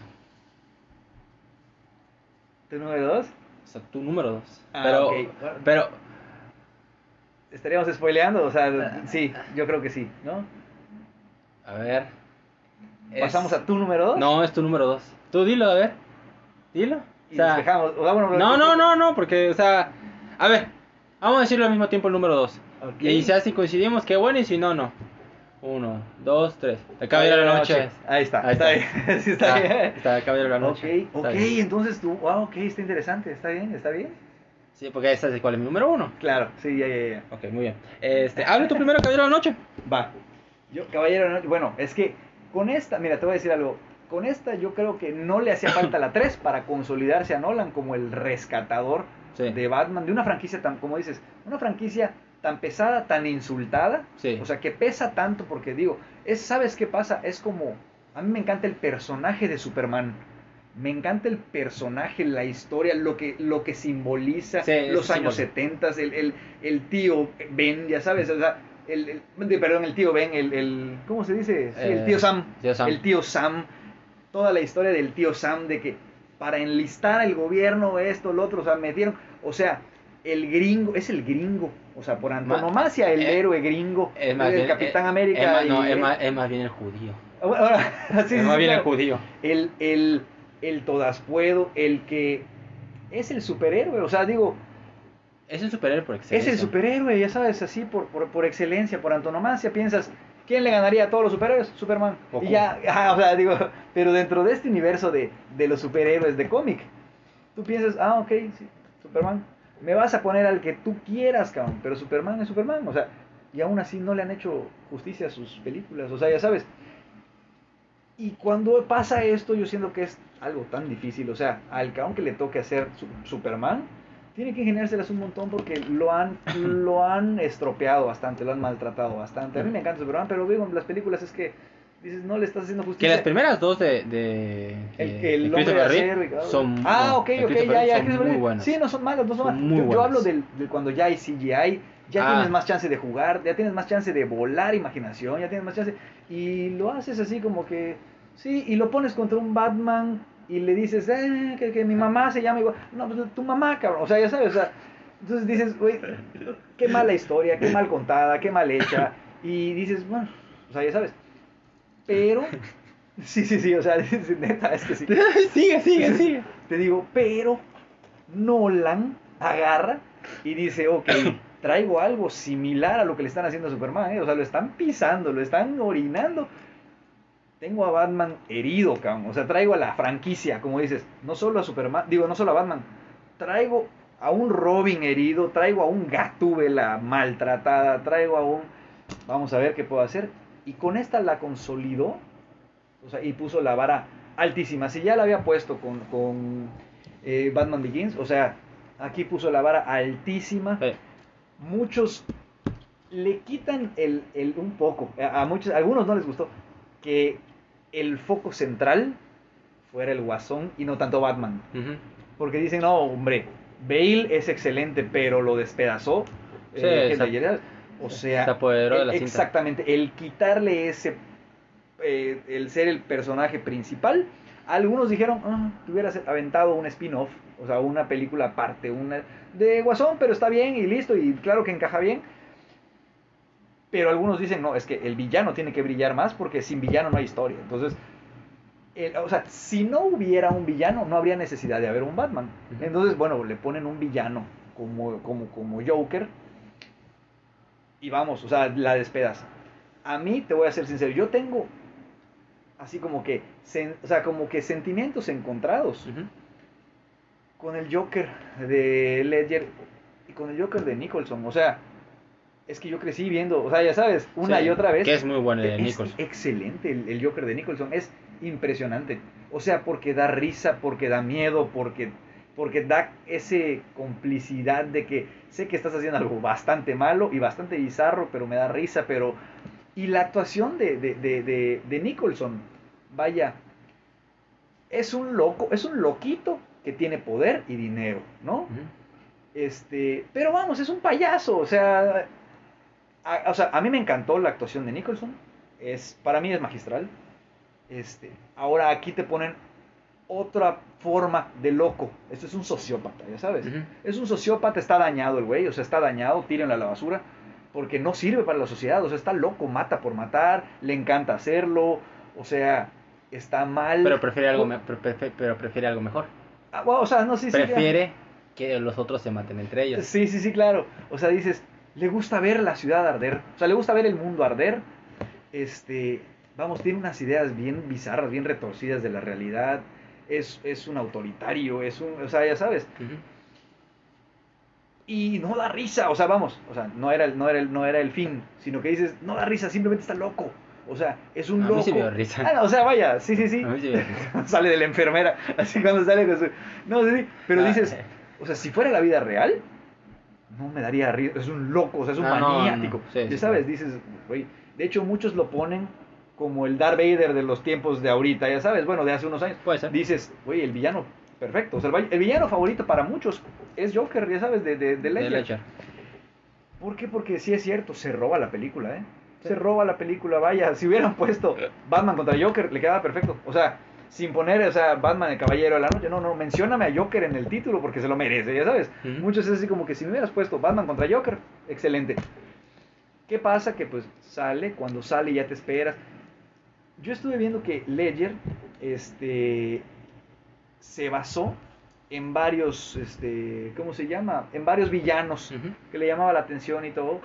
¿Tu número dos? O sea, tu número dos. Ah, pero, ok. Bueno, pero, ¿estaríamos spoileando? O sea, Ah. sí, yo creo que sí, ¿no? a ver. es- ¿Pasamos a tu número dos? No, es tu número dos. Tú dilo, a ver. Dilo. O Y sea, despejamos. O, ah, bueno, no, no, no, no, porque, o sea, a ver, vamos a decirlo al mismo tiempo el número dos. Ok. Y ya si coincidimos, qué bueno, y si no, no. Uno, dos, tres. El Caballero de la Noche. Ahí está, Ahí está está. bien. Sí, está Ah, bien. está el Caballero de la Ok, Noche. Está ok, bien. entonces tú, wow, ok, está interesante, está bien, está bien. Sí, porque esa es cuál es mi número uno. Claro, sí, ya, ya, ya. Ok, muy bien. Este, habla tú primero, Caballero de la Noche. Va. Yo, Caballero de la Noche, bueno, es que con esta, mira, te voy a decir algo. Con esta yo creo que no le hacía falta la tres para consolidarse a Nolan como el rescatador Sí. de Batman, de una franquicia tan, como dices, una franquicia tan pesada, tan insultada. Sí. O sea, que pesa tanto porque digo, es, ¿sabes qué pasa? Es como, a mí me encanta el personaje de Superman. Me encanta el personaje, la historia, lo que, lo que simboliza Sí, los ese años símbolo. setenta, el, el, el tío Ben, ya sabes, o sea, el, el- de- perdón, el tío Ben, el, el ¿cómo se dice? Sí, el Eh, tío Sam, tío Sam. el tío Sam, toda la historia del tío Sam, de que para enlistar al gobierno, esto, lo otro, o sea, metieron, o sea, el gringo, es el gringo, o sea, por antonomasia, el eh, héroe gringo, Es más el bien, Capitán eh, América. es más- y, no, es más, es más bien el judío. Bueno, ahora, sí, es sí, más sí, bien el claro. judío. El, el, el todas puedo, el que es el superhéroe, o sea, digo, Es el superhéroe por es excelencia. el superhéroe, ya sabes, así por, por, por excelencia, por antonomasia, piensas, ¿quién le ganaría a todos los superhéroes? Superman. Goku. Y ya, ah, o sea, digo, pero dentro de este universo de, de los superhéroes de cómic, tú piensas, ah, ok, sí, Superman. Me vas a poner al que tú quieras, cabrón, pero Superman es Superman, o sea, y aún así no le han hecho justicia a sus películas, o sea, ya sabes. Y cuando pasa esto, yo siento que es algo tan difícil, o sea, al cabrón que le toque hacer su- Superman, tiene que ingeniárselas un montón porque lo han, lo han estropeado bastante, lo han maltratado bastante. A mí me encanta Superman, pero digo, en las películas es que dices, no le estás haciendo Que justicia. las primeras dos de, de, El, de- el de hombre de Christopher acero Reeve y cada- son ah, no, ok, de ok, Christopher ya, Reeve ya. son Christopher muy Reeve. buenas. Sí, no son malas, no son, Son malas. muy Yo, yo buenas. hablo del, de cuando ya hay C G I, ya Ah. tienes más chance de jugar, ya tienes más chance de volar imaginación, ya tienes más chance. Y lo haces así como que, sí, y lo pones contra un Batman y le dices, eh, que, que mi mamá se llama igual. No, pues tu mamá, cabrón, o sea, ya sabes, o sea. Entonces dices, güey, qué mala historia, qué mal contada, qué mal hecha. Y dices, bueno, o sea, ya sabes. Pero, sí, sí, sí, o sea, neta, es que sí. sigue, sigue, sigue. Te digo, pero Nolan agarra y dice, ok, traigo algo similar a lo que le están haciendo a Superman, ¿eh? O sea, lo están pisando, lo están orinando. Tengo a Batman herido, cabrón. O sea, traigo a la franquicia, como dices, no solo a Superman, digo, no solo a Batman, traigo a un Robin herido, traigo a un Gatúbela maltratada, traigo a un... Vamos a ver qué puedo hacer. Y con esta la consolidó, o sea, y puso la vara altísima. Si ya la había puesto con, con eh, Batman Begins, o sea, aquí puso la vara altísima. Sí. Muchos le quitan el, el un poco, a, a muchos, a algunos no les gustó, que el foco central fuera el Guasón y no tanto Batman. Ujú. Porque dicen, no, hombre, Bale es excelente, pero lo despedazó. Sí, eh, Heath se- Ledger. O sea, se apoderó de el- la cinta. exactamente, el quitarle ese, eh, el ser el personaje principal, algunos dijeron, ah, te hubieras aventado un spin-off, o sea, una película aparte, una de Guasón, pero está bien y listo, y claro que encaja bien. Pero algunos dicen, no, es que el villano tiene que brillar más porque sin villano no hay historia. Entonces, el- o sea, si no hubiera un villano, no habría necesidad de haber un Batman. Ujú. Entonces, bueno, le ponen un villano como, como, como Joker y vamos, o sea, la despedas. A mí, te voy a ser sincero, yo tengo así como que, sen- o sea, como que sentimientos encontrados Ujú. con el Joker de Ledger y con el Joker de Nicholson. O sea, es que yo crecí viendo, o sea, ya sabes, una Sí, y otra vez. que es muy bueno el de Es Nicholson. excelente el, el Joker de Nicholson, es impresionante. O sea, porque da risa, porque da miedo, porque, porque da ese complicidad de que sé que estás haciendo algo bastante malo y bastante bizarro, pero me da risa, pero... Y la actuación de, de, de, de, de Nicholson, vaya, es un loco, es un loquito que tiene poder y dinero, ¿no? Ujú. Este, pero vamos, es un payaso, o sea, a, o sea, a mí me encantó la actuación de Nicholson, es, para mí es magistral. Este, ahora aquí te ponen otra forma de loco. Esto es un sociópata, ya sabes. Ujú. Es un sociópata, está dañado el güey, o sea, está dañado, tírenlo a la basura, porque no sirve para la sociedad, o sea, está loco, mata por matar, le encanta hacerlo, o sea, está mal. Pero prefiere algo, me- pre- pre- pero prefiere algo mejor. Ah, bueno, o sea, no sé si... Prefiere que los otros se maten entre ellos. Sí, sí, sí, claro. O sea, dices, le gusta ver la ciudad arder. O sea, le gusta ver el mundo arder. Este, vamos, tiene unas ideas bien bizarras, bien retorcidas de la realidad. Es, es un autoritario, es un, o sea, ya sabes. Ujú. Y no da risa, o sea, vamos, o sea, no era, el, no, era el, no era el fin, sino que dices, no da risa, simplemente está loco. O sea, es un A loco. mí sí me dio risa. Ah, no, o sea, vaya, sí, sí, sí. A mí sí me dio risa. Sale de la enfermera, así cuando sale con su... No, sí, sí, pero Ah, dices, eh. o sea, si fuera la vida real, no me daría risa, es un loco, o sea, es un No, no, maniático. no. Sí, ya sí, sabes, claro. dices, güey, de hecho muchos lo ponen como el Darth Vader de los tiempos de ahorita, ya sabes, bueno, de hace unos años. Puede ser. Dices, güey, el villano perfecto, o sea, el, el villano favorito para muchos es Joker, ya sabes, de, de, de De Ledger. Ledger. ¿Por qué? Porque sí es cierto, se roba la película, ¿eh? Sí. Se roba la película, vaya, si hubieran puesto Batman contra Joker, le quedaba perfecto. O sea, sin poner, o sea, Batman el Caballero de la Noche, no, no, mencióname a Joker en el título porque se lo merece, ya sabes. Ujú. Muchos es así como que si me hubieras puesto Batman contra Joker, excelente. ¿Qué pasa? Que pues sale, cuando sale ya te esperas. Yo estuve viendo que Ledger, este, se basó en varios, este, ¿cómo se llama? En varios villanos Ujú. que le llamaba la atención y todo.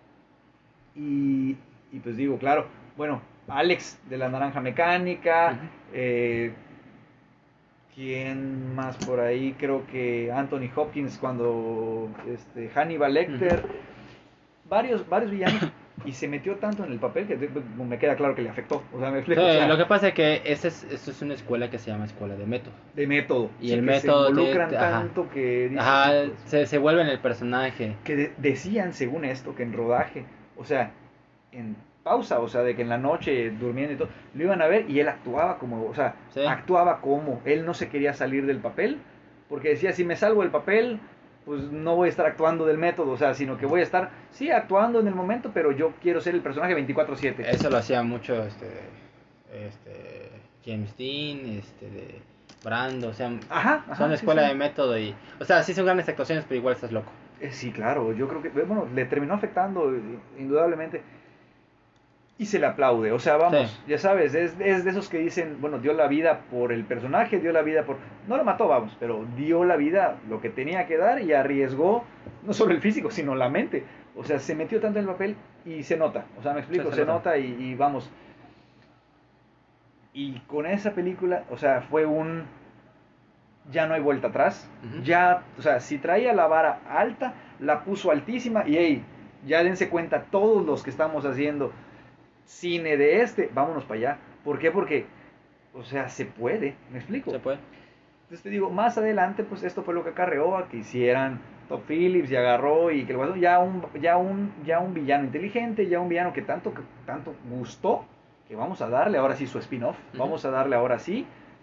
Y, y pues digo, claro, bueno, Alex de la Naranja Mecánica, Ujú. eh, ¿quién más por ahí? Creo que Anthony Hopkins cuando este, Hannibal Lecter, Ujú. varios, varios villanos, y se metió tanto en el papel que pues, me queda claro que le afectó. O sea, me explico. Sí, O sea, lo que pasa es que esa es, esto es una escuela que se llama escuela de método. de método. Y sí, el que método se te- involucran te- ajá. tanto que dices, Ajá, "Hijos". se, se vuelve en el personaje. Que de- decían, según esto, que en rodaje, o sea, en pausa, o sea, de que en la noche durmiendo y todo, lo iban a ver y él actuaba como, o sea, Sí. actuaba como, él no se quería salir del papel, porque decía, si me salgo del papel, pues no voy a estar actuando del método, o sea, sino que voy a estar, sí, actuando en el momento, pero yo quiero ser el personaje veinticuatro siete. Eso lo hacía mucho este, este James Dean, este de Brando, o sea, Ajá, ajá, son sí, escuela sí. de método y, o sea, sí son grandes actuaciones, pero igual estás loco. Eh, Sí, claro, yo creo que, bueno, le terminó afectando, eh, indudablemente. Y se le aplaude, o sea, vamos, Sí. ya sabes, es, es de esos que dicen, bueno, dio la vida por el personaje, dio la vida por... No lo mató, vamos, pero dio la vida lo que tenía que dar y arriesgó no solo el físico, sino la mente. O sea, se metió tanto en el papel y se nota, o sea, me explico, Sí, se se nota. nota y, y vamos. Y con esa película, o sea, fue un... Ya no hay vuelta atrás, Ujú. ya, o sea, si traía la vara alta, la puso altísima y, hey, ya dense cuenta todos los que estamos haciendo cine de este, vámonos para allá. ¿Por qué? Porque, o sea, se puede, ¿me explico? Se puede. Entonces te digo, más adelante, pues esto fue lo que acarreó a que hicieran Top Phillips y agarró y que el guasón, ya un, ya un, ya un villano inteligente, ya un villano que tanto, que tanto gustó, que vamos a darle ahora sí su spin-off, Ujú. vamos a darle ahora sí.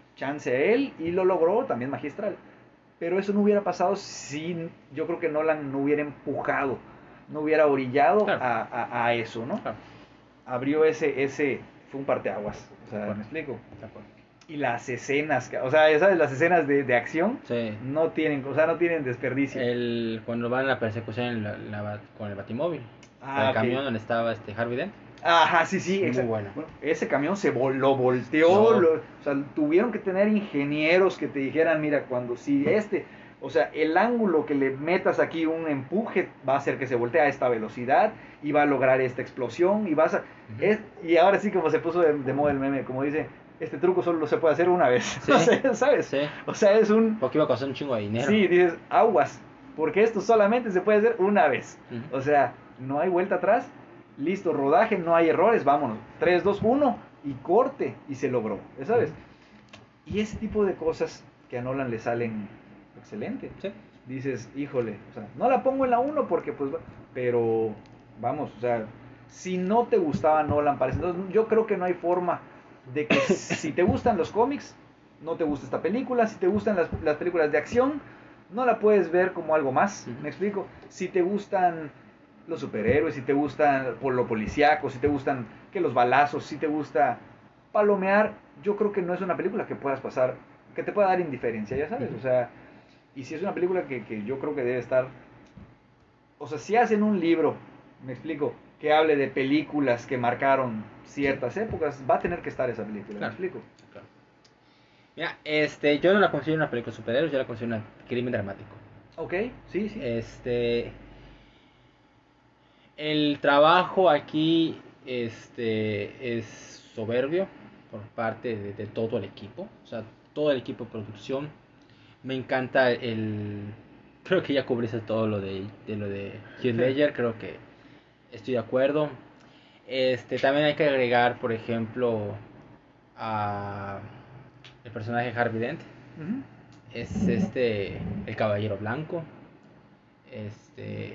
chance a él y lo logró también magistral. Pero eso no hubiera pasado si yo creo que Nolan no hubiera empujado, no hubiera orillado Claro. a, a, a eso, ¿no? Claro. Abrió ese, ese, fue un parteaguas, o sea, De acuerdo. ¿me explico? De acuerdo. Y las escenas, o sea, ya sabes, las escenas de, de acción Sí. no tienen, o sea, no tienen desperdicio. El, cuando van a la persecución en la, la bat- con el batimóvil. Ah, con el ok. camión donde estaba este Harvey Dent. Ajá, sí, sí, Muy exacto. bueno. Bueno, ese camión se vol- lo volteó, No. lo- o sea, tuvieron que tener ingenieros que te dijeran, mira, cuando si este, o sea, el ángulo que le metas aquí un empuje va a hacer que se voltee a esta velocidad y va a lograr esta explosión y vas a, Ujú. es- y ahora sí como se puso de, de moda el meme, como dice, este truco solo se puede hacer una vez, Sí. o sea, ¿sabes? Sí. O sea, es un, Porque iba a costar un chingo de dinero. sí, dices, aguas, porque esto solamente se puede hacer una vez. Ujú. O sea, no hay vuelta atrás. Listo, rodaje, no hay errores, vámonos. tres, dos, uno y corte. Y se logró, ¿ya ¿sabes? Y ese tipo de cosas que a Nolan le salen excelente. Sí. Dices, híjole, o sea, no la pongo en la uno porque pues, va- pero vamos, o sea, si no te gustaba Nolan para ese entonces, yo creo que no hay forma de que si te gustan los cómics, no te gusta esta película, si te gustan las, las películas de acción, no la puedes ver como algo más, Ujú. ¿me explico? Si te gustan los superhéroes, si te gustan por lo policíaco, si te gustan que los balazos, si te gusta palomear, yo creo que no es una película que puedas pasar, que te pueda dar indiferencia, ya sabes, Ujú. o sea, y si es una película que, que yo creo que debe estar, o sea, si hacen un libro, me explico, que hable de películas que marcaron ciertas épocas, va a tener que estar esa película, Claro. me explico. Claro. Mira, este, yo no la considero una película de superhéroes, yo la considero un crimen dramático. Ok, sí, sí. Este, el trabajo aquí, este, es soberbio por parte de, de todo el equipo, o sea, todo el equipo de producción. Me encanta el, creo que ya cubriste todo lo de, de lo de Heath Ledger, creo que estoy de acuerdo. Este, también hay que agregar, por ejemplo, a el personaje Harvey Dent. Ujú. Es este el Caballero Blanco. Este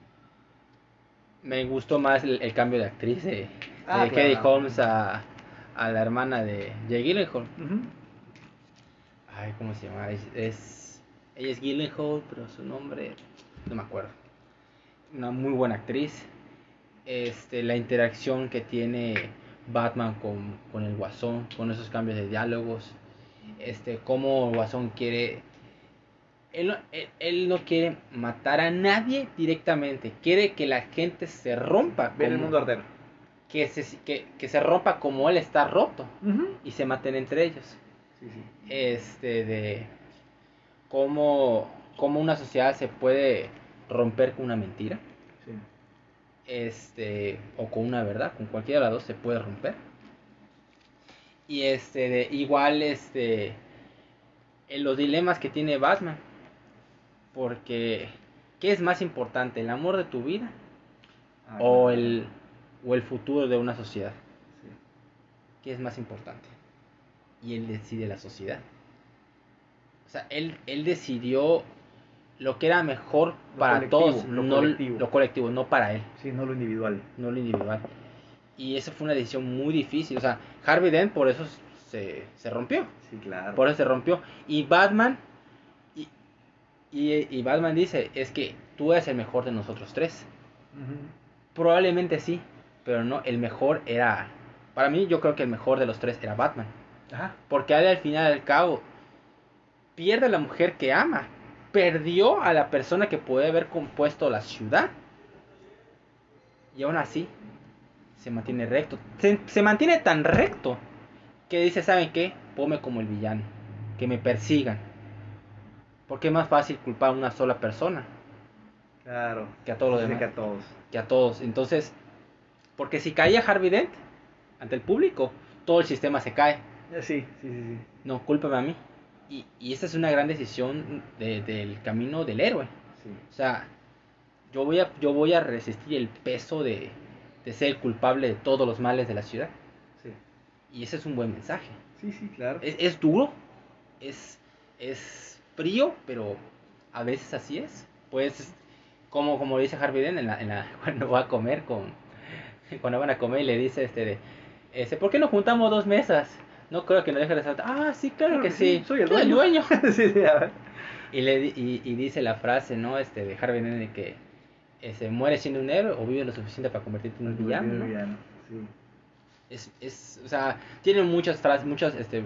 me gustó más el, el cambio de actriz de, Ah, de Katie claro. Holmes a, a la hermana de Jake Gyllenhaal. Ujú. Ay, ¿cómo se llama? Es, es- ella es Gyllenhaal, pero su nombre no me acuerdo. Una muy buena actriz. Este, la interacción que tiene Batman con, con el Guasón, con esos cambios de diálogos, este, cómo el Guasón quiere, él, no- él, él no quiere matar a nadie directamente, quiere que la gente se rompa, Ver el como- mundo arder. que se, que, que se rompa como él está roto Ujú. y se maten entre ellos. Sí, sí. Este, de cómo, cómo una sociedad se puede romper con una mentira. Sí. Este, o con una verdad, con cualquiera de las dos se puede romper. Y este, de, igual, este, en los dilemas que tiene Batman, porque ¿qué es más importante, el amor de tu vida Ah, o claro. el o el futuro de una sociedad? Sí. ¿Qué es más importante? Y él decide la sociedad. O sea, él, él decidió lo que era mejor Lo para colectivo, todos, lo no colectivo. lo colectivo, no para él, Sí, no lo individual. no lo individual. Y eso fue una decisión muy difícil. O sea, Harvey Dent por eso se, se rompió. Sí, claro. Por eso se rompió. Y Batman, y, y, y Batman dice, es que tú eres el mejor de nosotros tres. Ujú. Probablemente sí, pero no, el mejor era... Para mí yo creo que el mejor de los tres era Batman. Ajá. Porque él al final del cabo pierde a la mujer que ama. Perdió a la persona que puede haber compuesto la ciudad. Y aún así se mantiene recto. Se, se mantiene tan recto que dice, ¿saben qué? Ponme como el villano. Que me persigan. Porque es más fácil culpar a una sola persona Claro. que a todos los Sí, demás. que a todos. Que a todos. Entonces, porque si caía Harvey Dent ante el público, todo el sistema se cae. Eh, Sí, sí, sí, sí. No, cúlpame a mí. Y, y esa es una gran decisión de- del camino del héroe. Sí. O sea, yo voy a, yo voy a resistir el peso de, de ser el culpable de todos los males de la ciudad. Sí. Y ese es un buen mensaje. Sí, sí, claro. Es, es duro, es, es frío, pero a veces así es. Pues, como, como dice Harvey Dent en la, en la, cuando va a comer con... Cuando van a comer y le dice este de... Este, ¿por qué no juntamos dos mesas? no creo que no deje de saltar. Ah, sí, claro, Claro que que sí. sí, soy el dueño. dueño. Sí, sí, a ver. Y, le, di- y, y dice la frase, ¿no? Este, de Harvey Dent de que ese, muere siendo un héroe o vive lo suficiente para convertirte en un villano, Convertido ¿no? en villano, sí. Es, es, o sea, tiene muchas frases, muchas, este,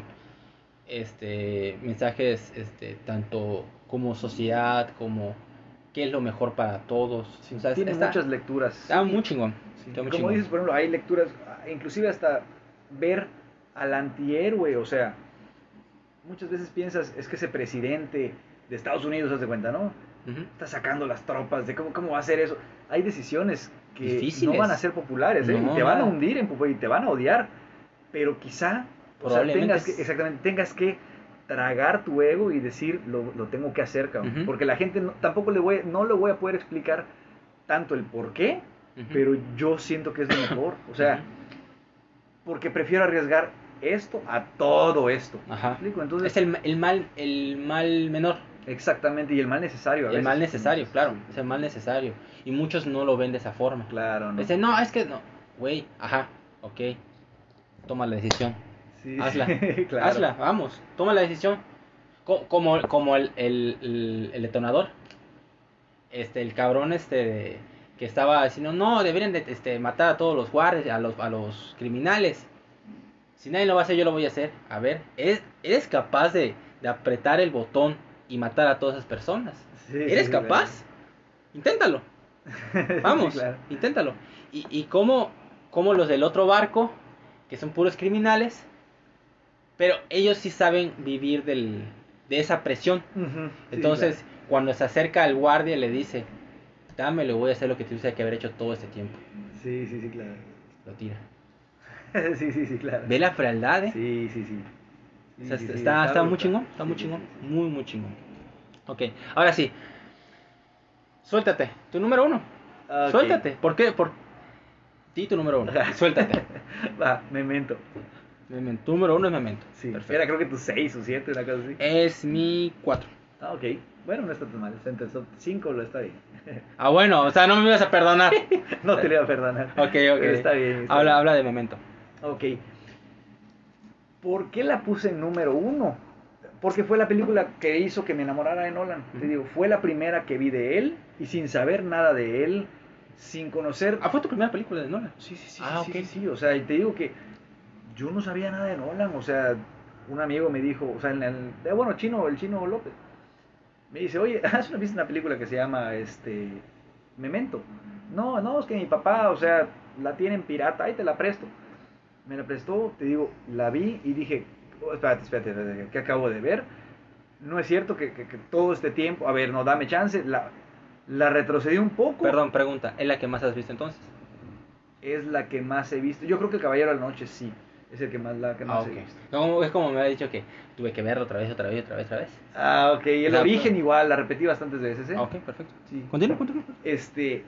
este, mensajes, este, tanto como sociedad, como qué es lo mejor para todos. Sí, O sea, tiene está, muchas lecturas. está Sí, muy chingón. sí. Está muy Como chingón. dices, por ejemplo, hay lecturas, inclusive hasta ver al antihéroe, o sea, muchas veces piensas, es que ese presidente de Estados Unidos, haz de cuenta, ¿no? Ujú. Está sacando las tropas, de cómo, cómo va a hacer eso. Hay decisiones que Difíciles. no van a ser populares, ¿eh? No, y te van a nada. hundir en, y te van a odiar, pero quizá, o sea, Probablemente tengas que, es- exactamente, tengas que tragar tu ego y decir, lo, lo tengo que hacer, cabrón. Ujú. Porque la gente no- tampoco le voy, no le voy a poder explicar tanto el por qué, Ujú. pero yo siento que es lo mejor. O sea, Ujú. porque prefiero arriesgar esto a todo esto. ¿Me Ajá. explico? Entonces, Es el, el mal, el mal menor. exactamente, y el mal necesario a El veces. mal necesario, Sí, claro. sí, Es el mal necesario. Y muchos no lo ven de esa forma. claro, ¿no? Dicen, no, es que no. Güey, ajá, ok. Toma la decisión. Sí, Hazla. sí, claro. Hazla, vamos. Toma la decisión. Co- Como, como el, el, el- el detonador. Este, el cabrón este de- que estaba diciendo, no, deberían de este, matar a todos los guardias, a los, a los criminales. Si nadie lo va a hacer, yo lo voy a hacer. A ver, ¿eres, eres capaz de, de apretar el botón y matar a todas esas personas? Sí, sí, ¿Eres sí, capaz? Inténtalo. claro. Vamos, Sí, claro. inténtalo. Y, y cómo, cómo los del otro barco, que son puros criminales, pero ellos sí saben vivir del, de esa presión. Ujú, sí, Entonces, claro. cuando se acerca al guardia, le dice, dámelo, voy a hacer lo que tuviste que haber hecho todo este tiempo. Sí, sí, sí, claro. Lo tira. Sí, sí, sí, claro. Ve la frialdad, ¿eh? Sí, sí, sí. O sea, Sí, sí, sí, está, está muy brutal. chingón, está Sí, muy sí, chingón, sí, sí. muy, muy chingón. Ok, ahora sí, suéltate, tu número uno. Ok. Suéltate, ¿por qué? Por ti, tu número uno. Suéltate. Va, Memento. Memento. Tu número uno es Memento. Sí, Perfecto. era creo que tu seis o siete, una cosa así. Es mi cuatro. Ah, ok. Bueno, no está tan mal. Está entre cinco, lo está bien. Ah, bueno, o sea, no me ibas a perdonar. No te lo iba a perdonar. Ok, ok. Pero está bien. está Habla, bien. habla de Memento. Ok. ¿Por qué la puse en número uno? Porque fue la película que hizo que me enamorara de Nolan. Te Ujú. digo, fue la primera que vi de él y sin saber nada de él, sin conocer. Ah, fue tu primera película de Nolan. Sí, sí, sí, Ah, sí, ok. sí, sí, o sea, y te digo que yo no sabía nada de Nolan, o sea, un amigo me dijo, o sea, en el, eh, bueno, chino, el chino López, me dice, oye, ¿has visto una película que se llama, este, Memento? No, no, es que mi papá, o sea, la tiene en pirata, ahí te la presto. Me la prestó, te digo, la vi y dije, oh, espérate, espérate, espérate, ¿qué acabo de ver? No es cierto que, que- que todo este tiempo, a ver, no, dame chance, la, la retrocedí un poco. Perdón, pregunta, ¿es la que más has visto entonces? Es la que más he visto. Yo creo que el Caballero de la Noche sí, es el que más, la que más Ah, ok. he visto. Como- es como me había dicho que tuve que verlo otra vez, otra vez, otra vez, otra vez. Ah, ok, el La- origen igual, la repetí bastantes veces, ¿eh? Ah, ok, perfecto. Sí. Continúa, continúa. Este,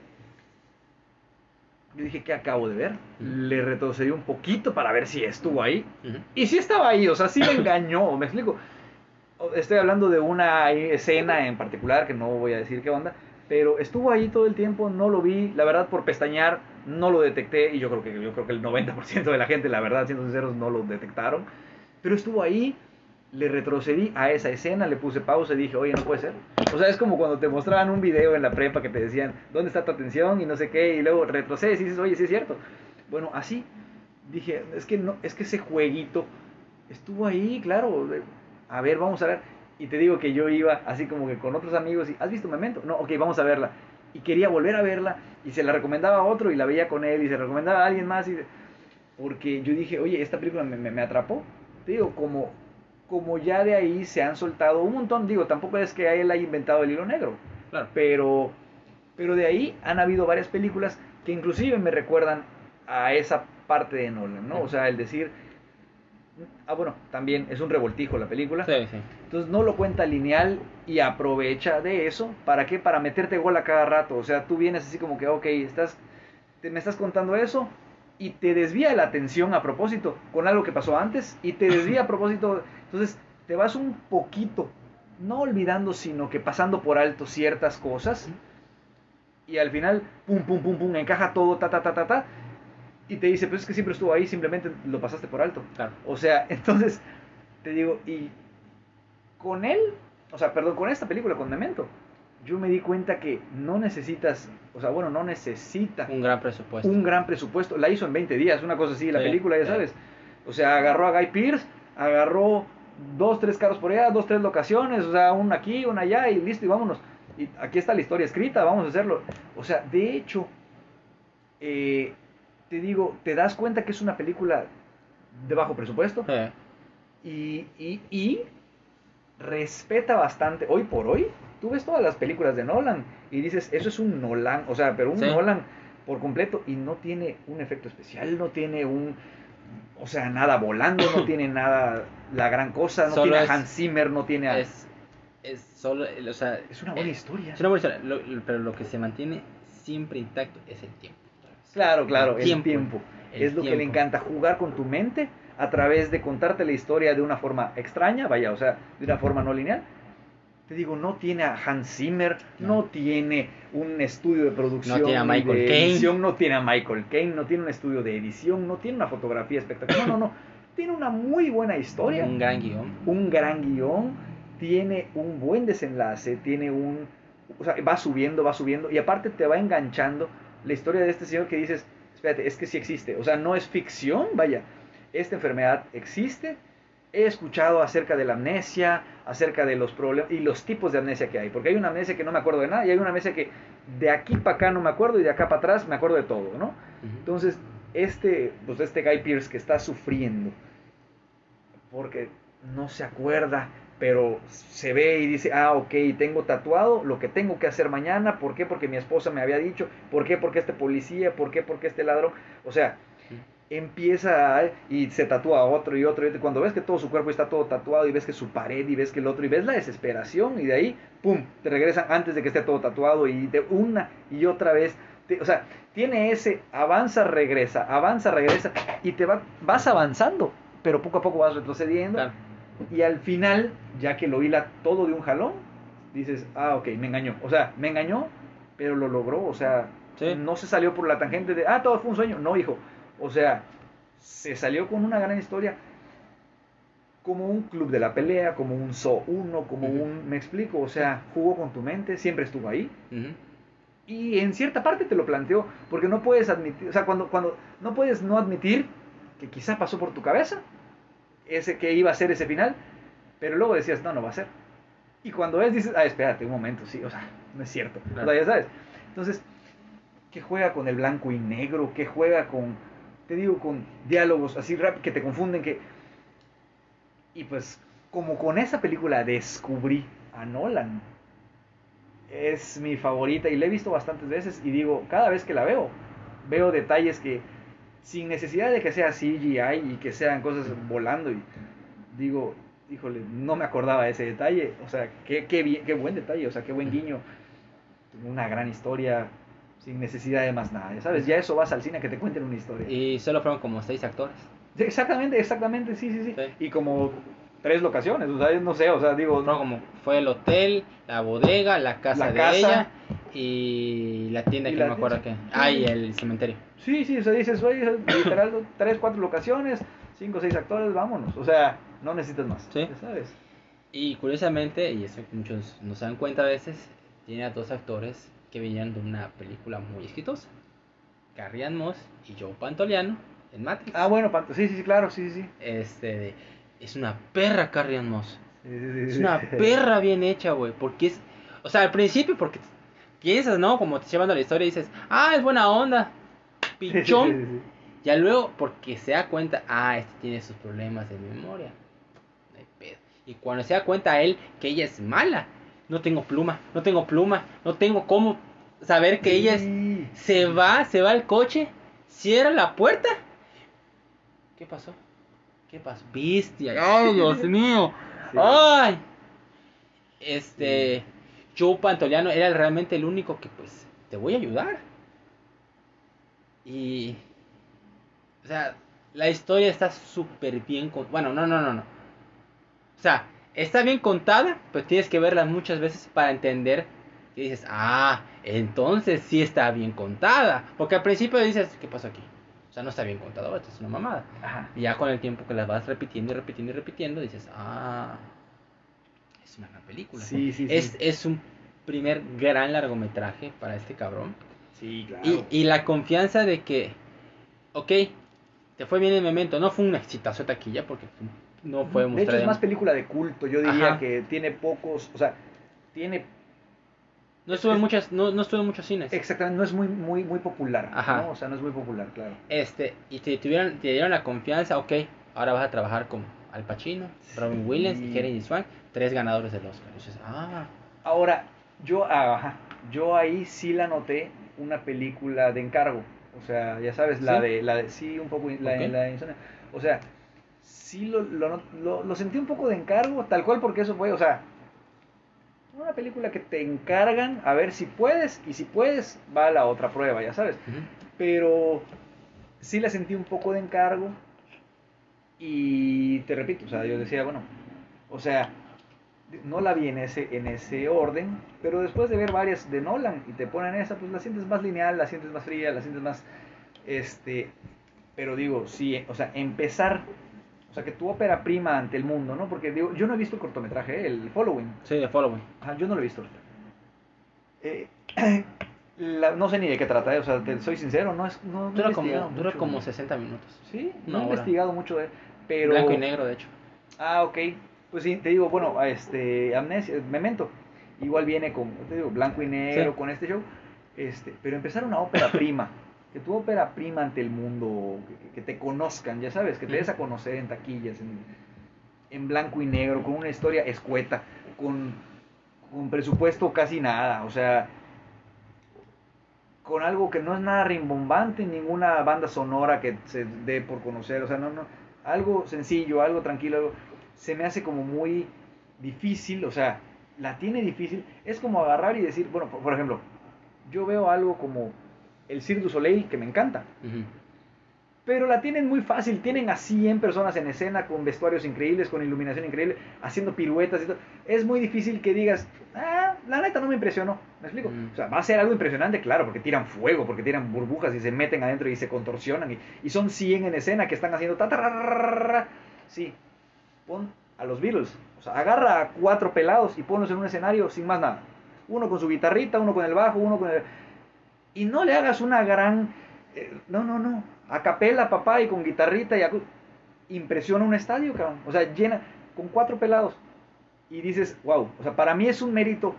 yo dije, ¿qué acabo de ver? Ujú. Le retrocedí un poquito para ver si estuvo ahí. Ujú. Y sí estaba ahí, o sea, sí me engañó, me explico. Estoy hablando de una escena en particular, que no voy a decir qué onda, pero estuvo ahí todo el tiempo, no lo vi, la verdad por pestañear no lo detecté, y yo creo que, yo creo que el noventa por ciento de la gente, la verdad, siendo sinceros, no lo detectaron, pero estuvo ahí, le retrocedí a esa escena, le puse pausa y dije, oye, no puede ser. O sea, es como cuando te mostraban un video en la prepa que te decían, ¿dónde está tu atención? Y no sé qué, y luego retrocedes y dices, oye, sí es cierto. Bueno, así, dije, es que, no, es que ese jueguito estuvo ahí, claro, a ver, vamos a ver. Y te digo que yo iba así como que con otros amigos y, ¿has visto Memento? No, ok, vamos a verla. Y quería volver a verla y se la recomendaba a otro y la veía con él y se la recomendaba a alguien más. Y... porque yo dije, oye, esta película me, me, me atrapó. Te digo, como, como ya de ahí se han soltado un montón, digo, tampoco es que él haya inventado el hilo negro. Claro. Pero, pero de ahí han habido varias películas que inclusive me recuerdan a esa parte de Nolan, ¿no? O sea, el decir... Ah, bueno, también es un revoltijo la película. Sí, sí. Entonces no lo cuenta lineal y aprovecha de eso. ¿Para qué? Para meterte gol a cada rato. O sea, tú vienes así como que, ok, estás, te, me estás contando eso y te desvía la atención a propósito con algo que pasó antes y te desvía a propósito. Entonces te vas un poquito, no olvidando, sino que pasando por alto ciertas cosas y al final, pum, pum, pum, pum, encaja todo, ta, ta, ta, ta, ta. y te dice, pues es que siempre estuvo ahí, simplemente lo pasaste por alto. Claro. O sea, entonces, te digo, y con él, o sea, perdón, con esta película, con Memento, yo me di cuenta que no necesitas, o sea, bueno, no necesita Un gran presupuesto. un gran presupuesto. La hizo en veinte días, una cosa así, la Sí, película, ya sí. sabes. O sea, agarró a Guy Pearce, agarró dos, tres carros por allá, dos, tres locaciones, o sea, una aquí, una allá, y listo, y vámonos. Y aquí está la historia escrita, vamos a hacerlo. O sea, de hecho, eh, te digo, te das cuenta que es una película de bajo presupuesto Sí. y, y, y respeta bastante, hoy por hoy, tú ves todas las películas de Nolan y dices, eso es un Nolan, o sea, pero un Sí. Nolan por completo y no tiene un efecto especial, no tiene un, o sea, nada volando, no tiene nada, la gran cosa, no Solo tiene es- a Hans Zimmer, no tiene a... Es, es solo, o sea, Es una buena eh, historia. Es una buena historia, lo- lo- pero lo que se mantiene siempre intacto es el tiempo. Claro, claro, El el tiempo, tiempo. el Es lo que le tiempo. encanta, jugar con tu mente a través de contarte la historia de una forma extraña, vaya, o sea, de una forma no lineal. Te digo, no tiene a Hans Zimmer, no, No. tiene un estudio de producción, No tiene a ni Michael de Caine. edición, no tiene a Michael Caine, no tiene un estudio de edición, no tiene una fotografía espectacular, no, no, no. Tiene una muy buena historia, Un gran guión. un gran guión, tiene un buen desenlace, tiene un... O sea, va subiendo, va subiendo, y aparte te va enganchando la historia de este señor que dices, espérate, es que sí existe, o sea, no es ficción, vaya, esta enfermedad existe, he escuchado acerca de la amnesia, acerca de los problemas y los tipos de amnesia que hay, porque hay una amnesia que no me acuerdo de nada, y hay una amnesia que de aquí para acá no me acuerdo, y de acá para atrás me acuerdo de todo, ¿no? Ujú. Entonces, este, pues este Guy Pearce que está sufriendo, porque no se acuerda, pero se ve y dice, ah, ok, tengo tatuado lo que tengo que hacer mañana, ¿por qué? Porque mi esposa me había dicho, ¿por qué? Porque este policía, ¿por qué? Porque este ladrón, o sea, empieza a, y se tatúa otro y otro, y otro, cuando ves que todo su cuerpo está todo tatuado y ves que su pared y ves que el otro, y ves la desesperación, y de ahí, pum, te regresan antes de que esté todo tatuado, y de una y otra vez, te, o sea, tiene ese avanza, regresa, avanza, regresa, y te va, vas avanzando, pero poco a poco vas retrocediendo, Claro. y al final, ya que lo hila todo de un jalón, dices, ah, ok, me engañó. O sea, me engañó, pero lo logró. O sea, Sí. no se salió por la tangente de, ah, todo fue un sueño. No, hijo. O sea, se salió con una gran historia. Como un club de la pelea, como un Saw uno, como Ujú. un... Me explico, o sea, jugó con tu mente, siempre estuvo ahí. Ujú. Y en cierta parte te lo planteó, porque no puedes admitir, o sea, cuando, cuando no puedes no admitir que quizá pasó por tu cabeza ese que iba a ser ese final, pero luego decías, no, no va a ser. Y cuando ves, dices, ah, espérate un momento, sí, o sea, no es cierto. Claro. O sea, ya sabes. Entonces, que juega con el blanco y negro, que juega con, te digo, con diálogos así rápidos que te confunden, que... Y pues, como con esa película descubrí a Nolan, es mi favorita y la he visto bastantes veces y digo, cada vez que la veo, veo detalles que sin necesidad de que sea C G I y que sean cosas volando y digo, híjole, no me acordaba de ese detalle, o sea, qué, qué, bien, qué buen detalle, o sea, qué buen guiño, una gran historia sin necesidad de más nada, ¿sabes? Ya eso vas al cine a que te cuenten una historia. Y solo fueron como seis actores. Sí, exactamente, exactamente, sí, sí, sí, Sí. y como tres locaciones, o sea, no sé, o sea, digo, Fueron como fue el hotel, la bodega, la casa La de casa. ella y la tienda Y que la no me acuerdo tienda. qué. Sí, Ah, sí. y el cementerio. Sí, sí, o sea, dices, oye, literal, tres, cuatro locaciones, cinco, seis actores, vámonos. O sea, no necesitas más, Sí. ya ¿sabes? Y curiosamente, y eso muchos no se dan cuenta a veces, tiene a dos actores que venían de una película muy exitosa. Carrie Ann Moss y Joe Pantoliano en Matrix. Ah, bueno, Panto, sí, sí, sí, claro, sí, sí, sí. Este, es una perra Carrie Ann Moss. Sí, sí, sí, Es sí. una perra bien hecha, güey. Porque es. O sea, al principio, porque piensas, ¿no? Como te llevando la historia y dices, ah, es buena onda. Sí, sí, Pichón. sí, sí, sí. Ya luego, porque se da cuenta, ah, este tiene sus problemas de memoria. No hay pedo. Y cuando se da cuenta él que ella es mala, no tengo pluma, no tengo pluma, no tengo cómo saber que ella es. Sí. Se va, se va al coche, cierra la puerta. ¿Qué pasó? ¿Qué pasó? Bestia. Ay, Dios mío. Sí. Ay. Este. Joe Pantoliano era realmente el único que, pues, te voy a ayudar. Y. O sea, la historia está súper bien. Con... Bueno, no, no, no, no. O sea, está bien contada, pero tienes que verla muchas veces para entender. Que dices, ah, entonces sí está bien contada. Porque al principio dices, ¿qué pasó aquí? O sea, no está bien contado, esto es una mamada. Ajá. Y ya con el tiempo que las vas repitiendo y repitiendo y repitiendo, dices, ah, es una gran película. Sí, sí, Es, sí. es un primer gran largometraje para este cabrón. Sí, claro. Y, y la confianza de que, ok, te fue bien el Memento, no fue un exitazo de taquilla porque no fue De hecho, es mostrada más en... película de culto. Yo diría Ajá. que tiene pocos. O sea, tiene. No Es, estuvo en es- muchas, no, no estuvo en muchos cines. exactamente, no es muy, muy, muy popular, Ajá. ¿no? O sea, no es muy popular, claro. Este, y te tuvieron, te dieron la confianza, ok, ahora vas a trabajar con Al Pacino, Robin Williams y Sí. Hilary Swank, tres ganadores del Oscar. Y dices, ah, Ahora, yo, ah, ajá, yo ahí sí la noté una película de encargo. O sea, ya sabes, la ¿sí? de, la de, sí, un poco, la, Ok. la de Insomnia. O sea, sí lo, lo, lo, lo sentí un poco de encargo, tal cual porque eso fue, o sea, una película que te encargan a ver si puedes, y si puedes, va a la otra prueba, ya sabes. Ujú. Pero sí la sentí un poco de encargo, y te repito, o sea, yo decía, bueno, o sea, no la vi en ese, en ese orden, pero después de ver varias de Nolan y te ponen esa, pues la sientes más lineal, la sientes más fría, la sientes más, este, pero digo, sí, o sea, empezar, o sea, que tu ópera prima ante el mundo, ¿no? Porque digo, yo no he visto el cortometraje, el Following, Sí, de Following. ajá, yo no lo he visto. Eh, la- no sé ni de qué trata, eh, o sea, te soy sincero, no, es, no, no he Dura como, investigado dura mucho. como sesenta minutos. Sí, no he Una hora. investigado mucho de, Blanco y pero, negro, de hecho. ah, ok, pues sí, te digo, bueno, a este, Amnesia, Memento, igual viene con, te digo, blanco y Sí. negro, con este show, este, pero empezar una ópera prima, que tu ópera prima ante el mundo, que, que te conozcan, ya sabes, que te des a conocer en taquillas, en, en blanco y negro, con una historia escueta, con, con presupuesto casi nada, o sea, con algo que no es nada rimbombante, ninguna banda sonora que se dé por conocer, o sea, no, no, algo sencillo, algo tranquilo, algo, se me hace como muy difícil, o sea, la tiene difícil, es como agarrar y decir, bueno, por, por ejemplo, yo veo algo como el Cirque du Soleil, que me encanta, Ujú. pero la tienen muy fácil, tienen a cien personas en escena con vestuarios increíbles, con iluminación increíble, haciendo piruetas y todo. Es muy difícil que digas, ah, la neta no me impresionó, ¿me explico? Mm. O sea, va a ser algo impresionante, claro, porque tiran fuego, porque tiran burbujas y se meten adentro y se contorsionan, y, y son cien en escena que están haciendo... Ta, ta, ra, ra, ra, ra. Sí, pon a los Beatles, o sea, agarra a cuatro pelados y ponlos en un escenario sin más nada. Uno con su guitarrita, uno con el bajo, uno con el... Y no le hagas una gran... eh, no, no, no. A capela, papá, y con guitarrita y acu- impresiona un estadio, cabrón. O sea, llena con cuatro pelados. Y dices, wow. O sea, para mí es un mérito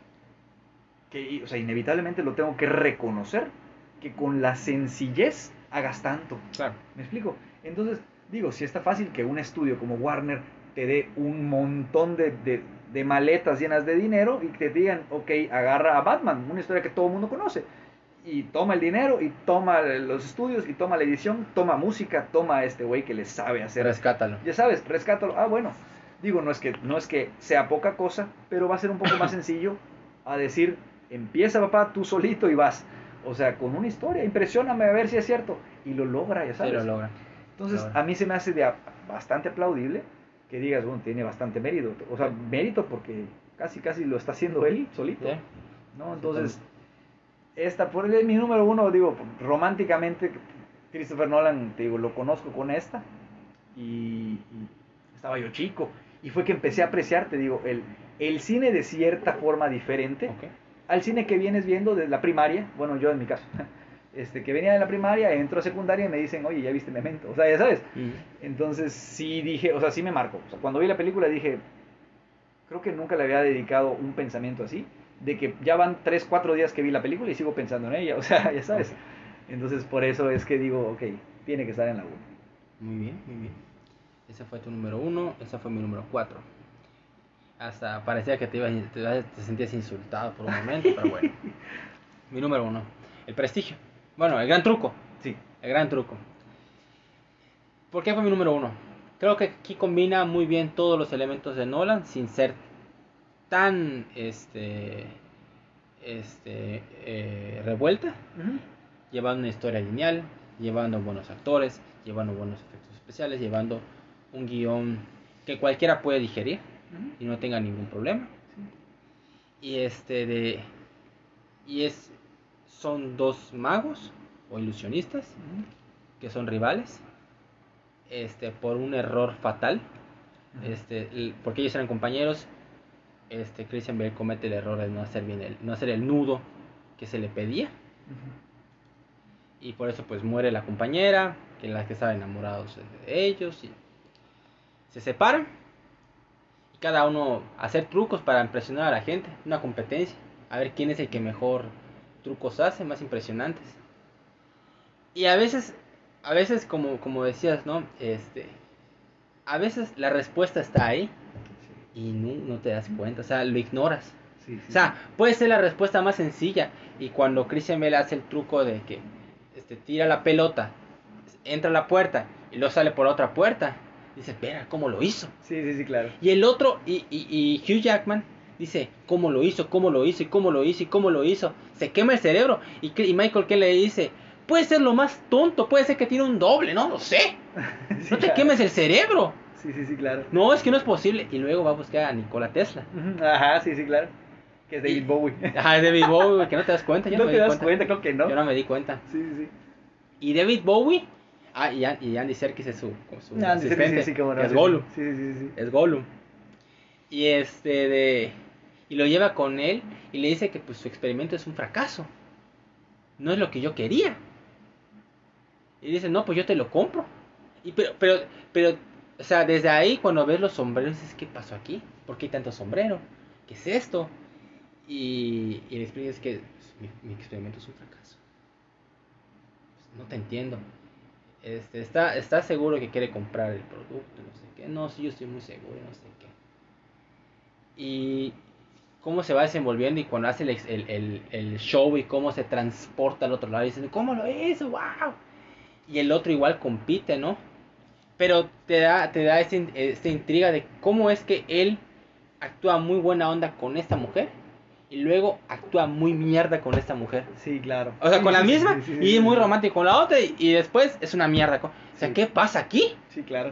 que, o sea, inevitablemente lo tengo que reconocer, que con la sencillez hagas tanto. Claro. ¿Me explico? Entonces, digo, si está fácil que un estudio como Warner te dé un montón de, de, de maletas llenas de dinero y que te digan, ok, agarra a Batman, una historia que todo el mundo conoce, y toma el dinero, y toma los estudios, y toma la edición, toma música, toma a este güey que le sabe hacer. Rescátalo. Ya sabes, rescátalo. Ah, bueno. Digo, no es que, no es que sea poca cosa, pero va a ser un poco más sencillo a decir, empieza papá, tú solito y vas. O sea, con una historia, impresióname a ver si es cierto. Y lo logra, ya sabes. Sí, lo logra. Entonces, Logra. a mí se me hace de a- bastante aplaudible que digas, bueno, tiene bastante mérito. O sea, mérito porque casi, casi lo está haciendo él solito. Sí. ¿No? Entonces, esta, por él es mi número uno, digo, románticamente, Christopher Nolan, te digo, lo conozco con esta. Y, y estaba yo chico. Y fue que empecé a apreciar, te digo, el, el cine de cierta forma diferente Ok. al cine que vienes viendo desde la primaria. Bueno, yo en mi caso. Este, que venía de la primaria, entro a secundaria y me dicen, oye, ya viste Memento. O sea, ya sabes. Ujú. Entonces sí dije, o sea, sí me marcó. O sea, cuando vi la película dije, creo que nunca le había dedicado un pensamiento así, de que ya van tres, cuatro días que vi la película y sigo pensando en ella. O sea, ya sabes. Ok. Entonces por eso es que digo, ok, tiene que estar en la uno. Muy bien, muy bien. Ese fue tu número uno, ese fue mi número cuatro. Hasta parecía que te, ibas, te, ibas- te sentías insultado por un momento, pero bueno. Mi número uno, El Prestigio. Bueno, El Gran Truco. Sí. El Gran Truco. ¿Por qué fue mi número uno? Creo que aquí combina muy bien todos los elementos de Nolan sin ser tan este, este, eh, revuelta, Ujú. llevando una historia lineal, llevando buenos actores, llevando buenos efectos especiales, llevando un guión que cualquiera puede digerir Ujú. y no tenga ningún problema. Y este de y es son dos magos o ilusionistas Ujú. que son rivales, este, por un error fatal, Ujú. este, el- porque ellos eran compañeros. Este, Christian Bale comete el error de no hacer bien el, no hacer el nudo que se le pedía, Ujú. y por eso pues muere la compañera, que la que estaba enamorados de ellos, y se separan, y cada uno hacer trucos para impresionar a la gente, una competencia, a ver quién es el que mejor trucos hace, más impresionantes. Y a veces, a veces como, como decías, ¿no? Este, a veces la respuesta está ahí y no, no te das cuenta, o sea, lo ignoras. Sí, sí, O sea, sí. puede ser la respuesta más sencilla. Y cuando Christian Bale hace el truco de que este, tira la pelota, entra a la puerta y luego sale por otra puerta, dice, espera, ¿cómo lo hizo? Sí, sí, sí, claro. Y el otro, y, y, y Hugh Jackman, dice, ¿cómo lo hizo? ¿Cómo lo hizo? ¿Y cómo lo hizo? ¿Y cómo lo hizo? Se quema el cerebro. Y, y Michael Caine le dice, puede ser lo más tonto, puede ser que tiene un doble, no lo sé. Sí, No te claro. quemes el cerebro. Sí, sí, sí, claro. No, es que no es posible. Y luego va a buscar a Nikola Tesla. Ujú. Ajá, sí, sí, claro. Que es David Y- Bowie. Ajá, David Bowie, que no te das cuenta. Yo no, ¿No me te di das cuenta. cuenta? Creo que no. Yo no me di cuenta. Sí, sí, sí. Y David Bowie, ah, y, An- y Andy Serkis es su, su Andy Serkis, asistente, sí, sí, cómo no, que es sí, Gollum. sí, sí, sí, sí. Es Gollum. Y este de y lo lleva con él y le dice que pues su experimento es un fracaso. No es lo que yo quería. Y dice, "No, pues yo te lo compro." Y pero pero pero o sea, desde ahí cuando ves los sombreros dices, "¿Qué pasó aquí? ¿Por qué hay tanto sombrero? ¿Qué es esto?" Y, y le explicas que pues, mi, mi experimento es un fracaso. Pues, no te entiendo. Este, está, está seguro que quiere comprar el producto, no sé qué. No, sí, yo estoy muy seguro, no sé qué. Y cómo se va desenvolviendo y cuando hace el, ex- el, el- el show y cómo se transporta al otro lado. Y dicen, ¿cómo lo hizo? ¡Wow! Y el otro igual compite, ¿no? Pero te da, te da esta, esta intriga de cómo es que él actúa muy buena onda con esta mujer y luego actúa muy mierda con esta mujer. Sí, claro. O sea, Sí, con la sí, sí, misma sí, sí, y sí, muy sí. romántico con la otra y, y después es una mierda. O sea, Sí. ¿qué pasa aquí? Sí, claro.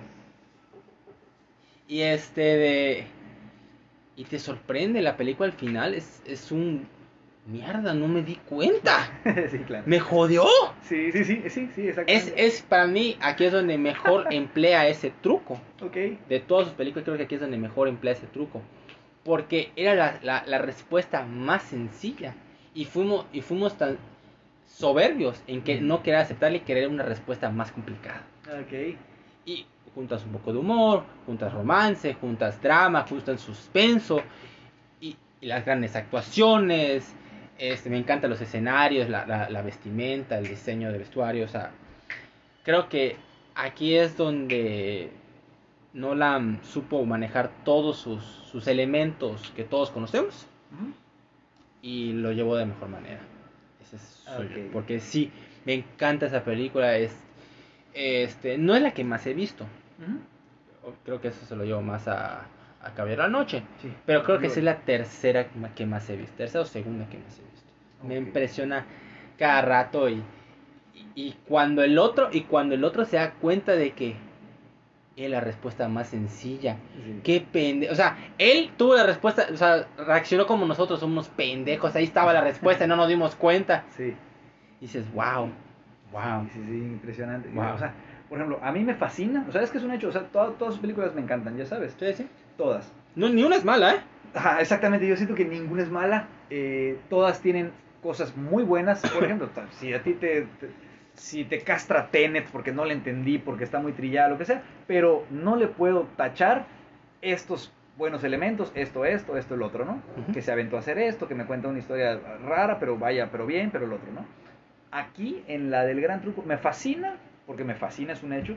Y este de... Y te sorprende la película al final. Es, es un... Mierda, no me di cuenta. Sí, claro. Me jodió. Sí, sí, sí, sí, sí, Es, exactamente. es para mí, aquí es donde mejor emplea ese truco. Ok. De todas sus películas creo que aquí es donde mejor emplea ese truco. Porque era la, la, la respuesta más sencilla. Y fuimos, y fuimos tan soberbios en que Mm. no querer aceptarle y querer una respuesta más complicada. Ok. Y juntas un poco de humor, juntas romance, juntas drama, juntas suspenso y, y las grandes actuaciones. Este, me encantan los escenarios, la, la, la vestimenta, el diseño de vestuario. O sea, creo que aquí es donde Nolan supo manejar todos sus, sus elementos que todos conocemos Ujú. y lo llevó de mejor manera. Ese es soy yo. Ok. Porque sí, me encanta esa película. Es, este, no es la que más he visto. Ujú. Creo que eso se lo llevo más a, a Caballero de la Noche. Sí. Pero creo que Yo- sí es la tercera que más he visto. Tercera o segunda que más he visto. Me Ok. impresiona cada rato y, y, y cuando el otro y cuando el otro se da cuenta de que es la respuesta más sencilla. Sí. Qué pendejo. O sea, él tuvo la respuesta, o sea, reaccionó como nosotros, somos unos pendejos. Ahí estaba la respuesta y no nos dimos cuenta. Sí. Y dices, wow, wow. Sí, sí, sí, impresionante. Wow. O sea, por ejemplo, a mí me fascina. O sea, es que es un hecho. O sea, todas, todas sus películas me encantan, ya sabes. Sí, sí. Todas. No, ni una es mala, ¿eh? Ajá, exactamente. Yo siento que ninguna es mala. Eh, todas tienen cosas muy buenas. Por ejemplo, ta- si a ti te, te- si te castra Tenet porque no le entendí, porque está muy trillada, lo que sea, pero no le puedo tachar estos buenos elementos, esto, esto, esto, el otro, ¿no? Ujú. Que se aventó a hacer esto, que me cuenta una historia rara, pero vaya, pero bien, pero el otro, ¿no? Aquí, en la del gran truco, me fascina, porque me fascina, es un hecho.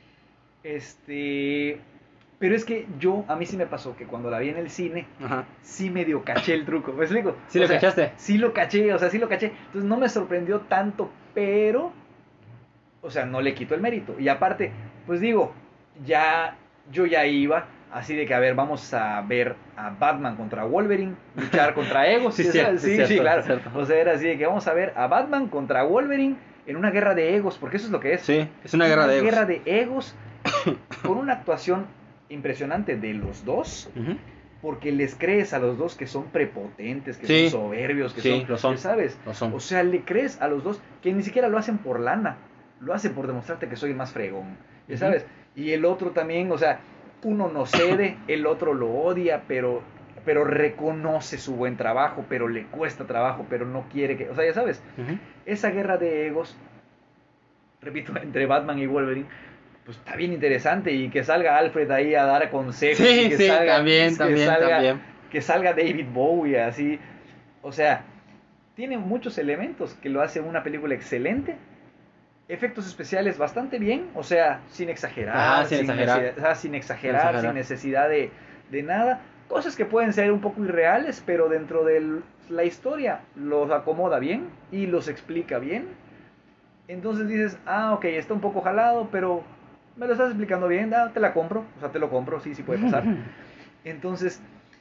Este. Pero es que yo, a mí sí me pasó que cuando la vi en el cine, Ajá. sí medio caché el truco, ¿me explico? ¿Sí O lo sea, cachaste? Sí lo caché, o sea, sí lo caché. Entonces no me sorprendió tanto, pero, o sea, no le quito el mérito. Y aparte, pues digo, ya, yo ya iba, así de que, a ver, vamos a ver a Batman contra Wolverine, luchar contra Egos. Sí, ¿sí cierto, sabes? sí, sí, cierto, sí, claro. sí, cierto. O sea, era así de que vamos a ver a Batman contra Wolverine en una guerra de egos, porque eso es lo que es. Sí, es una guerra de egos. guerra de egos con una actuación impresionante de los dos, Ujú. porque les crees a los dos que son prepotentes, que Sí. son soberbios, que Sí, son, lo son. ¿sabes? Lo son. O sea, le crees a los dos que ni siquiera lo hacen por lana, lo hace por demostrarte que soy el más fregón, ya Ujú. sabes. Y el otro también, o sea, uno no cede, el otro lo odia, pero, pero reconoce su buen trabajo, pero le cuesta trabajo, pero no quiere que, o sea, ya sabes, Ujú. esa guerra de egos, repito, entre Batman y Wolverine, pues está bien interesante, y que salga Alfred ahí a dar consejos, y Sí, que sí, salga, también, que también, salga, también. que salga David Bowie así, o sea, tiene muchos elementos que lo hace una película excelente, efectos especiales bastante bien, o sea, sin exagerar, Ajá, sin sin, exagerar. necesidad, o sea, sin Sin exagerar, sin exagerar. necesidad de, de nada, cosas que pueden ser un poco irreales, pero dentro de la historia los acomoda bien y los explica bien. Entonces dices, ah, ok, está un poco jalado, pero me lo estás explicando bien, ah, te la compro, o sea, te lo compro, sí, sí puede pasar. Entonces,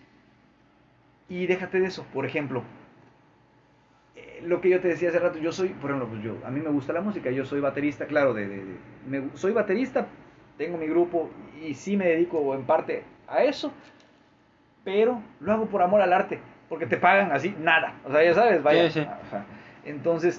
y déjate de eso, por ejemplo, eh, lo que yo te decía hace rato, yo soy, por ejemplo, pues yo, a mí me gusta la música, yo soy baterista, claro, de, de, de- me- soy baterista, tengo mi grupo y sí me dedico en parte a eso, pero lo hago por amor al arte, porque te pagan así, nada, o sea, ya sabes, Sí, vaya. sí. Ajá. Entonces,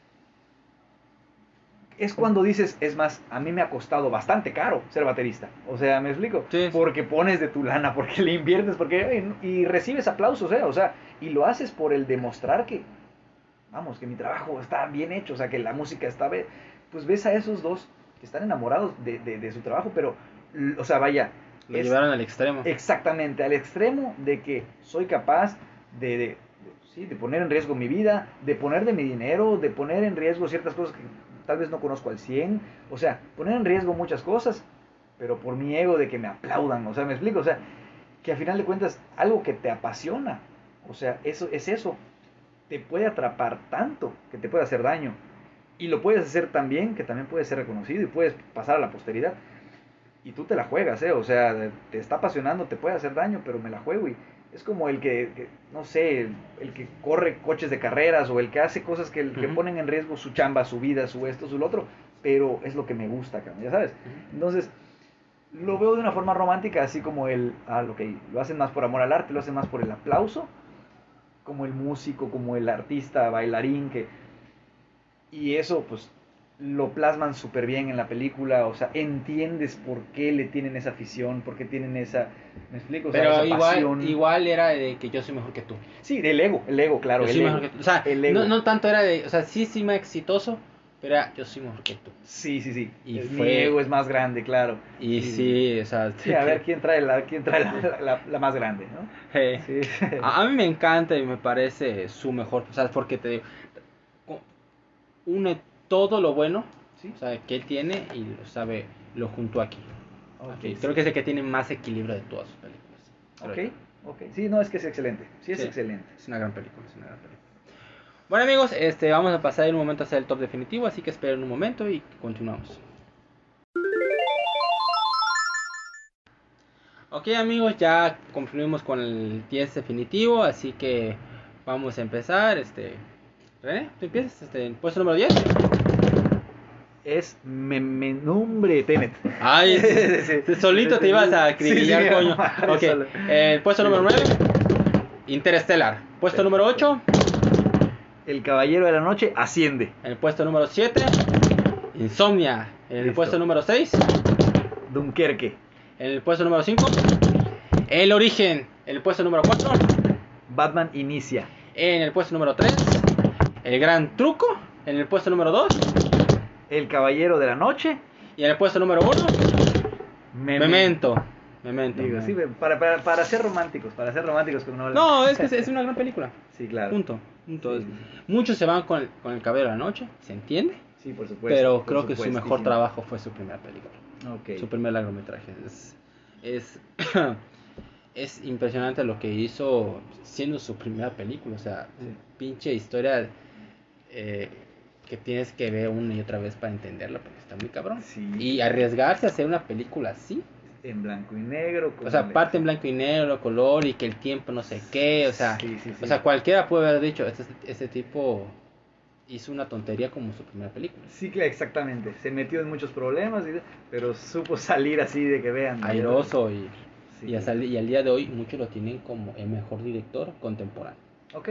es cuando dices, es más, a mí me ha costado bastante caro ser baterista. O sea, ¿me explico? Sí, sí. Porque pones de tu lana, porque le inviertes, porque y, y recibes aplausos, ¿eh? O sea, y lo haces por el demostrar que, vamos, que mi trabajo está bien hecho, o sea, que la música está bien. Pues ves a esos dos que están enamorados de, de, de su trabajo, pero, o sea, vaya, Lo es llevaron al extremo. exactamente al extremo de que soy capaz de, de, de, sí, de poner en riesgo mi vida, de poner de mi dinero, de poner en riesgo ciertas cosas que tal vez no conozco al cien, o sea, poner en riesgo muchas cosas, pero por mi ego de que me aplaudan, o sea, me explico, o sea, que al final de cuentas algo que te apasiona, o sea, eso es eso, te puede atrapar tanto que te puede hacer daño, y lo puedes hacer tan bien que también puedes ser reconocido y puedes pasar a la posteridad. Y tú te la juegas, ¿eh? O sea, te está apasionando, te puede hacer daño, pero me la juego. Y es como el que, que no sé, el, el, que corre coches de carreras o el que hace cosas que, que Ujú. ponen en riesgo su chamba, su vida, su esto, su lo otro, pero es lo que me gusta, cabrón, ya sabes. Ujú. Entonces, lo veo de una forma romántica, así como el, ah, ok, lo hacen más por amor al arte, lo hacen más por el aplauso, como el músico, como el artista, bailarín, que y eso, pues, lo plasman súper bien en la película. O sea, entiendes por qué le tienen esa afición, por qué tienen esa, ¿me explico? O sea, Pero esa igual, pasión. igual era de que yo soy mejor que tú. Sí, el ego, el ego, claro, Yo el soy mejor ego. que tú. O sea, El no, ego. no tanto era de, o sea, sí, sí, más exitoso, pero era yo soy mejor que tú. Sí, sí, sí. Y Mi fue, ego es más grande, claro. y Sí, sí, sí. sí, o sea, Sí, a ver quién trae la, quién trae la, sí. la, la- la más grande, ¿no? Eh, Sí. a, a mí me encanta y me parece su mejor, o sea, porque te digo, co- une todo lo bueno, Sí. o sea, que él tiene y lo sabe, lo juntó aquí. Ok, Aquí. sí. Creo que es el que tiene más equilibrio de todas sus películas. creo yo. Ok, ok. Sí, no, es que es excelente. Sí, es Sí, excelente. es una gran película, es una gran película. Bueno amigos, este, vamos a pasar en un momento a hacer el top definitivo, así que esperen un momento y continuamos. Ok amigos, ya concluimos con el diez definitivo, así que vamos a empezar. Este, René, tú empiezas, este, el puesto número diez. Es me, me nombre Tenet. Ay, Sí, sí, solito te ibas a acribillar, sí, sí, coño. madre, Ok, solo. el puesto Sí. número nueve, Interestelar. Puesto número ocho, El Caballero de la Noche asciende. en el puesto número siete, Insomnia. En el Listo. puesto número seis, Dunkerque. en el puesto número cinco, El Origen. En el puesto número cuatro, Batman inicia. en el puesto número tres, El Gran Truco. En el puesto número dos, El Caballero de la Noche. y en el puesto número uno, Memento. Memento. Digo, sí, Memento. para, para, para ser románticos, para ser románticos con una No, es que es, es una gran película. Sí, claro. Punto. Punto. Sí. Muchos se van con el, con el Caballero de la Noche, se entiende. Sí, por supuesto. Pero por creo que su mejor supuestísimo. trabajo fue su primera película. Ok. Su primer largometraje. Es, es, es impresionante lo que hizo siendo su primera película. O sea, Sí. pinche historia eh, que tienes que ver una y otra vez para entenderla porque está muy cabrón. Sí. Y arriesgarse a hacer una película así. En blanco y negro. O sea, parte en blanco y negro, color y que el tiempo no sé qué. O sea, Sí, sí, sí. o sea cualquiera puede haber dicho, este, este tipo hizo una tontería como su primera película. Sí, claro, exactamente. Se metió en muchos problemas, y- pero supo salir así de que vean. Airoso y, Sí. y, hasta el- y al día de hoy muchos lo tienen como el mejor director contemporáneo. Ok,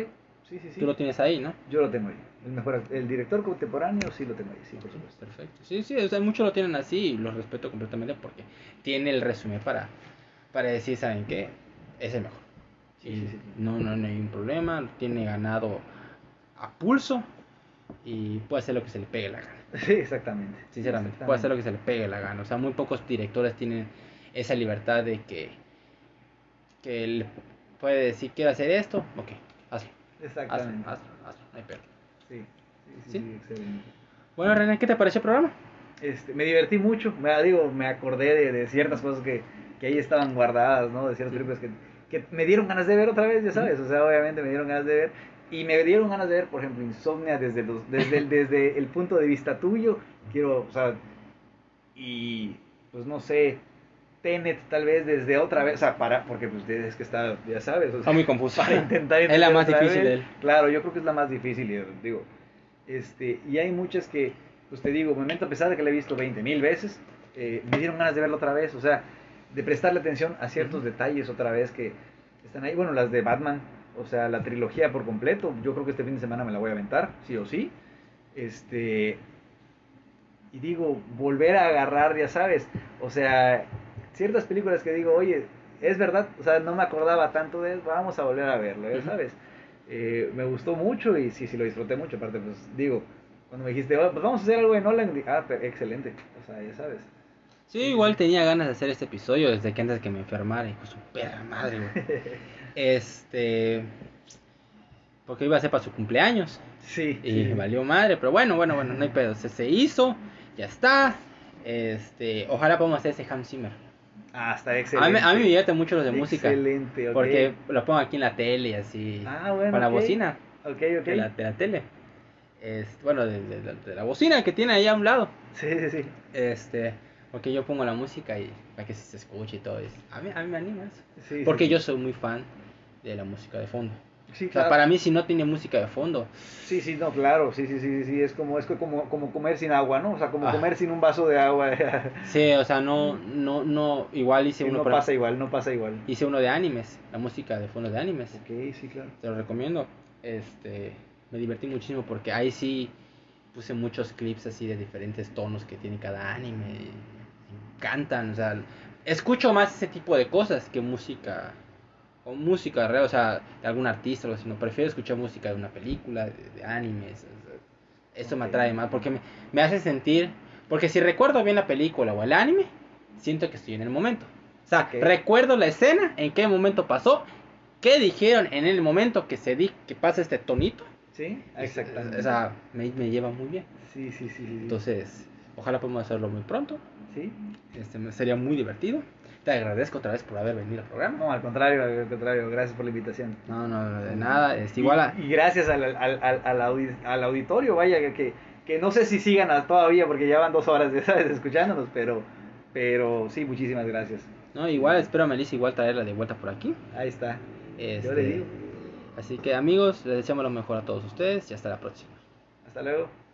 Sí, sí, sí. Tú lo tienes ahí, ¿no? Yo lo tengo ahí. El mejor, el director contemporáneo sí lo tengo ahí, sí, por supuesto. Perfecto. Sí, sí, o sea, muchos lo tienen así y los respeto completamente porque tiene el resumen para, para decir, ¿saben qué? Es el mejor. Sí, Y sí, sí. no, no, no hay un problema, tiene ganado a pulso y puede hacer lo que se le pegue la gana. Sí, exactamente. Sinceramente, Exactamente. puede hacer lo que se le pegue la gana. O sea, muy pocos directores tienen esa libertad de que, que él puede decir, quiero hacer esto, ok, hazlo. Hazlo, Exactamente. hazlo, hazlo, no hay pedo. Sí, sí, sí, ¿Sí? sí, excelente. Bueno, René, ¿qué te pareció el programa? Este, me divertí mucho, me, digo, me acordé de, de ciertas cosas que, que ahí estaban guardadas, ¿no? De ciertas Sí. películas que, que me dieron ganas de ver otra vez, ya sabes, o sea, obviamente me dieron ganas de ver. Y me dieron ganas de ver, por ejemplo, Insomnia desde, los, desde, el, desde el punto de vista tuyo. Quiero, o sea, y pues no sé, Tenet tal vez desde otra vez, o sea, para, porque pues es que está, ya sabes, o sea, Está muy confuso. para intentar Es la entender más otra difícil vez. de él. Claro, yo creo que es la más difícil, y, digo, este, y hay muchas que, pues te digo, momento a pesar de que la he visto veinte mil veces, eh, me dieron ganas de verla otra vez, o sea, de prestarle atención a ciertos Ujú. detalles otra vez que están ahí, bueno, las de Batman, o sea, la trilogía por completo, yo creo que este fin de semana me la voy a aventar, sí o sí, este, y digo, volver a agarrar, ya sabes, o sea, ciertas películas que digo, oye, es verdad, o sea, no me acordaba tanto de eso, vamos a volver a verlo, ya Ujú. sabes. Eh, me gustó mucho y sí, sí lo disfruté mucho, aparte, pues digo, cuando me dijiste, "Oh, pues vamos a hacer algo de Nolan", dije, ah, pero excelente, o sea, ya sabes. Sí, Sí, sí, igual tenía ganas de hacer este episodio desde que antes de que me enfermara, hijo de su perra madre, güey. sí. Este, porque iba a ser para su cumpleaños Sí, sí, y sí. valió madre, pero bueno, bueno, bueno, no hay pedo, se, se hizo, ya está. Este, ojalá podamos hacer ese Hans Zimmer. Ah, está A mí, excelente. a mí me divierte mucho los de música, Excelente, ok. porque lo pongo aquí en la tele y así, Ah, bueno, con la ok. bocina Ok, ok. de la, de la tele. Es, bueno, de, de la- de la bocina que tiene ahí a un lado. Sí, sí, sí. Este, porque yo pongo la música y para que se escuche y todo eso. A mí, a mí me anima eso. Sí, Porque sí, sí. yo soy muy fan de la música de fondo. Sí, O sea, claro. para mí si no tiene música de fondo, Sí, sí, no, claro, sí, sí, sí, sí, es como, es como, como comer sin agua, ¿no? O sea, como ah, comer sin un vaso de agua. sí, o sea, no, no, no, igual hice Sí, uno, no por pasa ejemplo, igual, no pasa igual. hice uno de animes, la música de fondo de animes. Ok, sí, claro. Te lo recomiendo. Este, me divertí muchísimo porque ahí sí puse muchos clips así de diferentes tonos que tiene cada anime. Y me encantan, o sea, escucho más ese tipo de cosas que música o música real, o sea, de algún artista o algo así, no prefiero escuchar música de una película, de, de animes. O sea, eso me Ok. atrae más porque me, me hace sentir, porque si recuerdo bien la película o el anime, siento que estoy en el momento. O sea, Ok. recuerdo la escena, en qué momento pasó, qué dijeron en el momento que se di que pasa este tonito. Sí, Y, exactamente. o sea, me, me lleva muy bien. Sí, sí, sí, sí, sí. Entonces, ojalá podamos hacerlo muy pronto. Sí. Este, me- sería muy divertido. Te agradezco otra vez por haber venido al programa. No, al contrario, al contrario, gracias por la invitación. No, no, de nada. Es Y, igual a... y gracias al, al, al, al, audi- al auditorio, vaya, que- que, que no sé si sigan a- todavía porque ya van dos horas de, ¿sabes? Escuchándonos, pero, pero sí, muchísimas gracias. No, igual espero a Melissa igual traerla de vuelta por aquí. Ahí está. Yo le Este, digo. así que amigos, les deseamos lo mejor a todos ustedes y hasta la próxima. Hasta luego.